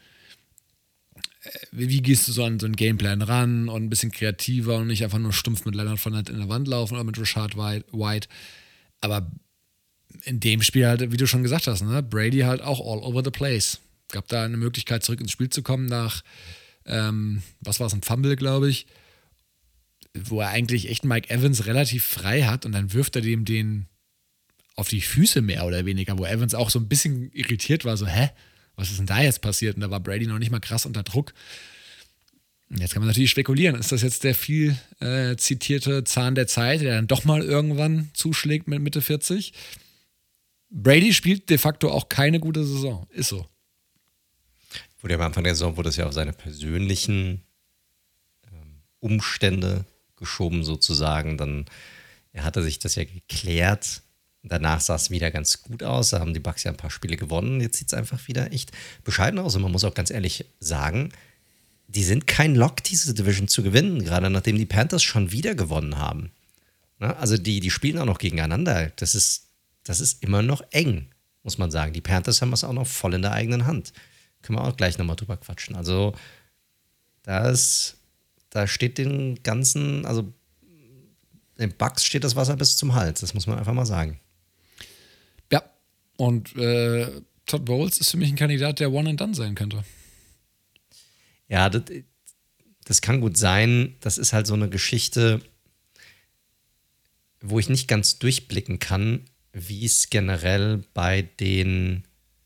Speaker 2: wie gehst du so an so einen Gameplan ran und ein bisschen kreativer und nicht einfach nur stumpf mit Leonard Fournette in der Wand laufen oder mit Rashad White. Aber in dem Spiel halt, wie du schon gesagt hast, ne, Brady halt auch all over the place. Gab da eine Möglichkeit, zurück ins Spiel zu kommen nach was war es, ein Fumble, glaube ich, wo er eigentlich echt Mike Evans relativ frei hat und dann wirft er dem den auf die Füße mehr oder weniger, wo Evans auch so ein bisschen irritiert war, so, was ist denn da jetzt passiert? Und da war Brady noch nicht mal krass unter Druck. Und jetzt kann man natürlich spekulieren, ist das jetzt der viel zitierte Zahn der Zeit, der dann doch mal irgendwann zuschlägt mit Mitte 40? Brady spielt de facto auch keine gute Saison, ist so.
Speaker 1: Wurde am Anfang der Saison wurde es ja auf seine persönlichen Umstände geschoben sozusagen. Dann hatte sich das ja geklärt. Danach sah es wieder ganz gut aus. Da haben die Bucks ja ein paar Spiele gewonnen. Jetzt sieht es einfach wieder echt bescheiden aus. Und man muss auch ganz ehrlich sagen, die sind kein Lock, diese Division zu gewinnen, gerade nachdem die Panthers schon wieder gewonnen haben. Ne? Also die spielen auch noch gegeneinander. Das ist immer noch eng, muss man sagen. Die Panthers haben es auch noch voll in der eigenen Hand. Können wir auch gleich nochmal drüber quatschen. Also da steht den ganzen, also den Bucks steht das Wasser bis zum Hals. Das muss man einfach mal sagen.
Speaker 2: Ja, und Todd Bowles ist für mich ein Kandidat, der One and Done sein könnte.
Speaker 1: Ja, das kann gut sein. Das ist halt so eine Geschichte, wo ich nicht ganz durchblicken kann, wie es generell bei den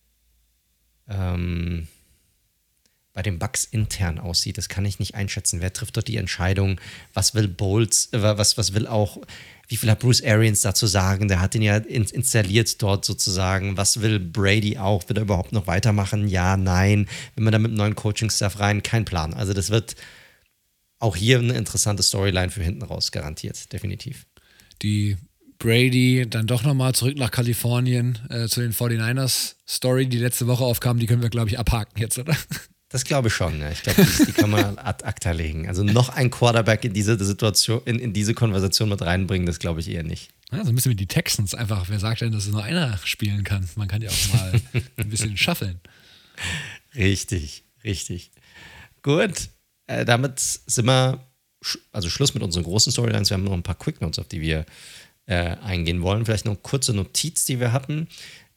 Speaker 1: Bucks intern aussieht. Das kann ich nicht einschätzen. Wer trifft dort die Entscheidung? Was will Bowles? Was will auch, wie viel hat Bruce Arians dazu sagen? Der hat ihn ja installiert dort sozusagen. Was will Brady auch? Will er überhaupt noch weitermachen? Ja, nein. Wenn man da mit einem neuen Coaching-Staff rein? Kein Plan. Also das wird auch hier eine interessante Storyline für hinten raus garantiert. Definitiv.
Speaker 2: Die Brady dann doch nochmal zurück nach Kalifornien zu den 49ers Story, die letzte Woche aufkam, die können wir, glaube ich, abhaken jetzt, oder?
Speaker 1: Das glaube ich schon. Ja. Ich glaube, die kann man ad acta legen. Also noch ein Quarterback in diese Situation, in diese Konversation mit reinbringen, das glaube ich eher nicht.
Speaker 2: Ja, so ein bisschen wie die Texans einfach. Wer sagt denn, dass es nur einer spielen kann? Man kann ja auch mal ein bisschen schaffeln.
Speaker 1: Richtig. Gut, damit sind wir, also Schluss mit unseren großen Storylines. Wir haben noch ein paar Quick Notes, auf die wir eingehen wollen. Vielleicht noch eine kurze Notiz, die wir hatten.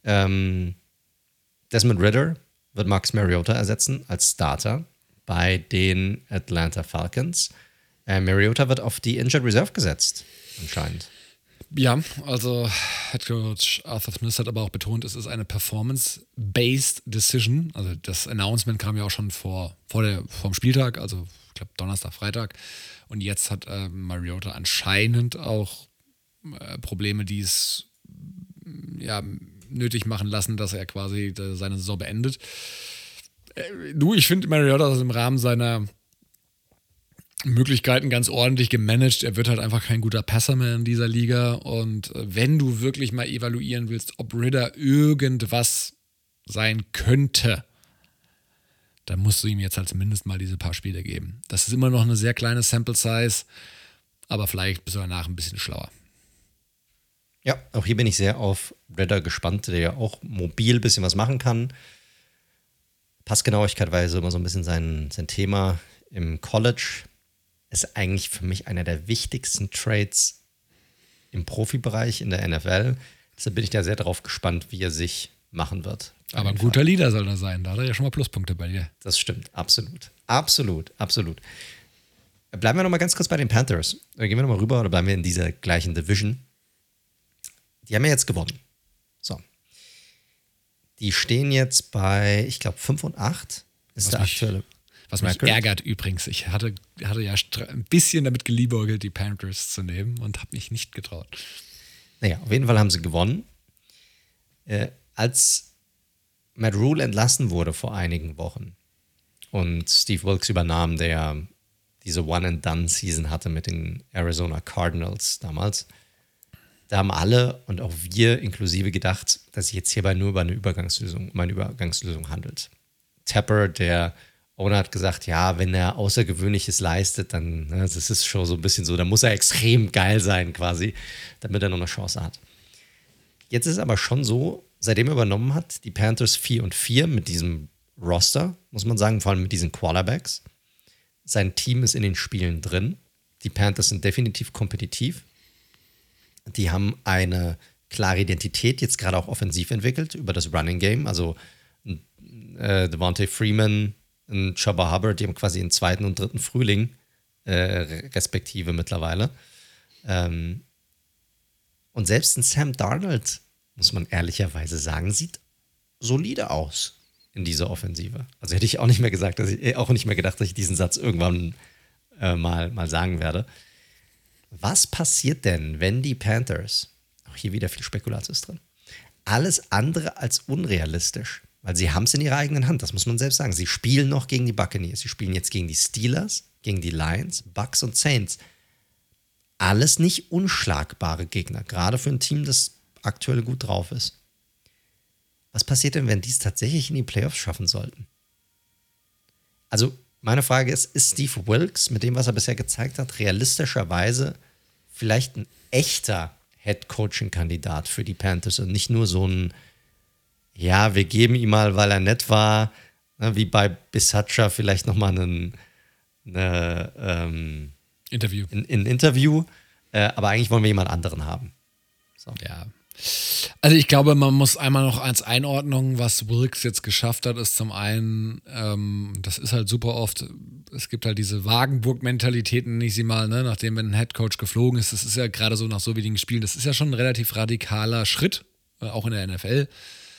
Speaker 1: Desmond Ridder wird Marcus Mariota ersetzen als Starter bei den Atlanta Falcons. Mariota wird auf die Injured Reserve gesetzt, anscheinend.
Speaker 2: Ja, also Head Coach Arthur Smith hat aber auch betont, es ist eine Performance-based Decision. Also das Announcement kam ja auch schon vorm Spieltag, also ich glaube Donnerstag, Freitag. Und jetzt hat Mariota anscheinend auch Probleme, die es nötig machen lassen, dass er quasi seine Saison beendet. Ich finde Mariota ist im Rahmen seiner Möglichkeiten ganz ordentlich gemanagt. Er wird halt einfach kein guter Passer mehr in dieser Liga. Und wenn du wirklich mal evaluieren willst, ob Ridder irgendwas sein könnte, dann musst du ihm jetzt halt zumindest mal diese paar Spiele geben. Das ist immer noch eine sehr kleine Sample Size, aber vielleicht bist du danach ein bisschen schlauer.
Speaker 1: Ja, auch hier bin ich sehr auf Ridder gespannt, der ja auch mobil ein bisschen was machen kann. Passgenauigkeit war ja so immer so ein bisschen sein Thema im College. Ist eigentlich für mich einer der wichtigsten Trades im Profibereich in der NFL. Deshalb bin ich da sehr drauf gespannt, wie er sich machen wird.
Speaker 2: Aber ein guter Leader soll er sein. Da hat er ja schon mal Pluspunkte bei dir.
Speaker 1: Das stimmt, absolut. Bleiben wir noch mal ganz kurz bei den Panthers. Gehen wir noch mal rüber oder bleiben wir in dieser gleichen Division? Die haben ja jetzt gewonnen. So. Die stehen jetzt bei, ich glaube, 5-8. Ist der aktuelle.
Speaker 2: Was mich ärgert übrigens. Ich hatte ja ein bisschen damit geliebäugelt, die Panthers zu nehmen und habe mich nicht getraut.
Speaker 1: Naja, auf jeden Fall haben sie gewonnen. Als Matt Rule entlassen wurde vor einigen Wochen und Steve Wilkes übernahm, der diese One-and-Done-Season hatte mit den Arizona Cardinals damals, da haben alle und auch wir inklusive gedacht, dass sich jetzt hierbei nur um eine Übergangslösung handelt. Tapper, der Owner, hat gesagt, ja, wenn er Außergewöhnliches leistet, dann, das ist schon so ein bisschen so, dann muss er extrem geil sein quasi, damit er noch eine Chance hat. Jetzt ist es aber schon so, seitdem er übernommen hat, die Panthers 4-4 mit diesem Roster, muss man sagen, vor allem mit diesen Quarterbacks. Sein Team ist in den Spielen drin. Die Panthers sind definitiv kompetitiv. Die haben eine klare Identität, jetzt gerade auch offensiv entwickelt, über das Running Game. Also Devontae Freeman und Chuba Hubbard, die haben quasi den zweiten und dritten Frühling respektive mittlerweile. Und selbst ein Sam Darnold, muss man ehrlicherweise sagen, sieht solide aus in dieser Offensive. Also hätte ich auch nicht mehr gedacht, dass ich diesen Satz irgendwann mal sagen werde. Was passiert denn, wenn die Panthers, auch hier wieder viel Spekulatius drin, alles andere als unrealistisch, weil sie haben es in ihrer eigenen Hand, das muss man selbst sagen. Sie spielen noch gegen die Buccaneers, sie spielen jetzt gegen die Steelers, gegen die Lions, Bucks und Saints. Alles nicht unschlagbare Gegner, gerade für ein Team, das aktuell gut drauf ist. Was passiert denn, wenn die es tatsächlich in die Playoffs schaffen sollten? Also Meine Frage ist Steve Wilkes mit dem, was er bisher gezeigt hat, realistischerweise vielleicht ein echter Head-Coaching-Kandidat für die Panthers und nicht nur so ein, ja, wir geben ihm mal, weil er nett war, ne, wie bei Bisaccia vielleicht nochmal ein Interview, aber eigentlich wollen wir jemand anderen haben. So.
Speaker 2: Ja. Also ich glaube, man muss einmal noch als Einordnung, was Wilkes jetzt geschafft hat, ist zum einen, das ist halt super oft, es gibt halt diese Wagenburg-Mentalität, nenne ich sie mal, ne? Nachdem wenn ein Headcoach geflogen ist, das ist ja gerade so nach so wenigen Spielen, das ist ja schon ein relativ radikaler Schritt, auch in der NFL.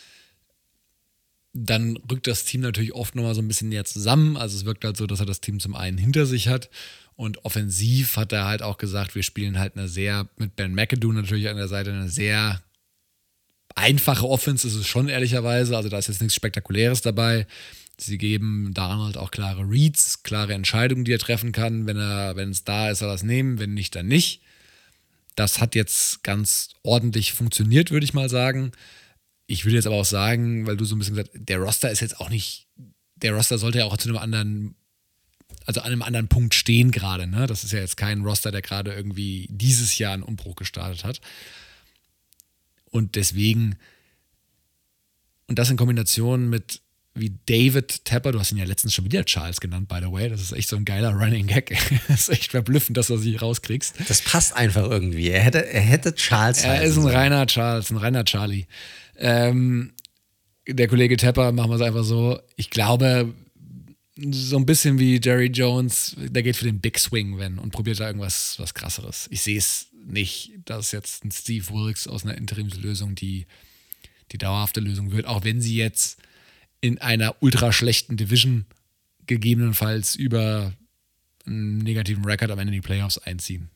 Speaker 2: Dann rückt das Team natürlich oft nochmal so ein bisschen näher zusammen, also es wirkt halt so, dass er das Team zum einen hinter sich hat und offensiv hat er halt auch gesagt, wir spielen halt mit Ben McAdoo natürlich an der Seite eine sehr einfache Offense ist es schon, ehrlicherweise. Also da ist jetzt nichts Spektakuläres dabei. Sie geben Darnold auch klare Reads, klare Entscheidungen, die er treffen kann. Wenn es da ist, soll er es nehmen. Wenn nicht, dann nicht. Das hat jetzt ganz ordentlich funktioniert, würde ich mal sagen. Ich würde jetzt aber auch sagen, weil du so ein bisschen gesagt hast, der Roster ist jetzt auch nicht, der Roster sollte ja auch zu einem anderen, also an einem anderen Punkt stehen gerade. Ne? Das ist ja jetzt kein Roster, der gerade irgendwie dieses Jahr einen Umbruch gestartet hat. Und deswegen, und das in Kombination mit wie David Tepper, du hast ihn ja letztens schon wieder Charles genannt, by the way, das ist echt so ein geiler Running Gag. Das ist echt verblüffend, dass du sie rauskriegst.
Speaker 1: Das passt einfach irgendwie. Er hätte Charles
Speaker 2: Er ist ein reiner Charles, ein reiner Charlie. Der Kollege Tepper, machen wir es einfach so, ich glaube, so ein bisschen wie Jerry Jones, der geht für den Big Swing, und probiert da irgendwas was Krasseres. Ich sehe es nicht, dass jetzt ein Steve Wilkes aus einer Interimslösung die dauerhafte Lösung wird, auch wenn sie jetzt in einer ultra schlechten Division gegebenenfalls über einen negativen Rekord am Ende in die Playoffs einziehen.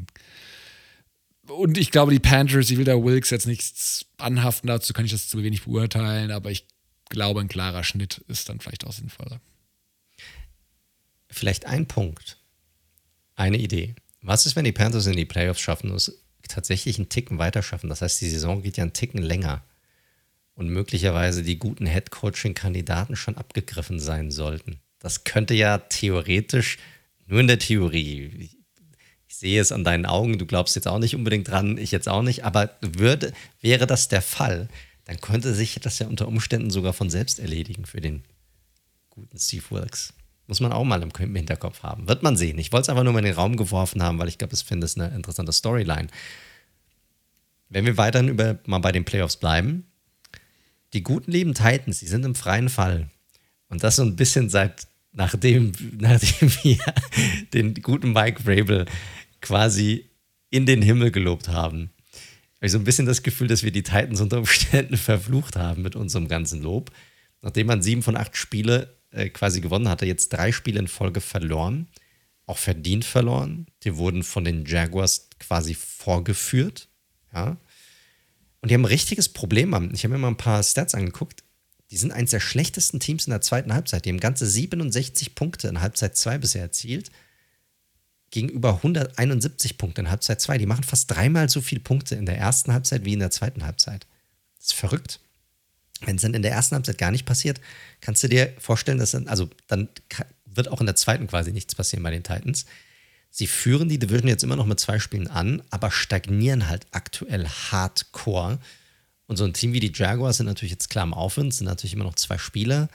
Speaker 2: Und ich glaube, die Panthers, ich will da Wilkes jetzt nichts anhaften, dazu kann ich das zu wenig beurteilen, aber ich glaube, ein klarer Schnitt ist dann vielleicht auch sinnvoller.
Speaker 1: Vielleicht ein Punkt, eine Idee. Was ist, wenn die Panthers in die Playoffs schaffen und es tatsächlich einen Ticken weiter schaffen? Das heißt, die Saison geht ja einen Ticken länger und möglicherweise die guten Head-Coaching-Kandidaten schon abgegriffen sein sollten. Das könnte ja theoretisch, nur in der Theorie, ich sehe es an deinen Augen, du glaubst jetzt auch nicht unbedingt dran, ich jetzt auch nicht, aber wäre das der Fall, dann könnte sich das ja unter Umständen sogar von selbst erledigen für den guten Steve Wilkes. Muss man auch mal im Hinterkopf haben. Wird man sehen. Ich wollte es einfach nur mal in den Raum geworfen haben, weil ich glaube, ich finde es eine interessante Storyline. Wenn wir weiterhin mal bei den Playoffs bleiben, die guten lieben Titans, die sind im freien Fall. Und das so ein bisschen nachdem wir den guten Mike Vrabel quasi in den Himmel gelobt haben. Habe ich so ein bisschen das Gefühl, dass wir die Titans unter Umständen verflucht haben mit unserem ganzen Lob. Nachdem man 7 von 8 Spiele quasi gewonnen hatte, jetzt 3 Spiele in Folge verloren, auch verdient verloren. Die wurden von den Jaguars quasi vorgeführt. Ja. Und die haben ein richtiges Problem. Ich habe mir mal ein paar Stats angeguckt. Die sind eines der schlechtesten Teams in der zweiten Halbzeit. Die haben ganze 67 Punkte in Halbzeit 2 bisher erzielt, gegenüber 171 Punkte in Halbzeit 2. Die machen fast 3-mal so viele Punkte in der ersten Halbzeit wie in der zweiten Halbzeit. Das ist verrückt. Wenn es dann in der ersten Halbzeit gar nicht passiert, kannst du dir vorstellen, dass dann wird auch in der zweiten quasi nichts passieren bei den Titans. Sie führen die Division jetzt immer noch mit 2 Spielen an, aber stagnieren halt aktuell hardcore. Und so ein Team wie die Jaguars sind natürlich jetzt klar im Aufwind, sind natürlich immer noch 2 Spieler.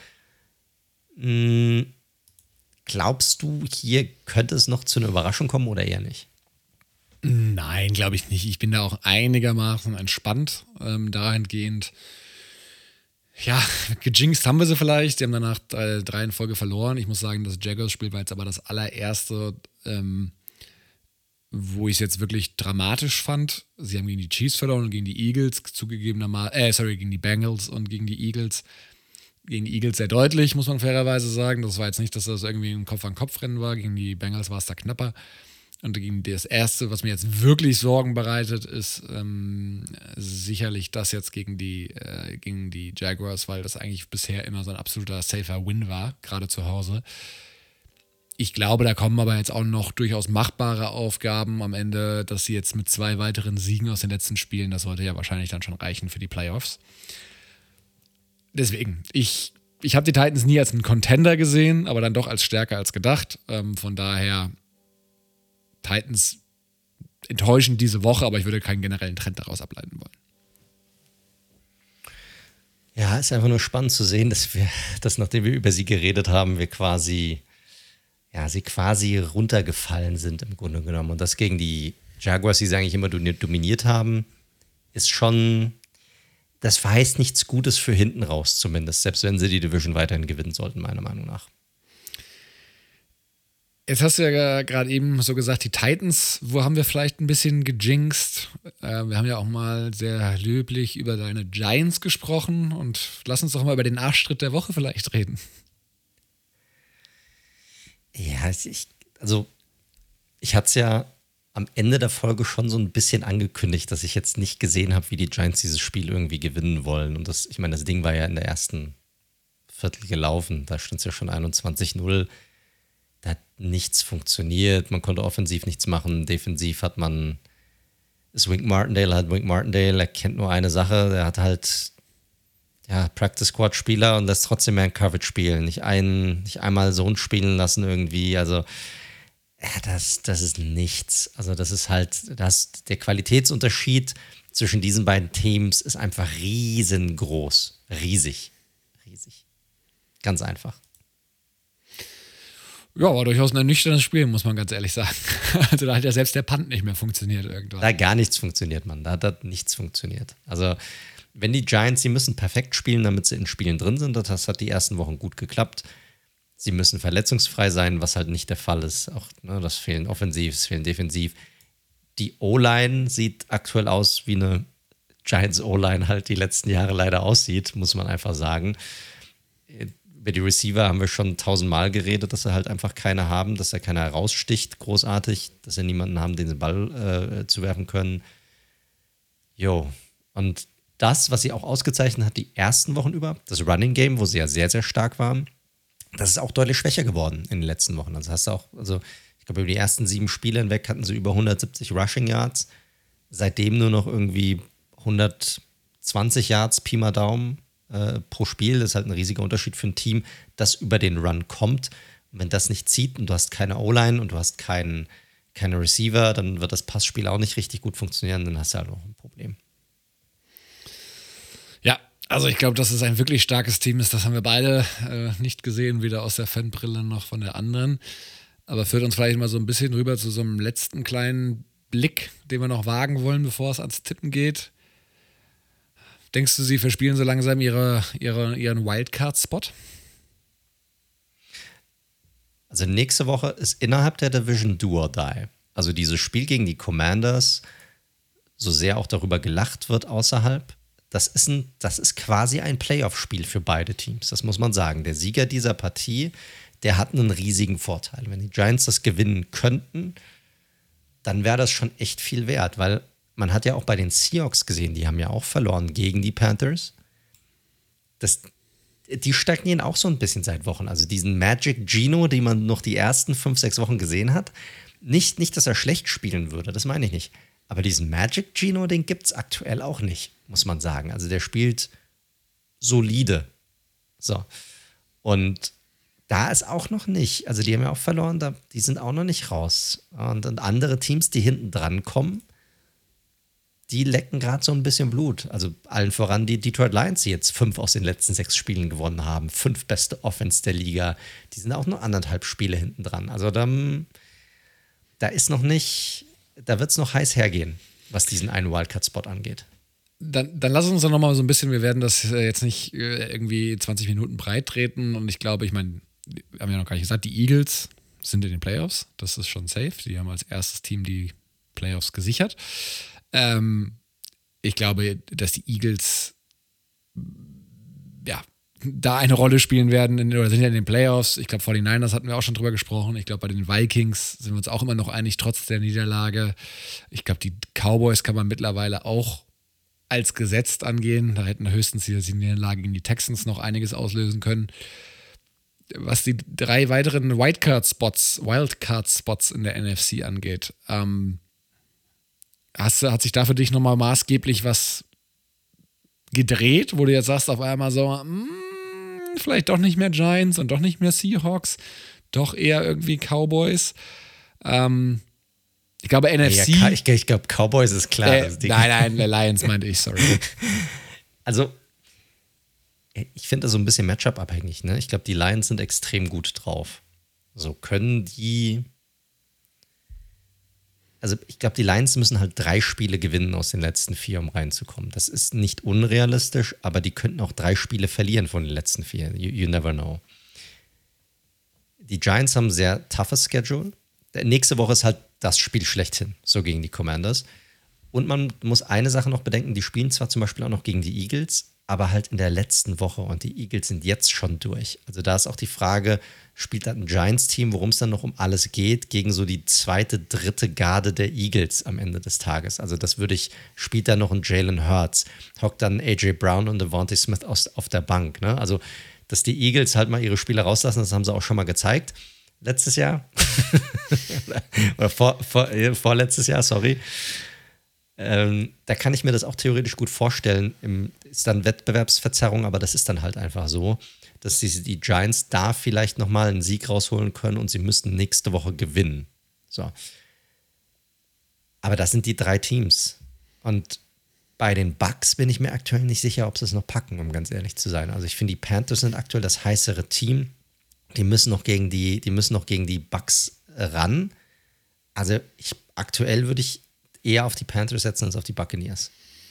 Speaker 1: Glaubst du, hier könnte es noch zu einer Überraschung kommen oder eher nicht?
Speaker 2: Nein, glaube ich nicht. Ich bin da auch einigermaßen entspannt dahingehend. Ja, gejinxt haben wir sie vielleicht. Die haben danach 3 in Folge verloren. Ich muss sagen, das Jaguars-Spiel war jetzt aber das allererste, wo ich es jetzt wirklich dramatisch fand. Sie haben gegen die Chiefs verloren und gegen die Eagles gegen die Bengals und gegen die Eagles. Gegen die Eagles sehr deutlich, muss man fairerweise sagen. Das war jetzt nicht, dass das irgendwie ein Kopf-an-Kopf-Rennen war. Gegen die Bengals war es da knapper. Und gegen das Erste, was mir jetzt wirklich Sorgen bereitet, ist sicherlich das jetzt gegen die Jaguars, weil das eigentlich bisher immer so ein absoluter safer Win war, gerade zu Hause. Ich glaube, da kommen aber jetzt auch noch durchaus machbare Aufgaben am Ende, dass sie jetzt mit 2 weiteren Siegen aus den letzten Spielen, das sollte ja wahrscheinlich dann schon reichen für die Playoffs. Deswegen, ich ich habe die Titans nie als einen Contender gesehen, aber dann doch als stärker als gedacht. Von daher Titans enttäuschend diese Woche, aber ich würde keinen generellen Trend daraus ableiten wollen.
Speaker 1: Ja, ist einfach nur spannend zu sehen, dass nachdem wir über sie geredet haben, sie quasi runtergefallen sind im Grunde genommen. Und das gegen die Jaguars, die sie eigentlich immer dominiert haben, ist schon, das verheißt nichts Gutes für hinten raus zumindest, selbst wenn sie die Division weiterhin gewinnen sollten, meiner Meinung nach.
Speaker 2: Jetzt hast du ja gerade eben so gesagt, die Titans, wo haben wir vielleicht ein bisschen gejinxt? Wir haben ja auch mal sehr löblich über deine Giants gesprochen und lass uns doch mal über den Arschtritt der Woche vielleicht reden.
Speaker 1: Ja, ich hatte es ja am Ende der Folge schon so ein bisschen angekündigt, dass ich jetzt nicht gesehen habe, wie die Giants dieses Spiel irgendwie gewinnen wollen. Und das Ding war ja in der ersten Viertel gelaufen. Da stand es ja schon 21-0. Da hat nichts funktioniert. Man konnte offensiv nichts machen. Defensiv hat man Wink Martindale. Er kennt nur eine Sache. Er hat halt Practice Squad Spieler und lässt trotzdem mehr in Coverage spielen. Nicht einmal Zone spielen lassen irgendwie. Also das ist nichts. Also das ist halt, der Qualitätsunterschied zwischen diesen beiden Teams ist einfach riesengroß. Riesig. Ganz einfach.
Speaker 2: Ja, war durchaus ein ernüchterndes Spiel, muss man ganz ehrlich sagen. Also da hat ja selbst der Punt nicht mehr funktioniert irgendwann.
Speaker 1: Da hat gar nichts funktioniert, Mann. Da hat nichts funktioniert. Also wenn die Giants, sie müssen perfekt spielen, damit sie in Spielen drin sind. Das hat die ersten Wochen gut geklappt. Sie müssen verletzungsfrei sein, was halt nicht der Fall ist. Auch das fehlen offensiv, es fehlen defensiv. Die O-Line sieht aktuell aus, wie eine Giants O-Line halt die letzten Jahre leider aussieht, muss man einfach sagen. Über die Receiver haben wir schon 1000-mal geredet, dass sie halt einfach keine haben, dass da keiner raussticht, großartig, dass sie niemanden haben, den sie den Ball zuwerfen können. Und das, was sie auch ausgezeichnet hat, die ersten Wochen über, das Running Game, wo sie ja sehr, sehr stark waren, das ist auch deutlich schwächer geworden in den letzten Wochen. Also ich glaube, über die ersten 7 Spiele hinweg hatten sie über 170 Rushing Yards. Seitdem nur noch irgendwie 120 Yards, Pi mal Daumen pro Spiel. Das ist halt ein riesiger Unterschied für ein Team, das über den Run kommt. Und wenn das nicht zieht und du hast keine O-Line und du hast keine Receiver, dann wird das Passspiel auch nicht richtig gut funktionieren. Dann hast du halt auch ein Problem.
Speaker 2: Ja, also ich glaube, dass es ein wirklich starkes Team ist. Das haben wir beide nicht gesehen, weder aus der Fanbrille noch von der anderen. Aber führt uns vielleicht mal so ein bisschen rüber zu so einem letzten kleinen Blick, den wir noch wagen wollen, bevor es ans Tippen geht. Denkst du, sie verspielen so langsam ihren Wildcard-Spot?
Speaker 1: Also nächste Woche ist innerhalb der Division do or die. Also dieses Spiel gegen die Commanders, so sehr auch darüber gelacht wird außerhalb, das ist quasi ein Playoff-Spiel für beide Teams. Das muss man sagen. Der Sieger dieser Partie, der hat einen riesigen Vorteil. Wenn die Giants das gewinnen könnten, dann wäre das schon echt viel wert, weil man hat ja auch bei den Seahawks gesehen, die haben ja auch verloren gegen die Panthers. Die stagnieren auch so ein bisschen seit Wochen. Also diesen Magic Gino, den man noch die ersten 5-6 Wochen gesehen hat, nicht, dass er schlecht spielen würde, das meine ich nicht. Aber diesen Magic Gino, den gibt es aktuell auch nicht, muss man sagen. Also der spielt solide. So. Und da ist auch noch nicht, also die haben ja auch verloren, die sind auch noch nicht raus. Und andere Teams, die hinten dran kommen, die lecken gerade so ein bisschen Blut. Also allen voran die Detroit Lions, die jetzt 5 aus den letzten 6 Spielen gewonnen haben. 5 beste Offense der Liga. Die sind auch nur 1,5 Spiele hinten dran. Also da ist noch nicht, da wird es noch heiß hergehen, was diesen einen Wildcard-Spot angeht.
Speaker 2: Dann lass uns doch noch mal so ein bisschen, wir werden das jetzt nicht irgendwie 20 Minuten breit treten. Und ich meine, wir haben ja noch gar nicht gesagt, die Eagles sind in den Playoffs. Das ist schon safe. Die haben als erstes Team die Playoffs gesichert. Ich glaube, dass die Eagles da eine Rolle spielen werden oder sind ja in den Playoffs. Ich glaube, 49ers hatten wir auch schon drüber gesprochen. Ich glaube, bei den Vikings sind wir uns auch immer noch einig, trotz der Niederlage. Ich glaube, die Cowboys kann man mittlerweile auch als gesetzt angehen. Da hätten höchstens die Niederlage gegen die Texans noch einiges auslösen können. Was die 3 weiteren Wildcard-Spots in der NFC angeht, hat sich da für dich nochmal maßgeblich was gedreht, wo du jetzt sagst auf einmal so, vielleicht doch nicht mehr Giants und doch nicht mehr Seahawks, doch eher irgendwie Cowboys. Ich glaube NFC.
Speaker 1: Ja, ich glaube, Cowboys ist klar.
Speaker 2: Nein, Lions meinte ich, sorry.
Speaker 1: Also, ich finde das so ein bisschen Matchup-abhängig. Ne? Ich glaube, die Lions sind extrem gut drauf. So können die. Also, ich glaube, die Lions müssen halt 3 Spiele gewinnen aus den letzten 4, um reinzukommen. Das ist nicht unrealistisch, aber die könnten auch 3 Spiele verlieren von den letzten 4. You never know. Die Giants haben ein sehr toughes Schedule. Nächste Woche ist halt das Spiel schlechthin, so gegen die Commanders. Und man muss eine Sache noch bedenken, die spielen zwar zum Beispiel auch noch gegen die Eagles, aber halt in der letzten Woche und die Eagles sind jetzt schon durch. Also da ist auch die Frage, spielt da ein Giants-Team, worum es dann noch um alles geht, gegen so die 2., 3. Garde der Eagles am Ende des Tages. Also spielt da noch ein Jalen Hurts, hockt dann AJ Brown und Devontae Smith auf der Bank. Ne? Also, dass die Eagles halt mal ihre Spiele rauslassen, das haben sie auch schon mal gezeigt. Letztes Jahr. Oder vorletztes Jahr, sorry. Da kann ich mir das auch theoretisch gut vorstellen. Ist dann Wettbewerbsverzerrung, aber das ist dann halt einfach so, dass die Giants da vielleicht nochmal einen Sieg rausholen können und sie müssten nächste Woche gewinnen. So. Aber das sind die 3 Teams. Und bei den Bucks bin ich mir aktuell nicht sicher, ob sie es noch packen, um ganz ehrlich zu sein. Also ich finde, die Panthers sind aktuell das heißere Team. Die müssen noch gegen die Bucks ran. Also aktuell würde ich eher auf die Panthers setzen als auf die Buccaneers.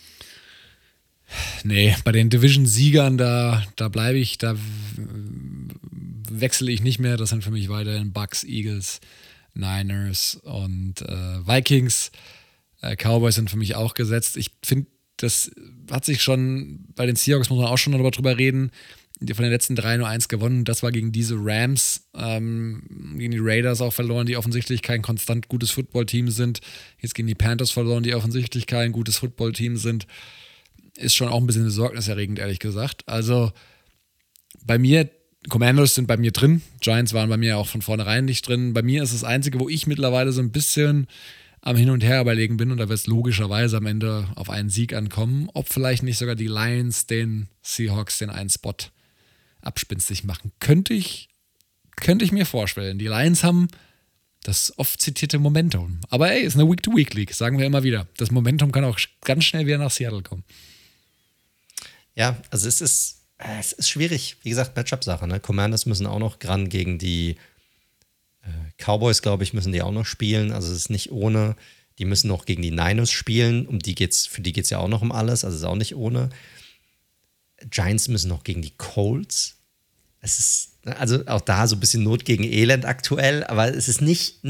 Speaker 2: Nee, bei den Division-Siegern, da bleibe ich, da wechsle ich nicht mehr. Das sind für mich weiterhin Bucks, Eagles, Niners und Vikings. Cowboys sind für mich auch gesetzt. Ich finde, das hat sich schon, bei den Seahawks muss man auch schon drüber reden, von den letzten 3 nur 1 gewonnen. Das war gegen diese Rams, gegen die Raiders auch verloren, die offensichtlich kein konstant gutes Footballteam sind. Jetzt gegen die Panthers verloren, die offensichtlich kein gutes Footballteam sind. Ist schon auch ein bisschen besorgniserregend, ehrlich gesagt. Also bei mir, Commanders sind bei mir drin, Giants waren bei mir auch von vornherein nicht drin. Bei mir ist das Einzige, wo ich mittlerweile so ein bisschen am Hin und Her überlegen bin, und da wird es logischerweise am Ende auf einen Sieg ankommen, ob vielleicht nicht sogar die Lions den Seahawks den einen Spot abspinstig machen. Könnte ich mir vorstellen. Die Lions haben das oft zitierte Momentum. Aber ist eine Week-to-Week-League, sagen wir immer wieder. Das Momentum kann auch ganz schnell wieder nach Seattle kommen.
Speaker 1: Ja, also es ist schwierig. Wie gesagt, Matchup-Sache. Ne? Commanders müssen auch noch ran gegen die Cowboys, glaube ich, müssen die auch noch spielen. Also es ist nicht ohne. Die müssen noch gegen die Niners spielen. Für die geht es ja auch noch um alles. Also es ist auch nicht ohne. Giants müssen noch gegen die Colts. Es ist also auch da so ein bisschen Not gegen Elend aktuell, aber es ist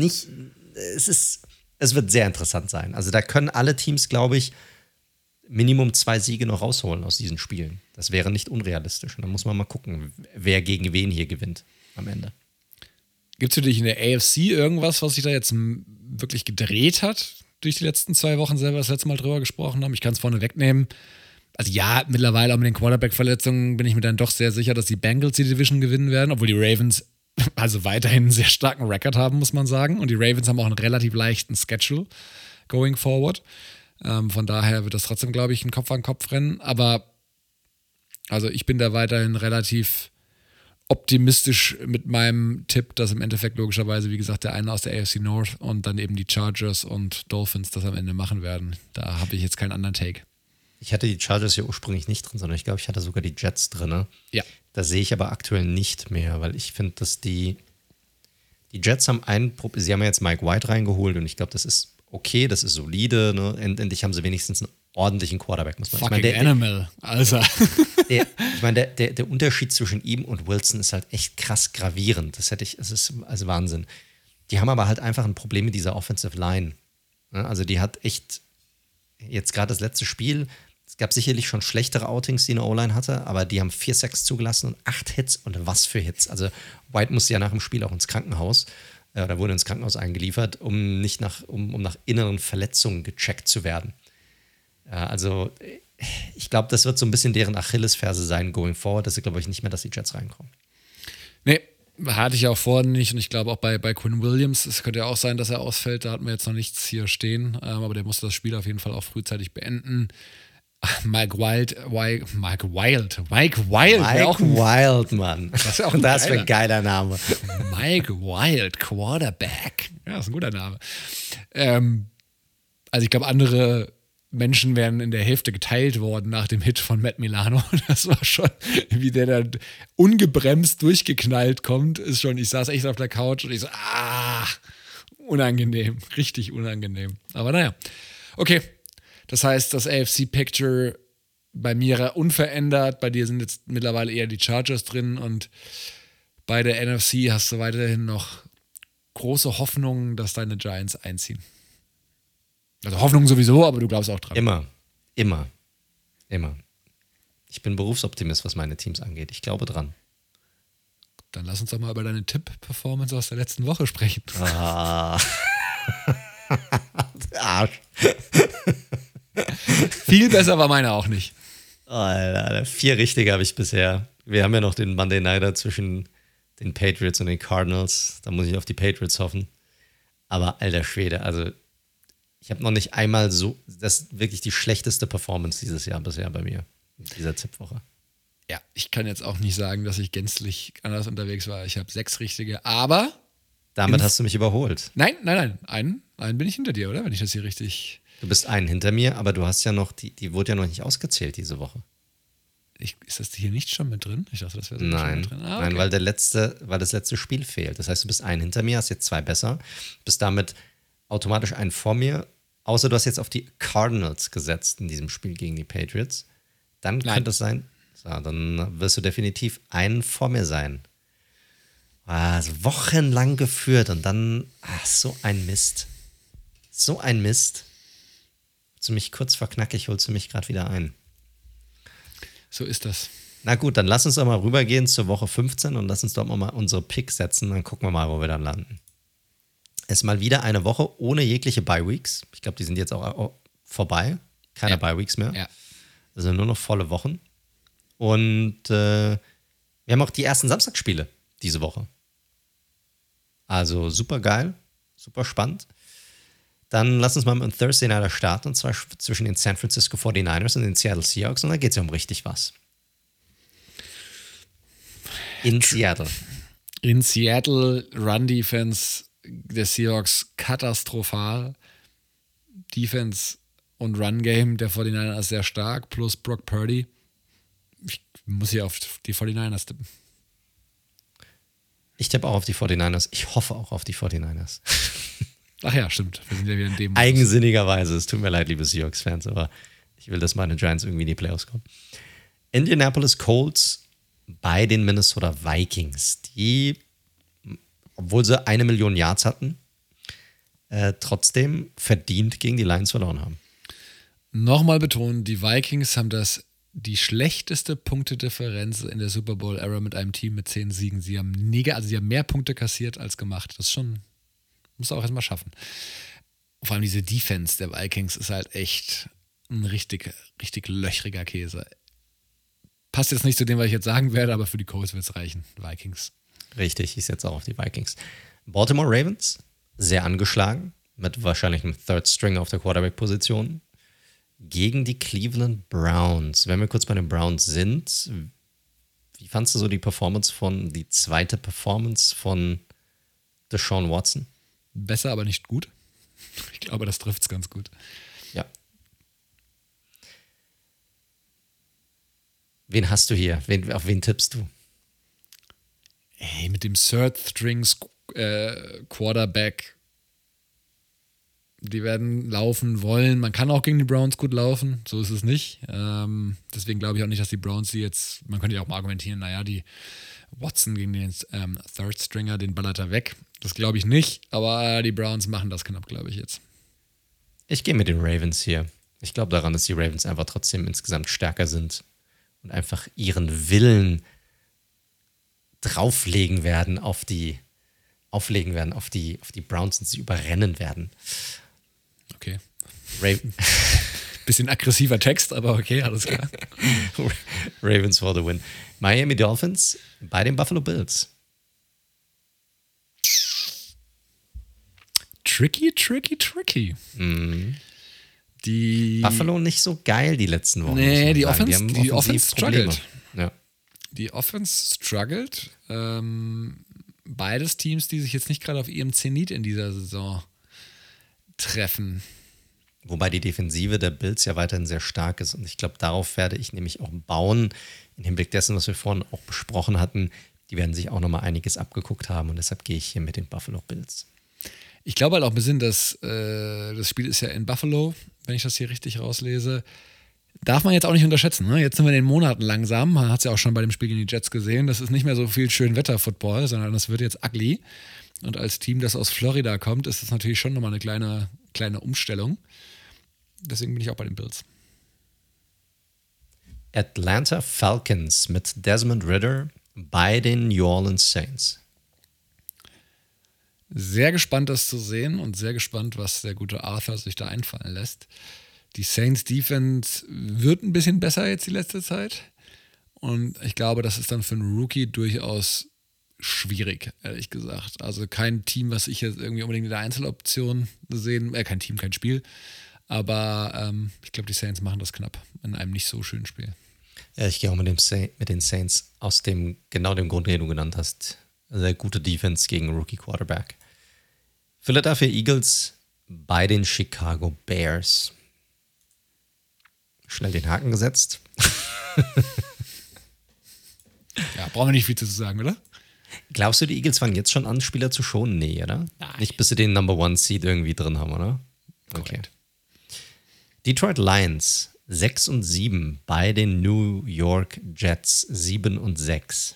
Speaker 1: es wird sehr interessant sein. Also da können alle Teams, glaube ich, Minimum 2 Siege noch rausholen aus diesen Spielen. Das wäre nicht unrealistisch. Und dann muss man mal gucken, wer gegen wen hier gewinnt am Ende.
Speaker 2: Gibt es für dich in der AFC irgendwas, was sich da jetzt wirklich gedreht hat durch die letzten 2 Wochen, selber das letzte Mal drüber gesprochen haben? Ich kann es vorne wegnehmen. Also ja, mittlerweile auch mit den Quarterback-Verletzungen bin ich mir dann doch sehr sicher, dass die Bengals die Division gewinnen werden, obwohl die Ravens also weiterhin einen sehr starken Rekord haben, muss man sagen. Und die Ravens haben auch einen relativ leichten Schedule going forward. Von daher wird das trotzdem, glaube ich, ein Kopf-an-Kopf-Rennen. Aber also ich bin da weiterhin relativ optimistisch mit meinem Tipp, dass im Endeffekt logischerweise, wie gesagt, der eine aus der AFC North und dann eben die Chargers und Dolphins das am Ende machen werden. Da habe ich jetzt keinen anderen Take.
Speaker 1: Ich hatte die Chargers ja ursprünglich nicht drin, sondern ich glaube, ich hatte sogar die Jets drin.
Speaker 2: Ja.
Speaker 1: Das sehe ich aber aktuell nicht mehr, weil ich finde, dass die Jets haben sie haben ja jetzt Mike White reingeholt und ich glaube, das ist okay, das ist solide. Ne? Endlich haben sie wenigstens einen ordentlichen Quarterback, muss man sagen.
Speaker 2: Fucking Animal, Alter.
Speaker 1: Der Unterschied zwischen ihm und Wilson ist halt echt krass gravierend. Es ist also Wahnsinn. Die haben aber halt einfach ein Problem mit dieser Offensive Line. Ja, also die hat echt jetzt gerade das letzte Spiel. Es gab sicherlich schon schlechtere Outings, die eine O-Line hatte, aber die haben 4 Sacks zugelassen und 8 Hits und was für Hits. Also White musste ja nach dem Spiel auch ins Krankenhaus oder wurde ins Krankenhaus eingeliefert, um nach inneren Verletzungen gecheckt zu werden. Also ich glaube, das wird so ein bisschen deren Achillesferse sein going forward. Das ist, glaube ich, nicht mehr, dass die Jets reinkommen.
Speaker 2: Nee, hatte ich auch vorhin nicht und ich glaube auch bei Quinn Williams, es könnte ja auch sein, dass er ausfällt, da hatten wir jetzt noch nichts hier stehen, aber der musste das Spiel auf jeden Fall auch frühzeitig beenden. Mike Wild
Speaker 1: Mike Wild, Mann.
Speaker 2: Das wäre auch ein
Speaker 1: Das wäre ein geiler Name.
Speaker 2: Mike Wild, Quarterback. Ja, das ist ein guter Name. Also ich glaube, andere Menschen wären in der Hälfte geteilt worden nach dem Hit von Matt Milano. Das war schon, wie der dann ungebremst durchgeknallt kommt, ist schon, ich saß echt auf der Couch und ich so, unangenehm, richtig unangenehm. Aber naja, okay. Das heißt, das AFC-Picture bei mir unverändert, bei dir sind jetzt mittlerweile eher die Chargers drin und bei der NFC hast du weiterhin noch große Hoffnungen, dass deine Giants einziehen. Also Hoffnung sowieso, aber du glaubst auch dran.
Speaker 1: Immer. Ich bin Berufsoptimist, was meine Teams angeht. Ich glaube dran.
Speaker 2: Dann lass uns doch mal über deine Tipp-Performance aus der letzten Woche sprechen.
Speaker 1: Arsch.
Speaker 2: Viel besser war meine auch nicht.
Speaker 1: Alter, 4 richtige habe ich bisher. Wir haben ja noch den Monday Nighter zwischen den Patriots und den Cardinals. Da muss ich auf die Patriots hoffen. Aber alter Schwede, also ich habe noch nicht einmal so, das ist wirklich die schlechteste Performance dieses Jahr bisher bei mir, in dieser Tippwoche.
Speaker 2: Ja, ich kann jetzt auch nicht sagen, dass ich gänzlich anders unterwegs war. Ich habe 6 richtige, aber...
Speaker 1: Damit hast du mich überholt.
Speaker 2: Nein. Einen bin ich hinter dir, oder? Wenn ich das hier richtig...
Speaker 1: Du bist einen hinter mir, aber du hast ja noch, die wurde ja noch nicht ausgezählt diese Woche.
Speaker 2: Ist das hier nicht schon mit drin? Ich dachte, das wäre so
Speaker 1: Nein,
Speaker 2: schon mit drin. Okay.
Speaker 1: Nein, weil das letzte Spiel fehlt. Das heißt, du bist einen hinter mir, hast jetzt 2 besser, bist damit automatisch einen vor mir, außer du hast jetzt auf die Cardinals gesetzt in diesem Spiel gegen die Patriots. Dann könnte es sein, dann wirst du definitiv einen vor mir sein. Also wochenlang geführt und dann, so ein Mist. Holst du mich kurz vor knackig, holst du mich gerade wieder ein.
Speaker 2: So ist das.
Speaker 1: Na gut, dann lass uns doch mal rübergehen zur Woche 15 und lass uns doch mal unsere Picks setzen. Dann gucken wir mal, wo wir dann landen. Es ist mal wieder eine Woche ohne jegliche Bye-Weeks. Ich glaube, die sind jetzt auch vorbei. Keine Bye-Weeks mehr.
Speaker 2: Ja.
Speaker 1: Also nur noch volle Wochen. Und wir haben auch die ersten Samstagsspiele diese Woche. Also super geil, super spannend. Dann lass uns mal mit einem Thursday Nighter starten, und zwar zwischen den San Francisco 49ers und den Seattle Seahawks. Und da geht es ja um richtig was. In Seattle.
Speaker 2: In Seattle, Run-Defense der Seahawks katastrophal. Defense und Run-Game der 49ers sehr stark, plus Brock Purdy. Ich muss hier auf die 49ers tippen.
Speaker 1: Ich tippe auch auf die 49ers. Ich hoffe auch auf die 49ers.
Speaker 2: Ach ja, stimmt. Wir sind ja wieder in dem
Speaker 1: Eigensinnigerweise. Es tut mir leid, liebe Seahawks-Fans, aber ich will, dass meine Giants irgendwie in die Playoffs kommen. Indianapolis Colts bei den Minnesota Vikings, die, obwohl sie 1 Million Yards hatten, trotzdem verdient gegen die Lions verloren haben.
Speaker 2: Nochmal betonen, die Vikings haben die schlechteste Punktedifferenz in der Super Bowl-Era mit einem Team mit 10 Siegen. Sie haben mehr Punkte kassiert als gemacht. Das ist schon, muss auch erstmal schaffen. Vor allem diese Defense der Vikings ist halt echt ein richtig, richtig löchriger Käse. Passt jetzt nicht zu dem, was ich jetzt sagen werde, aber für die Colts wird es reichen. Vikings.
Speaker 1: Richtig, ich setze auch auf die Vikings. Baltimore Ravens, sehr angeschlagen, mit wahrscheinlich einem Third String auf der Quarterback-Position. Gegen die Cleveland Browns. Wenn wir kurz bei den Browns sind, wie fandst du so die zweite Performance von Deshaun Watson?
Speaker 2: Besser, aber nicht gut. Ich glaube, das trifft es ganz gut.
Speaker 1: Ja. Wen hast du hier? Auf wen tippst du?
Speaker 2: Ey, mit dem Third String Quarterback. Die werden laufen wollen. Man kann auch gegen die Browns gut laufen. So ist es nicht. Deswegen glaube ich auch nicht, dass die Browns die jetzt, man könnte ja auch mal argumentieren, naja, die Watson gegen den Third Stringer, den ballert er weg. Das glaube ich nicht. Aber die Browns machen das knapp, glaube ich jetzt.
Speaker 1: Ich gehe mit den Ravens hier. Ich glaube daran, dass die Ravens einfach trotzdem insgesamt stärker sind und einfach ihren Willen auflegen werden auf die Browns und sie überrennen werden.
Speaker 2: Okay. Bisschen aggressiver Text, aber okay, alles klar.
Speaker 1: Ravens for the win. Miami Dolphins bei den Buffalo Bills.
Speaker 2: Tricky.
Speaker 1: Buffalo nicht so geil die letzten Wochen.
Speaker 2: Nee, die
Speaker 1: sagen.
Speaker 2: Offense
Speaker 1: Probleme.
Speaker 2: struggelt.
Speaker 1: Ja.
Speaker 2: Die Offense struggelt. Beides Teams, die sich jetzt nicht gerade auf ihrem Zenit in dieser Saison treffen.
Speaker 1: Wobei die Defensive der Bills ja weiterhin sehr stark ist. Und ich glaube, darauf werde ich nämlich auch bauen, im Hinblick dessen, was wir vorhin auch besprochen hatten. Die werden sich auch nochmal einiges abgeguckt haben. Und deshalb gehe ich hier mit den Buffalo Bills.
Speaker 2: Ich glaube halt auch ein bisschen, dass das Spiel ist ja in Buffalo, wenn ich das hier richtig rauslese. Darf man jetzt auch nicht unterschätzen. Ne? Jetzt sind wir in den Monaten langsam. Man hat es ja auch schon bei dem Spiel gegen die Jets gesehen. Das ist nicht mehr so viel Schönwetter-Football, sondern das wird jetzt ugly. Und als Team, das aus Florida kommt, ist das natürlich schon nochmal eine kleine Umstellung. Deswegen bin ich auch bei den Bills.
Speaker 1: Atlanta Falcons mit Desmond Ridder bei den New Orleans Saints.
Speaker 2: Sehr gespannt, das zu sehen und sehr gespannt, was der gute Arthur sich da einfallen lässt. Die Saints Defense wird ein bisschen besser jetzt die letzte Zeit. Und ich glaube, das ist dann für einen Rookie durchaus schwierig, ehrlich gesagt. Also kein Team, was ich jetzt irgendwie unbedingt in der Einzeloption sehen, kein Team, kein Spiel. Aber ich glaube, die Saints machen das knapp in einem nicht so schönen Spiel.
Speaker 1: Ja, ich gehe auch mit den Saints aus genau dem Grund, den du genannt hast. Sehr gute Defense gegen Rookie Quarterback. Philadelphia Eagles bei den Chicago Bears. Schnell den Haken gesetzt.
Speaker 2: Ja, brauchen wir nicht viel zu sagen, oder?
Speaker 1: Glaubst du, die Eagles fangen jetzt schon an, Spieler zu schonen? Nee, oder?
Speaker 2: Nein.
Speaker 1: Nicht, bis sie den Number One Seed irgendwie drin haben, oder? Okay.
Speaker 2: Korrekt.
Speaker 1: Detroit Lions 6-7 bei den New York Jets 7-6.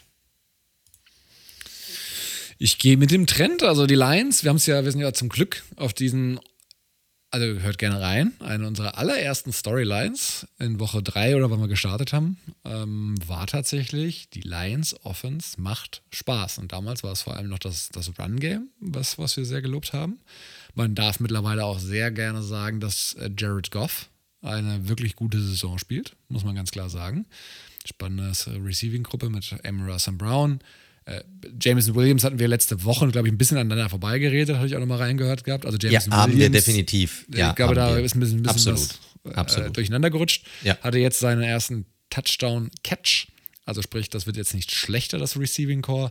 Speaker 2: Ich gehe mit dem Trend, also die Lions, wir sind ja zum Glück auf diesen, also hört gerne rein, eine unserer allerersten Storylines in Woche 3 oder wann wir gestartet haben, war tatsächlich, die Lions Offense macht Spaß. Und damals war es vor allem noch das Run-Game, was wir sehr gelobt haben. Man darf mittlerweile auch sehr gerne sagen, dass Jared Goff eine wirklich gute Saison spielt, muss man ganz klar sagen. Spannende Receiving-Gruppe mit Amon-Ra St. Brown. Jameson Williams hatten wir letzte Woche, glaube ich, ein bisschen aneinander vorbeigeredet, habe ich auch nochmal reingehört gehabt. Also Jameson
Speaker 1: haben
Speaker 2: Williams,
Speaker 1: wir definitiv.
Speaker 2: Ja, ich glaube, da ist ein bisschen
Speaker 1: Absolut.
Speaker 2: was durcheinander gerutscht.
Speaker 1: Ja.
Speaker 2: Hatte jetzt seinen ersten Touchdown-Catch. Also sprich, das wird jetzt nicht schlechter, das Receiving-Core.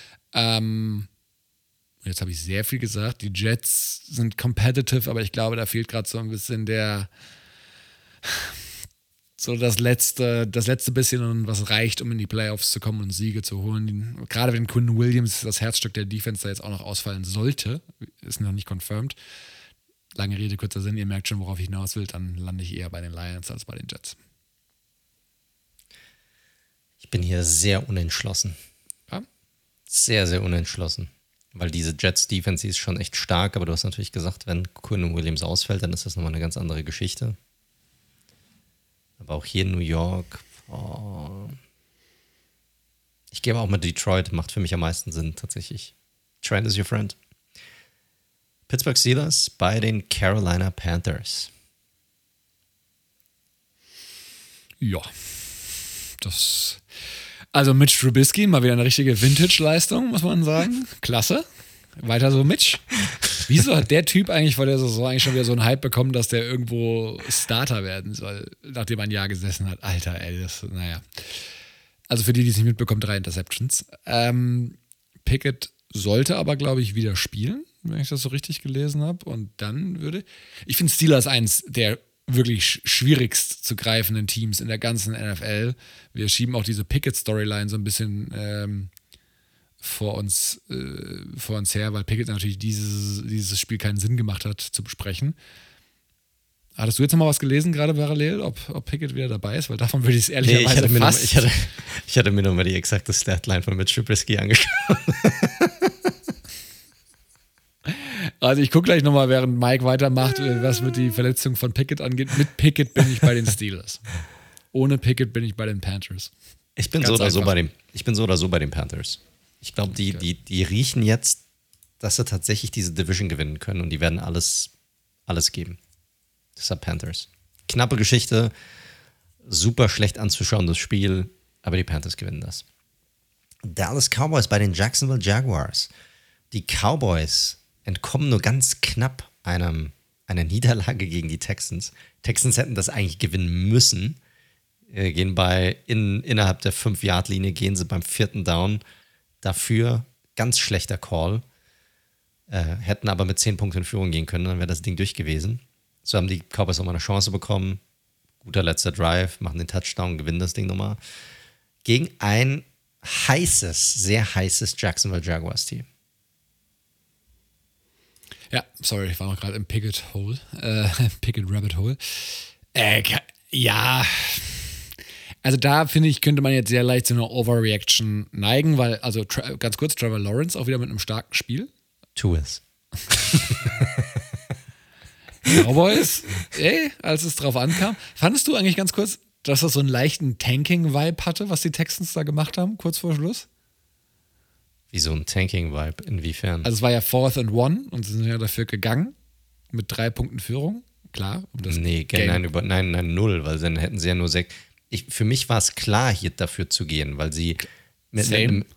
Speaker 2: Jetzt habe ich sehr viel gesagt. Die Jets sind competitive, aber ich glaube, da fehlt gerade so ein bisschen das letzte bisschen, was reicht, um in die Playoffs zu kommen und Siege zu holen. Gerade wenn Quinn Williams, das Herzstück der Defense, da jetzt auch noch ausfallen sollte, ist noch nicht confirmed. Lange Rede, kurzer Sinn, ihr merkt schon, worauf ich hinaus will, dann lande ich eher bei den Lions als bei den Jets.
Speaker 1: Ich bin hier sehr unentschlossen.
Speaker 2: Ja?
Speaker 1: Sehr, sehr unentschlossen. Weil diese Jets-Defense ist schon echt stark, aber du hast natürlich gesagt, wenn Quinn Williams ausfällt, dann ist das nochmal eine ganz andere Geschichte. Aber auch hier in New York, ich gehe aber auch mit Detroit, macht für mich am meisten Sinn tatsächlich. Trent is your friend. Pittsburgh Steelers bei den Carolina Panthers.
Speaker 2: Ja, also Mitch Trubisky, mal wieder eine richtige Vintage-Leistung, muss man sagen. Klasse. Weiter so, Mitch. Wieso hat der Typ eigentlich vor der Saison eigentlich schon wieder so einen Hype bekommen, dass der irgendwo Starter werden soll, nachdem er ein Jahr gesessen hat? Alter, ey, naja. Also für die es nicht mitbekommen, 3 Interceptions. Pickett sollte aber, glaube ich, wieder spielen, wenn ich das so richtig gelesen habe. Und dann ich finde Steelers eins der wirklich schwierigst zu greifenden Teams in der ganzen NFL. Wir schieben auch diese Pickett-Storyline so ein bisschen vor uns her, weil Pickett natürlich dieses Spiel keinen Sinn gemacht hat zu besprechen. Hattest du jetzt noch mal was gelesen, gerade parallel, ob Pickett wieder dabei ist? Weil davon würde ich es ehrlicherweise
Speaker 1: ich hatte mir noch mal die exakte Statline von Mitch Trubisky angeschaut.
Speaker 2: Also ich gucke gleich noch mal, während Mike weitermacht, was mit die Verletzung von Pickett angeht. Mit Pickett bin ich bei den Steelers. Ohne Pickett bin ich bei den Panthers.
Speaker 1: Ich bin so oder so bei den Panthers. Ich glaube, die riechen jetzt, dass sie tatsächlich diese Division gewinnen können und die werden alles geben. Deshalb Panthers. Knappe Geschichte, super schlecht anzuschauen, das Spiel, aber die Panthers gewinnen das. Dallas Cowboys bei den Jacksonville Jaguars. Die Cowboys entkommen nur ganz knapp einem eine Niederlage gegen die Texans. Texans hätten das eigentlich gewinnen müssen. Gehen innerhalb der 5-Yard-Linie, gehen sie beim 4. Down dafür. Ganz schlechter Call. Hätten aber mit 10 Punkten in Führung gehen können, dann wäre das Ding durch gewesen. So haben die Cowboys nochmal eine Chance bekommen. Guter letzter Drive, machen den Touchdown, gewinnen das Ding nochmal. Gegen ein sehr heißes Jacksonville Jaguars-Team.
Speaker 2: Ja, sorry, ich war noch gerade im Picket Rabbit Hole. Ja, also da finde ich, könnte man jetzt sehr leicht zu einer Overreaction neigen, weil, also ganz kurz, Trevor Lawrence auch wieder mit einem starken Spiel.
Speaker 1: Tu es.
Speaker 2: Cowboys, als es drauf ankam. Fandest du eigentlich ganz kurz, dass das so einen leichten Tanking-Vibe hatte, was die Texans da gemacht haben, kurz vor Schluss?
Speaker 1: Wie so ein Tanking-Vibe, inwiefern?
Speaker 2: Also es war ja 4th and 1 und sie sind ja dafür gegangen mit 3 Punkten Führung. Klar.
Speaker 1: Nein, 0, weil dann hätten sie ja nur 6. Für mich war es klar, hier dafür zu gehen, weil sie mit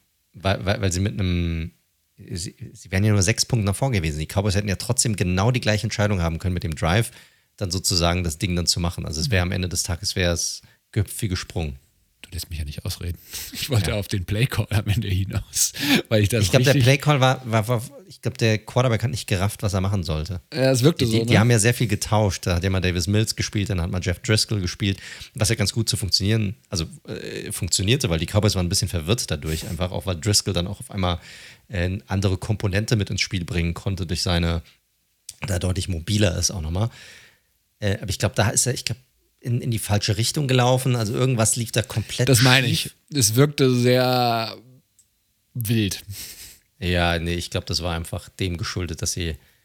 Speaker 1: einem sie wären ja nur 6 Punkte nach vorne gewesen. Die Cowboys hätten ja trotzdem genau die gleiche Entscheidung haben können mit dem Drive, dann sozusagen das Ding dann zu machen. Also es wäre am Ende des Tages gehüpft wie gesprungen.
Speaker 2: Du lässt mich ja nicht ausreden. Ich wollte auf den Playcall am Ende hinaus. Weil ich
Speaker 1: glaube, der Playcall war ich glaube, der Quarterback hat nicht gerafft, was er machen sollte.
Speaker 2: Ja, es wirkte so.
Speaker 1: Die haben ja sehr viel getauscht. Da hat ja mal Davis Mills gespielt, dann hat mal Jeff Driscoll gespielt, was ja ganz gut funktionierte, weil die Cowboys waren ein bisschen verwirrt dadurch, einfach auch, weil Driscoll dann auch auf einmal eine andere Komponente mit ins Spiel bringen konnte durch da deutlich mobiler ist auch nochmal. Aber ich glaube, da ist er, in die falsche Richtung gelaufen. Also irgendwas lief da komplett
Speaker 2: Das meine ich. Es wirkte sehr wild.
Speaker 1: Ja, nee, ich glaube, das war einfach dem geschuldet, dass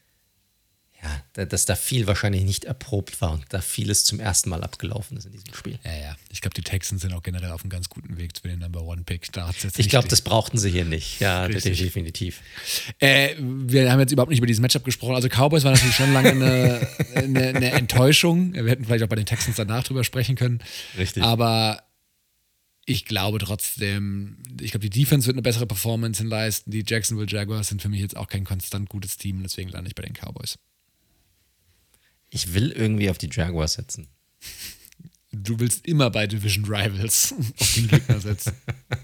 Speaker 1: da viel wahrscheinlich nicht erprobt war und da vieles zum ersten Mal abgelaufen ist in diesem Spiel.
Speaker 2: Ja. Ich glaube, die Texans sind auch generell auf einem ganz guten Weg zu den Number-One-Pick.
Speaker 1: Ich glaube, das brauchten sie hier nicht. Ja, definitiv.
Speaker 2: Wir haben jetzt überhaupt nicht über dieses Matchup gesprochen. Also Cowboys war natürlich schon lange eine Enttäuschung. Wir hätten vielleicht auch bei den Texans danach drüber sprechen können.
Speaker 1: Richtig.
Speaker 2: Aber ich glaube trotzdem, die Defense wird eine bessere Performance hinleisten. Die Jacksonville Jaguars sind für mich jetzt auch kein konstant gutes Team. Deswegen lande ich bei den Cowboys.
Speaker 1: Ich will irgendwie auf die Jaguars setzen.
Speaker 2: Du willst immer bei Division Rivals auf den Gegner setzen.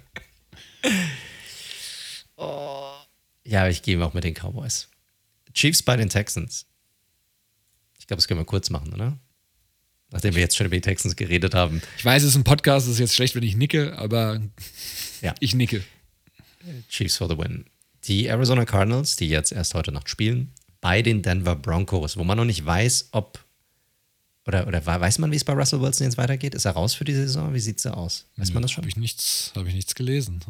Speaker 1: Ja, ich gehe auch mit den Cowboys. Chiefs bei den Texans. Ich glaube, das können wir kurz machen, oder? Nachdem wir jetzt schon über die Texans geredet haben.
Speaker 2: Ich weiß, es ist ein Podcast, es ist jetzt schlecht, wenn ich nicke, aber
Speaker 1: ja.
Speaker 2: Ich nicke.
Speaker 1: Chiefs for the win. Die Arizona Cardinals, die jetzt erst heute Nacht spielen, bei den Denver Broncos, wo man noch nicht weiß, oder weiß man, wie es bei Russell Wilson jetzt weitergeht? Ist er raus für die Saison? Wie sieht es da aus? Weiß man das schon?
Speaker 2: Habe ich nichts gelesen.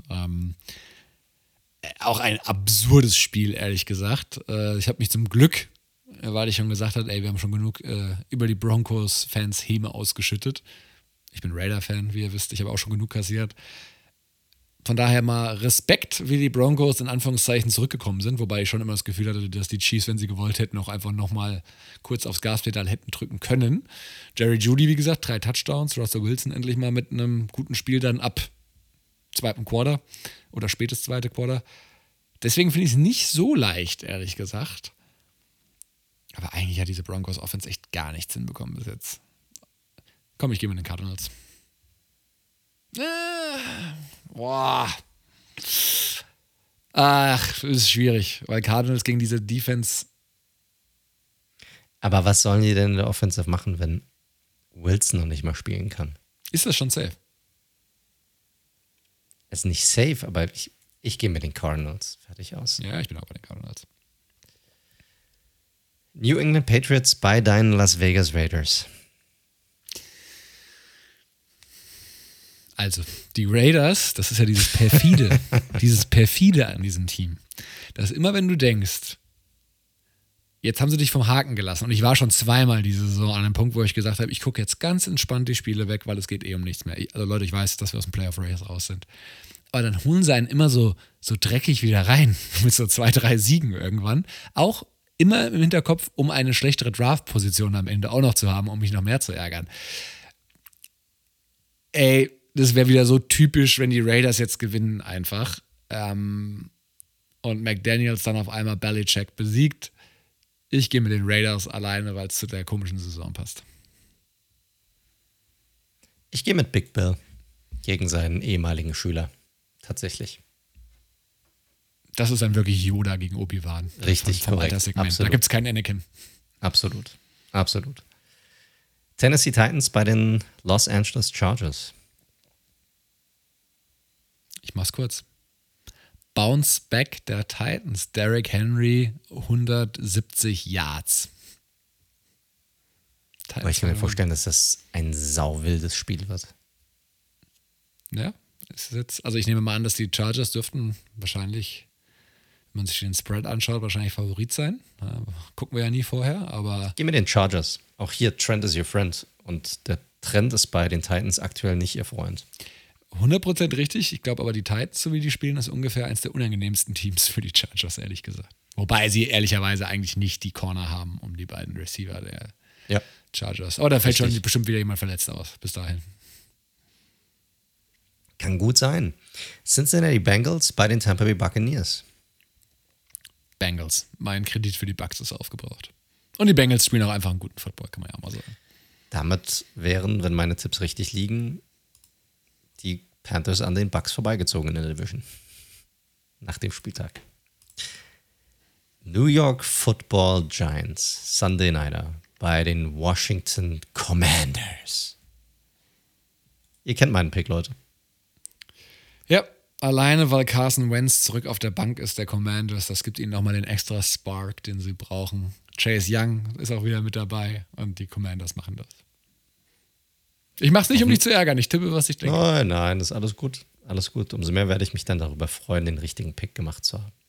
Speaker 2: Auch ein absurdes Spiel, ehrlich gesagt. Ich habe mich zum Glück, weil ich schon gesagt habe, wir haben schon genug über die Broncos-Fans Häme ausgeschüttet. Ich bin Raider-Fan, wie ihr wisst. Ich habe auch schon genug kassiert. Von daher mal Respekt, wie die Broncos in Anführungszeichen zurückgekommen sind, wobei ich schon immer das Gefühl hatte, dass die Chiefs, wenn sie gewollt hätten, auch einfach nochmal kurz aufs Gaspedal hätten drücken können. Jerry Jeudy, wie gesagt, 3 Touchdowns, Russell Wilson endlich mal mit einem guten Spiel dann ab 2. Quarter oder spätes 2. Quarter. Deswegen finde ich es nicht so leicht, ehrlich gesagt. Aber eigentlich hat diese Broncos-Offense echt gar nichts hinbekommen bis jetzt. Komm, ich gehe mit den Cardinals. Ach, ist schwierig, weil Cardinals gegen diese Defense.
Speaker 1: Aber was sollen die denn in der Offensive machen, wenn Wilson noch nicht mal spielen kann?
Speaker 2: Ist das schon safe?
Speaker 1: Ist nicht safe, aber ich gehe mit den Cardinals. Fertig aus.
Speaker 2: Ja, ich bin auch bei den Cardinals.
Speaker 1: New England Patriots bei deinen Las Vegas Raiders.
Speaker 2: Also, die Raiders, das ist ja dieses perfide an diesem Team. Dass immer, wenn du denkst, jetzt haben sie dich vom Haken gelassen und ich war schon zweimal diese Saison an einem Punkt, wo ich gesagt habe, ich gucke jetzt ganz entspannt die Spiele weg, weil es geht um nichts mehr. Also Leute, ich weiß, dass wir aus dem Playoff Race raus sind. Aber dann holen sie einen immer so dreckig wieder rein mit so 2, 3 Siegen irgendwann. Auch immer im Hinterkopf, um eine schlechtere Draft-Position am Ende auch noch zu haben, um mich noch mehr zu ärgern. Das wäre wieder so typisch, wenn die Raiders jetzt gewinnen einfach und McDaniels dann auf einmal Belichick besiegt. Ich gehe mit den Raiders alleine, weil es zu der komischen Saison passt.
Speaker 1: Ich gehe mit Big Bill gegen seinen ehemaligen Schüler. Tatsächlich.
Speaker 2: Das ist dann wirklich Yoda gegen Obi-Wan.
Speaker 1: Richtig,
Speaker 2: vom
Speaker 1: korrekt.
Speaker 2: Alterssegment.
Speaker 1: Absolut.
Speaker 2: Da gibt es keinen Anakin.
Speaker 1: Absolut. Absolut. Tennessee Titans bei den Los Angeles Chargers.
Speaker 2: Ich mach's kurz. Bounce Back der Titans. Derrick Henry, 170 Yards.
Speaker 1: Aber ich kann mir vorstellen, dass das ein sauwildes Spiel wird.
Speaker 2: Ja, ist jetzt, also ich nehme mal an, dass die Chargers dürften wahrscheinlich, wenn man sich den Spread anschaut, wahrscheinlich Favorit sein. Ja, gucken wir ja nie vorher, aber.
Speaker 1: Geh mit den Chargers. Auch hier, Trend is your friend. Und der Trend ist bei den Titans aktuell nicht ihr Freund.
Speaker 2: 100% richtig. Ich glaube aber, die Titans, so wie die spielen, ist ungefähr eines der unangenehmsten Teams für die Chargers, ehrlich gesagt. Wobei sie ehrlicherweise eigentlich nicht die Corner haben, um die beiden Receiver der Chargers. Aber da fällt schon bestimmt wieder jemand verletzt aus, bis dahin.
Speaker 1: Kann gut sein. Cincinnati Bengals bei den Tampa Bay Buccaneers.
Speaker 2: Bengals. Mein Kredit für die Bucks ist aufgebraucht. Und die Bengals spielen auch einfach einen guten Football, kann man ja auch mal sagen.
Speaker 1: Damit wären, wenn meine Tipps richtig liegen, die Panthers an den Bucks vorbeigezogen in der Division. Nach dem Spieltag. New York Football Giants, Sunday Nighter bei den Washington Commanders. Ihr kennt meinen Pick, Leute.
Speaker 2: Ja, alleine weil Carson Wentz zurück auf der Bank ist, der Commanders, das gibt ihnen nochmal den extra Spark, den sie brauchen. Chase Young ist auch wieder mit dabei und die Commanders machen das. Ich mach's nicht, um dich zu ärgern. Ich tippe, was ich denke.
Speaker 1: Nein, das ist alles gut. Alles gut. Umso mehr werde ich mich dann darüber freuen, den richtigen Pick gemacht zu haben.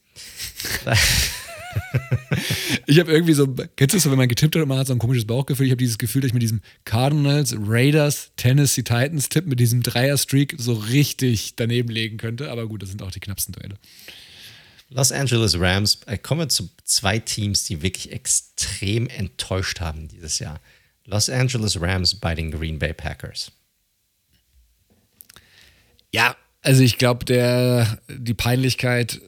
Speaker 2: Ich habe irgendwie so, kennst du das so, wenn man getippt hat und man hat so ein komisches Bauchgefühl? Ich habe dieses Gefühl, dass ich mit diesem Cardinals, Raiders, Tennessee Titans Tipp mit diesem Dreier-Streak so richtig daneben legen könnte. Aber gut, das sind auch die knappsten Duelle.
Speaker 1: Los Angeles Rams, kommen wir zu zwei Teams, die wirklich extrem enttäuscht haben dieses Jahr. Los Angeles Rams bei den Green Bay Packers.
Speaker 2: Ja, also ich glaube, die Peinlichkeit,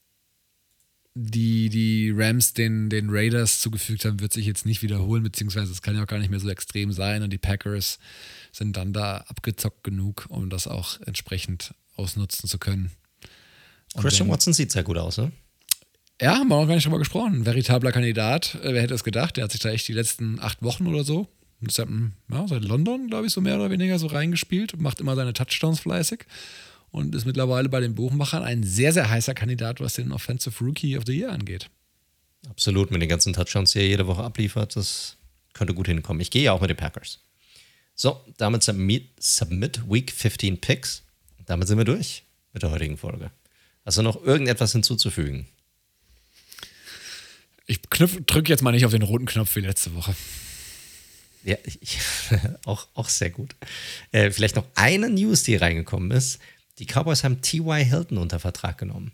Speaker 2: die Rams den Raiders zugefügt haben, wird sich jetzt nicht wiederholen, beziehungsweise es kann ja auch gar nicht mehr so extrem sein und die Packers sind dann da abgezockt genug, um das auch entsprechend ausnutzen zu können. Und
Speaker 1: Christian Watson sieht sehr gut aus, ne?
Speaker 2: Ja, haben wir auch gar nicht drüber gesprochen. Ein veritabler Kandidat. Wer hätte es gedacht? Der hat sich da echt die letzten 8 Wochen oder so, seit London, glaube ich, so mehr oder weniger so reingespielt, macht immer seine Touchdowns fleißig und ist mittlerweile bei den Buchmachern ein sehr, sehr heißer Kandidat, was den Offensive Rookie of the Year angeht.
Speaker 1: Absolut, mit den ganzen Touchdowns, die er jede Woche abliefert, das könnte gut hinkommen. Ich gehe ja auch mit den Packers. So, damit Submit Week 15 Picks. Damit sind wir durch mit der heutigen Folge. Hast du noch irgendetwas hinzuzufügen?
Speaker 2: Ich drücke jetzt mal nicht auf den roten Knopf wie letzte Woche.
Speaker 1: Ja, auch sehr gut. Vielleicht noch eine News, die reingekommen ist. Die Cowboys haben T.Y. Hilton unter Vertrag genommen.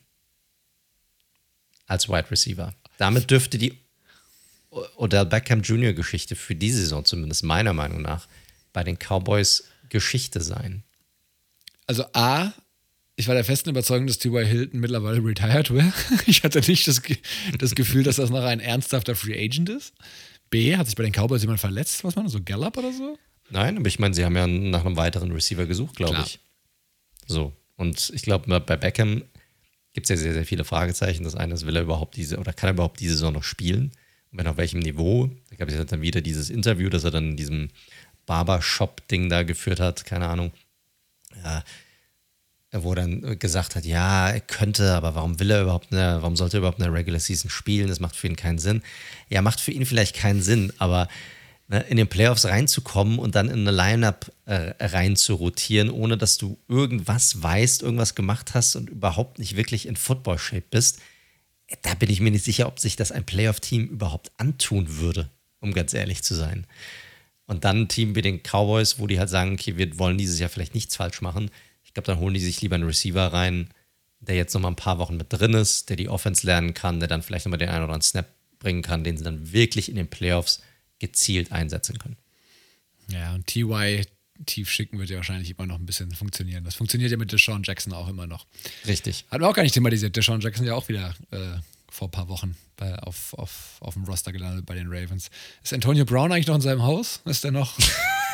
Speaker 1: Als Wide Receiver. Damit dürfte die Odell Beckham Jr. Geschichte für die Saison zumindest meiner Meinung nach bei den Cowboys Geschichte sein.
Speaker 2: Also A, ich war der festen Überzeugung, dass T.Y. Hilton mittlerweile retired wäre. Ich hatte nicht das Gefühl, dass das noch ein ernsthafter Free Agent ist. B, hat sich bei den Cowboys jemand verletzt, was man so Gallup oder so?
Speaker 1: Nein, aber ich meine, sie haben ja nach einem weiteren Receiver gesucht, glaube ich. So, und ich glaube, bei Beckham gibt es ja sehr, sehr viele Fragezeichen. Das eine ist, will er überhaupt kann er überhaupt diese Saison noch spielen? Und wenn auf welchem Niveau? Da gab es dann wieder dieses Interview, das er dann in diesem Barbershop-Ding da geführt hat, keine Ahnung. Ja, wo er dann gesagt hat, ja, er könnte, aber warum sollte er überhaupt in der Regular Season spielen? Das macht für ihn keinen Sinn. Ja, macht für ihn vielleicht keinen Sinn, aber in den Playoffs reinzukommen und dann in eine Lineup rein zu rotieren, ohne dass du irgendwas weißt, irgendwas gemacht hast und überhaupt nicht wirklich in Football-Shape bist, da bin ich mir nicht sicher, ob sich das ein Playoff-Team überhaupt antun würde, um ganz ehrlich zu sein. Und dann ein Team wie den Cowboys, wo die halt sagen, okay, wir wollen dieses Jahr vielleicht nichts falsch machen. Ich glaube, dann holen die sich lieber einen Receiver rein, der jetzt noch mal ein paar Wochen mit drin ist, der die Offense lernen kann, der dann vielleicht noch mal den einen oder anderen Snap bringen kann, den sie dann wirklich in den Playoffs gezielt einsetzen können.
Speaker 2: Ja, und T.Y. tief schicken wird ja wahrscheinlich immer noch ein bisschen funktionieren. Das funktioniert ja mit Deshaun Jackson auch immer noch.
Speaker 1: Richtig.
Speaker 2: Hat man auch gar nicht thematisiert. Deshaun Jackson ja auch wieder vor ein paar Wochen auf dem Roster gelandet bei den Ravens. Ist Antonio Brown eigentlich noch in seinem Haus? Ist der noch?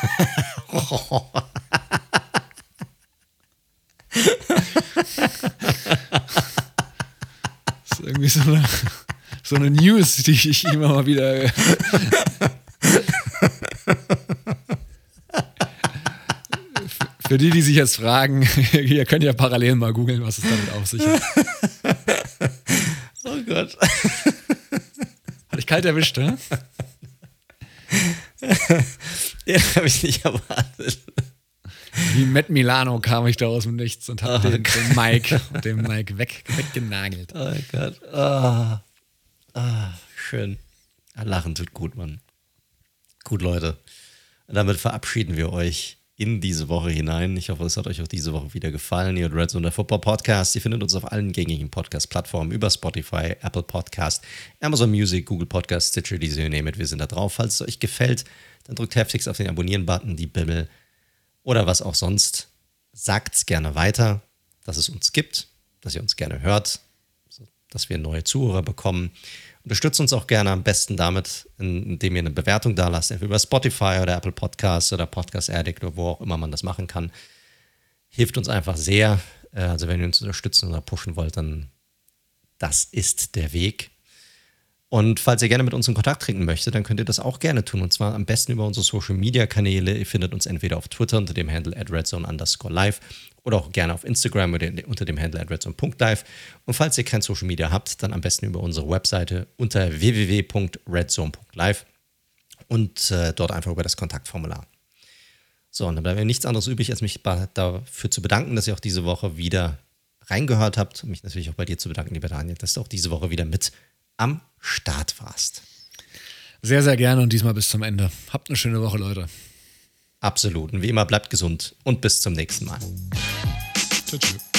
Speaker 2: Das ist irgendwie so eine News, die ich immer mal wieder. Für die sich jetzt fragen, ihr könnt ja parallel mal googeln, was es damit auf sich hat.
Speaker 1: Oh Gott.
Speaker 2: Hat dich kalt erwischt, ne?
Speaker 1: Ja, habe ich nicht erwartet.
Speaker 2: Wie Matt Milano kam ich da aus dem Nichts und habe den Mike weggenagelt.
Speaker 1: Oh Gott. Schön. Lachen tut gut, Mann. Gut, Leute. Damit verabschieden wir euch in diese Woche hinein. Ich hoffe, es hat euch auch diese Woche wieder gefallen. Ihr hört Red Zone, der Football Podcast. Ihr findet uns auf allen gängigen Podcast-Plattformen über Spotify, Apple Podcast, Amazon Music, Google Podcast, Stitcher, diese you name it. Wir sind da drauf. Falls es euch gefällt, dann drückt heftigst auf den Abonnieren-Button, die Bimmel oder was auch sonst. Sagt's gerne weiter, dass es uns gibt, dass ihr uns gerne hört, dass wir neue Zuhörer bekommen. Unterstützt uns auch gerne am besten damit, indem ihr eine Bewertung da lasst, entweder über Spotify oder Apple Podcasts oder Podcast Addict oder wo auch immer man das machen kann. Hilft uns einfach sehr. Also wenn ihr uns unterstützen oder pushen wollt, dann das ist der Weg. Und falls ihr gerne mit uns in Kontakt treten möchtet, dann könnt ihr das auch gerne tun. Und zwar am besten über unsere Social-Media-Kanäle. Ihr findet uns entweder auf Twitter unter dem Handle @redzone_live oder auch gerne auf Instagram unter dem Handle @redzone.live. Und falls ihr kein Social Media habt, dann am besten über unsere Webseite unter www.redzone.live und dort einfach über das Kontaktformular. So, und dann bleibt mir nichts anderes übrig, als mich dafür zu bedanken, dass ihr auch diese Woche wieder reingehört habt. Und mich natürlich auch bei dir zu bedanken, lieber Daniel, dass du auch diese Woche wieder mit am Start warst.
Speaker 2: Sehr, sehr gerne und diesmal bis zum Ende. Habt eine schöne Woche, Leute.
Speaker 1: Absolut. Und wie immer, bleibt gesund und bis zum nächsten Mal.
Speaker 2: Tschüss.